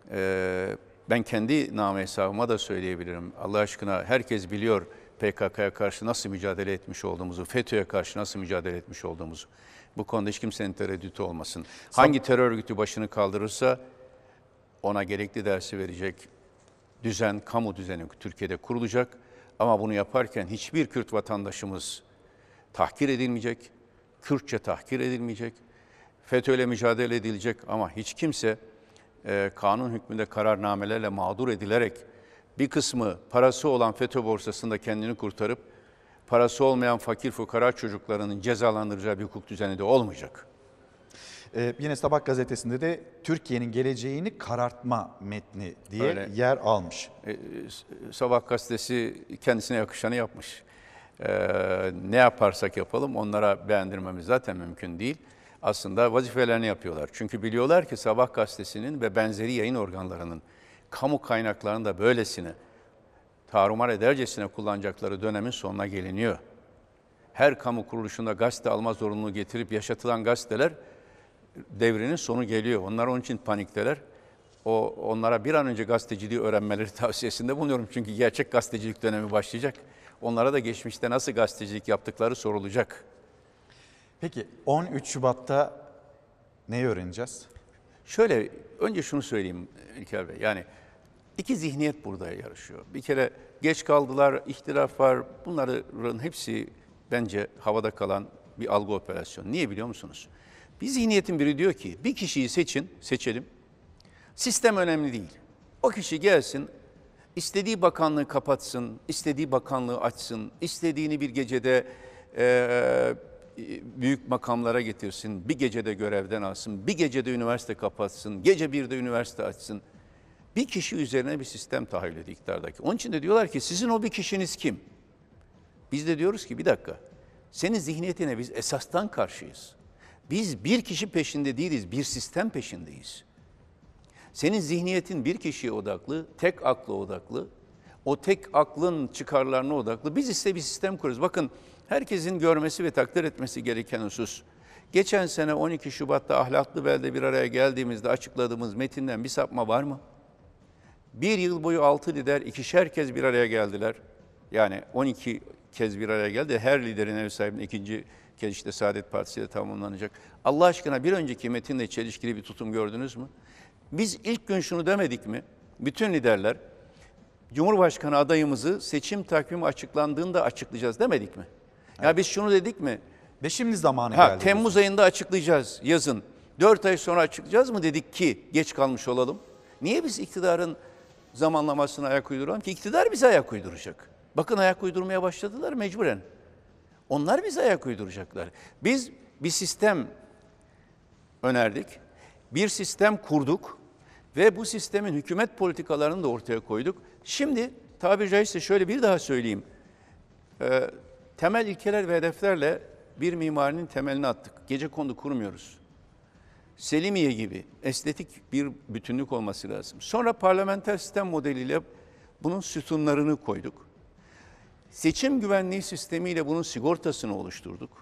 S12: e, ben kendi name hesabıma da söyleyebilirim. Allah aşkına herkes biliyor P K K'ya karşı nasıl mücadele etmiş olduğumuzu, FETÖ'ye karşı nasıl mücadele etmiş olduğumuzu. Bu konuda hiç kimsenin tereddütü olmasın. Hangi terör örgütü başını kaldırırsa ona gerekli dersi verecek düzen, kamu düzeni Türkiye'de kurulacak. Ama bunu yaparken hiçbir Kürt vatandaşımız tahkir edilmeyecek, Kürtçe tahkir edilmeyecek, FETÖ'yle mücadele edilecek ama hiç kimse e, kanun hükmünde kararnamelerle mağdur edilerek bir kısmı parası olan FETÖ borsasında kendini kurtarıp parası olmayan fakir fukara çocuklarının cezalandıracağı bir hukuk düzeni de olmayacak.
S2: Ee, yine Sabah gazetesinde de Türkiye'nin geleceğini karartma metni diye Öyle. yer almış.
S12: Ee, Sabah gazetesi kendisine yakışanı yapmış. Ee, ne yaparsak yapalım onlara beğendirmemiz zaten mümkün değil. Aslında vazifelerini yapıyorlar. Çünkü biliyorlar ki Sabah gazetesinin ve benzeri yayın organlarının kamu kaynaklarını da böylesine tarumar edercesine kullanacakları dönemin sonuna geliniyor. Her kamu kuruluşunda gazete alma zorunluluğu getirip yaşatılan gazeteler devrinin sonu geliyor. Onlar onun için panikteler. O onlara bir an önce gazeteciliği öğrenmeleri tavsiyesinde bulunuyorum. Çünkü gerçek gazetecilik dönemi başlayacak. Onlara da geçmişte nasıl gazetecilik yaptıkları sorulacak.
S2: Peki on üç Şubat'ta neyi öğreneceğiz?
S12: Şöyle önce şunu söyleyeyim İlker Bey. Yani İki zihniyet burada yarışıyor. Bir kere geç kaldılar, ihtilaf var. Bunların hepsi bence havada kalan bir algı operasyonu. Niye biliyor musunuz? Bir zihniyetin biri diyor ki bir kişiyi seçin, seçelim. Sistem önemli değil. O kişi gelsin, istediği bakanlığı kapatsın, istediği bakanlığı açsın, istediğini bir gecede e, büyük makamlara getirsin, bir gecede görevden alsın, bir gecede üniversite kapatsın, gece birde üniversite açsın. Bir kişi üzerine bir sistem tahayyül ediyor iktidardaki. Onun için de diyorlar ki sizin o bir kişiniz kim? Biz de diyoruz ki bir dakika, senin zihniyetine biz esastan karşıyız. Biz bir kişi peşinde değiliz, bir sistem peşindeyiz. Senin zihniyetin bir kişiye odaklı, tek akla odaklı. O tek aklın çıkarlarına odaklı. Biz ise bir sistem kuruyoruz. Bakın herkesin görmesi ve takdir etmesi gereken husus. Geçen sene on iki Şubat'ta Ahlaklı Belde bir araya geldiğimizde açıkladığımız metinden bir sapma var mı? Bir yıl boyu altı lider ikişer kez bir araya geldiler. Yani on iki kez bir araya geldi. Her liderin ev sahibinin ikinci kez işte Saadet Partisi ile tamamlanacak. Allah aşkına bir önceki metinle çelişkili bir tutum gördünüz mü? Biz ilk gün şunu demedik mi? Bütün liderler Cumhurbaşkanı adayımızı seçim takvimi açıklandığında açıklayacağız demedik mi? Evet. Ya biz şunu dedik mi?
S2: Ve şimdi zamanı
S12: ha,
S2: geldi.
S12: Temmuz diyorsun. Ayında açıklayacağız yazın. Dört ay sonra açıklayacağız mı dedik ki geç kalmış olalım. Niye biz iktidarın zamanlamasına ayak uyduralım ki? İktidar bize ayak uyduracak. Bakın ayak uydurmaya başladılar mecburen. Onlar bize ayak uyduracaklar. Biz bir sistem önerdik. Bir sistem kurduk. Ve bu sistemin hükümet politikalarını da ortaya koyduk. Şimdi tabiri caizse şöyle bir daha söyleyeyim. Ee, temel ilkeler ve hedeflerle bir mimarinin temelini attık. Gecekondu kurmuyoruz. Selimiye gibi estetik bir bütünlük olması lazım. Sonra parlamenter sistem modeliyle bunun sütunlarını koyduk. Seçim güvenliği sistemiyle bunun sigortasını oluşturduk.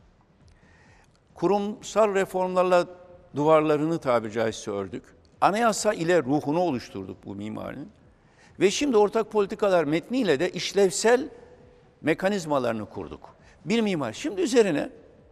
S12: Kurumsal reformlarla duvarlarını tabiri caizse ördük. Anayasa ile ruhunu oluşturduk bu mimarinin. Ve şimdi ortak politikalar metniyle de işlevsel mekanizmalarını kurduk. Bir mimar. Şimdi üzerine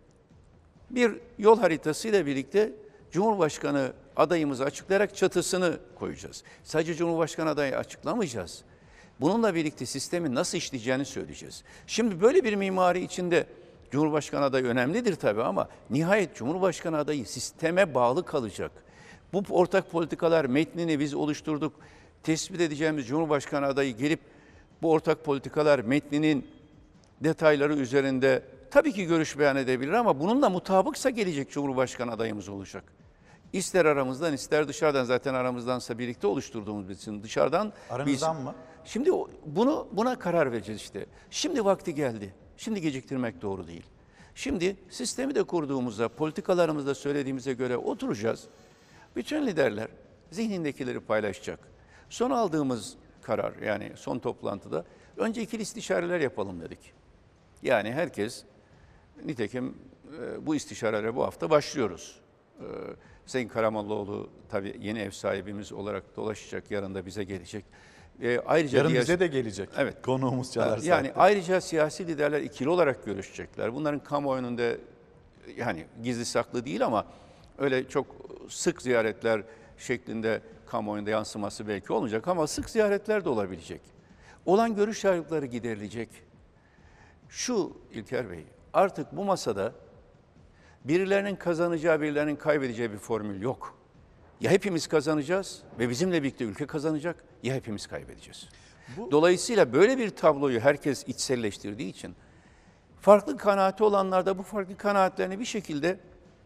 S12: bir yol haritasıyla birlikte Cumhurbaşkanı adayımızı açıklayarak çatısını koyacağız. Sadece Cumhurbaşkanı adayı açıklamayacağız. Bununla birlikte sistemin nasıl işleyeceğini söyleyeceğiz. Şimdi böyle bir mimari içinde Cumhurbaşkanı adayı önemlidir tabii ama nihayet Cumhurbaşkanı adayı sisteme bağlı kalacak. Bu ortak politikalar metnini biz oluşturduk. Tespit edeceğimiz Cumhurbaşkanı adayı gelip bu ortak politikalar metninin detayları üzerinde tabii ki görüş beyan edebilir ama bununla mutabıksa gelecek Cumhurbaşkanı adayımız olacak. İster aramızdan ister dışarıdan, zaten aramızdansa birlikte oluşturduğumuz için dışarıdan.
S2: Aranızdan
S12: biz,
S2: mı?
S12: Şimdi bunu buna karar vereceğiz işte. Şimdi vakti geldi. Şimdi geciktirmek doğru değil. Şimdi sistemi de kurduğumuzda, politikalarımızda söylediğimize göre oturacağız. Bütün liderler zihnindekileri paylaşacak. Son aldığımız karar, yani son toplantıda önce ikili istişareler yapalım dedik. Yani herkes, nitekim bu istişarelere bu hafta başlıyoruz. Sayın Karamollaoğlu tabii yeni ev sahibimiz olarak dolaşacak, yarın da bize gelecek. E, ayrıca
S2: Yarın
S12: diğer,
S2: bize de gelecek.
S12: Evet.
S2: Konuğumuz Çalar Saat'te.
S12: Yani ayrıca siyasi liderler ikili olarak görüşecekler. Bunların kamuoyunun da yani gizli saklı değil ama öyle çok sık ziyaretler şeklinde kamuoyunda yansıması belki olmayacak ama sık ziyaretler de olabilecek. Olan görüş ayrılıkları giderilecek. Şu İlker Bey, artık bu masada birilerinin kazanacağı, birilerinin kaybedeceği bir formül yok. Ya hepimiz kazanacağız ve bizimle birlikte ülke kazanacak ya hepimiz kaybedeceğiz. Bu... Dolayısıyla böyle bir tabloyu herkes içselleştirdiği için farklı kanaati olanlar da bu farklı kanaatlerini bir şekilde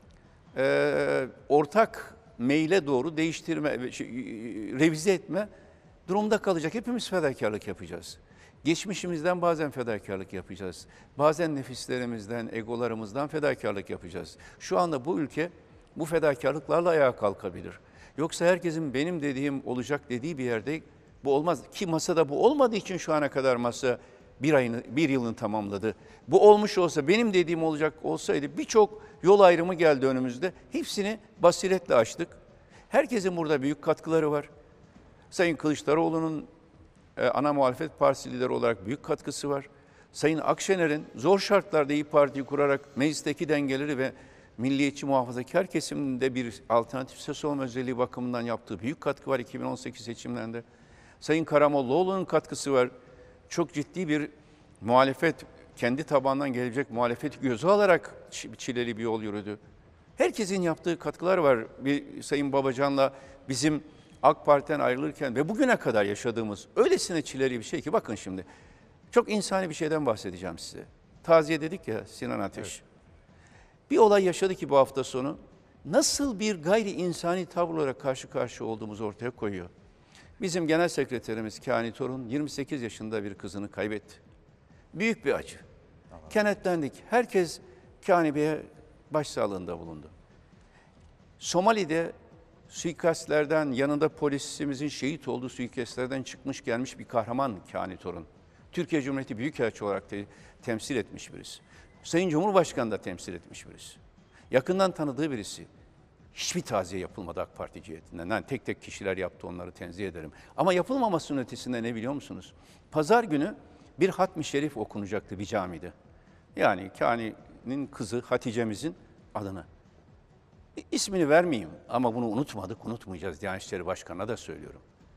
S12: e, ortak meyle doğru değiştirme, şey, revize etme durumda kalacak. Hepimiz fedakarlık yapacağız. Geçmişimizden bazen fedakarlık yapacağız. Bazen nefislerimizden, egolarımızdan fedakarlık yapacağız. Şu anda bu ülke bu fedakarlıklarla ayağa kalkabilir. Yoksa herkesin benim dediğim olacak dediği bir yerde bu olmaz. Ki masada bu olmadığı için şu ana kadar masa bir ayını, bir yılını tamamladı. Bu olmuş olsa, benim dediğim olacak olsaydı birçok yol ayrımı geldi önümüzde. Hepsini basiretle açtık. Herkesin burada büyük katkıları var. Sayın Kılıçdaroğlu'nun e, ana muhalefet partisi lideri olarak büyük katkısı var. Sayın Akşener'in zor şartlarda İYİ Parti'yi kurarak meclisteki dengeleri ve milliyetçi muhafazakar kesiminde bir alternatif ses olma özelliği bakımından yaptığı büyük katkı var iki bin on sekiz seçimlerinde. Sayın Karamollaoğlu'nun katkısı var. Çok ciddi bir muhalefet, kendi tabandan gelecek muhalefet gözü alarak çileli bir yol yürüdü. Herkesin yaptığı katkılar var. Bir Sayın Babacan'la bizim AK Parti'den ayrılırken ve bugüne kadar yaşadığımız öylesine çileli bir şey ki bakın şimdi. Çok insani bir şeyden bahsedeceğim size. Taziye dedik ya Sinan Ateş. Evet. Bir olay yaşadı ki bu hafta sonu nasıl bir gayri insani tavır olarak karşı karşıya olduğumuzu ortaya koyuyor. Bizim genel sekreterimiz Kani Torun yirmi sekiz yaşında bir kızını kaybetti. Büyük bir acı. Allah. Kenetlendik. Herkes Kani Bey'e başsağlığında bulundu. Somali'de
S14: suikastlerden, yanında polisimizin şehit olduğu suikastlerden çıkmış gelmiş bir kahraman Kani Torun. Türkiye Cumhuriyeti Büyükelçi olarak te- temsil etmiş birisi. Sayın Cumhurbaşkanı da temsil etmiş birisi. Yakından tanıdığı birisi. Hiçbir taziye yapılmadı AK Parti cihetinden. Yani tek tek kişiler yaptı, onları tenzih ederim. Ama yapılmamasının ötesinde ne biliyor musunuz? Pazar günü bir Hatmi Şerif okunacaktı bir camide. Yani Kani'nin kızı Hatice'mizin adını. İsmini vermeyeyim ama bunu unutmadık, unutmayacağız. Diyanet İşleri Başkanı'na da söylüyorum.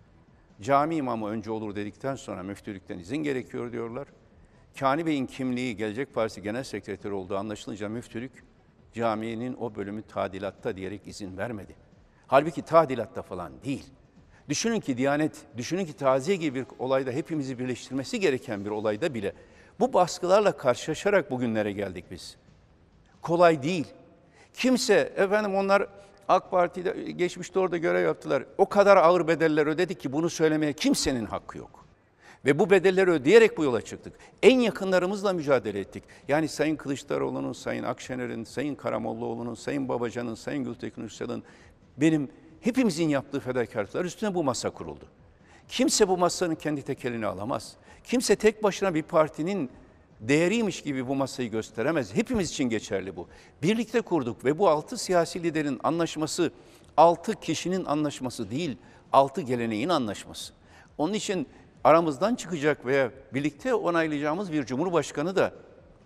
S14: Cami imamı önce olur dedikten sonra müftülükten izin gerekiyor diyorlar. Kani Bey'in kimliği Gelecek Partisi Genel Sekreteri olduğu anlaşılınca müftülük caminin o bölümü tadilatta diyerek izin vermedi. Halbuki tadilatta falan değil. Düşünün ki Diyanet, düşünün ki taziye gibi bir olayda hepimizi birleştirmesi gereken bir olayda bile bu baskılarla karşılaşarak bugünlere geldik biz. Kolay değil. Kimse, efendim onlar AK Parti'de geçmişte orada görev yaptılar. O kadar ağır bedeller ödedik ki bunu söylemeye kimsenin hakkı yok. Ve bu bedelleri ödeyerek bu yola çıktık. En yakınlarımızla mücadele ettik. Yani Sayın Kılıçdaroğlu'nun, Sayın Akşener'in, Sayın Karamollaoğlu'nun, Sayın Babacan'ın, Sayın Gültekin Uysal'ın, benim hepimizin yaptığı fedakarlıklar üstüne bu masa kuruldu. Kimse bu masanın kendi tekelini alamaz. Kimse tek başına bir partinin değeriymiş gibi bu masayı gösteremez. Hepimiz için geçerli bu. Birlikte kurduk ve bu altı siyasi liderin anlaşması, altı kişinin anlaşması değil, altı geleneğin anlaşması. Onun için aramızdan çıkacak veya birlikte onaylayacağımız bir cumhurbaşkanı da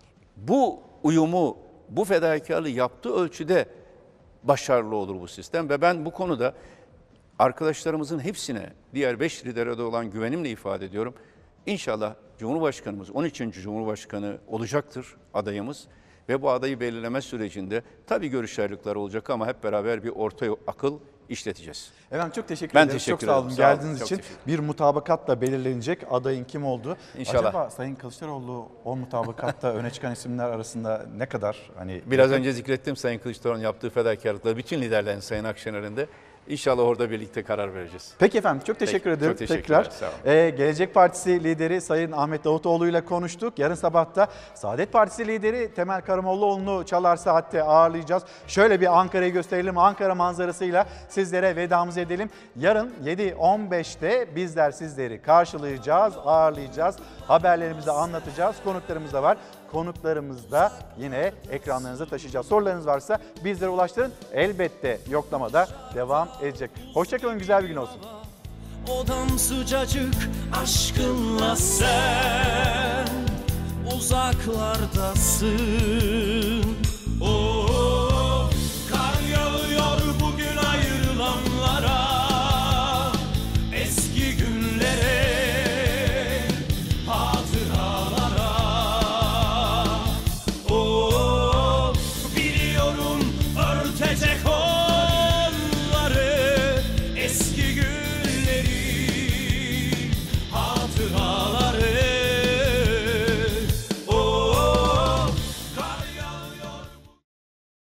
S14: bu uyumu, bu fedakarlığı yaptığı ölçüde başarılı olur bu sistem. Ve ben bu konuda arkadaşlarımızın hepsine, diğer beş lidere de olan güvenimle ifade ediyorum. İnşallah Cumhurbaşkanımız, on üçüncü Cumhurbaşkanı olacaktır adayımız. Ve bu adayı belirleme sürecinde tabii görüş ayrılıkları olacak ama hep beraber bir orta akıl işleteceğiz.
S1: Efendim çok teşekkür
S14: ben
S1: ederiz.
S14: Teşekkür
S1: çok sağ olun
S14: ederim.
S1: geldiğiniz
S14: Sağ olun,
S1: için. Bir mutabakatla belirlenecek adayın kim olduğu.
S14: İnşallah.
S1: Acaba Sayın Kılıçdaroğlu o mutabakatta öne çıkan isimler arasında ne kadar? Hani
S14: Biraz önce zikrettim Sayın Kılıçdaroğlu'nun yaptığı fedakarlıkla bütün liderlerin, Sayın Akşener'in de. İnşallah orada birlikte karar vereceğiz.
S1: Peki efendim çok teşekkür
S14: Peki,
S1: ederim.
S14: Çok teşekkürler.
S1: Tekrar.
S14: Sağ olun.
S1: Ee, Gelecek Partisi lideri Sayın Ahmet Davutoğlu ile konuştuk. Yarın sabah da Saadet Partisi lideri Temel Karamollaoğlu'nu Çalar Saat'te ağırlayacağız. Şöyle bir Ankara'yı gösterelim. Ankara manzarasıyla sizlere vedamızı edelim. Yarın yedi on beşte bizler sizleri karşılayacağız, ağırlayacağız. Haberlerimizi anlatacağız. Konuklarımız da var. Konuklarımız da yine ekranlarınıza taşıyacağız. Sorularınız varsa bizlere ulaştırın. Elbette yoklamada devam edecek. Hoşçakalın, güzel bir gün olsun.
S4: Odam sıcacık aşkınla sen uzaklardasın.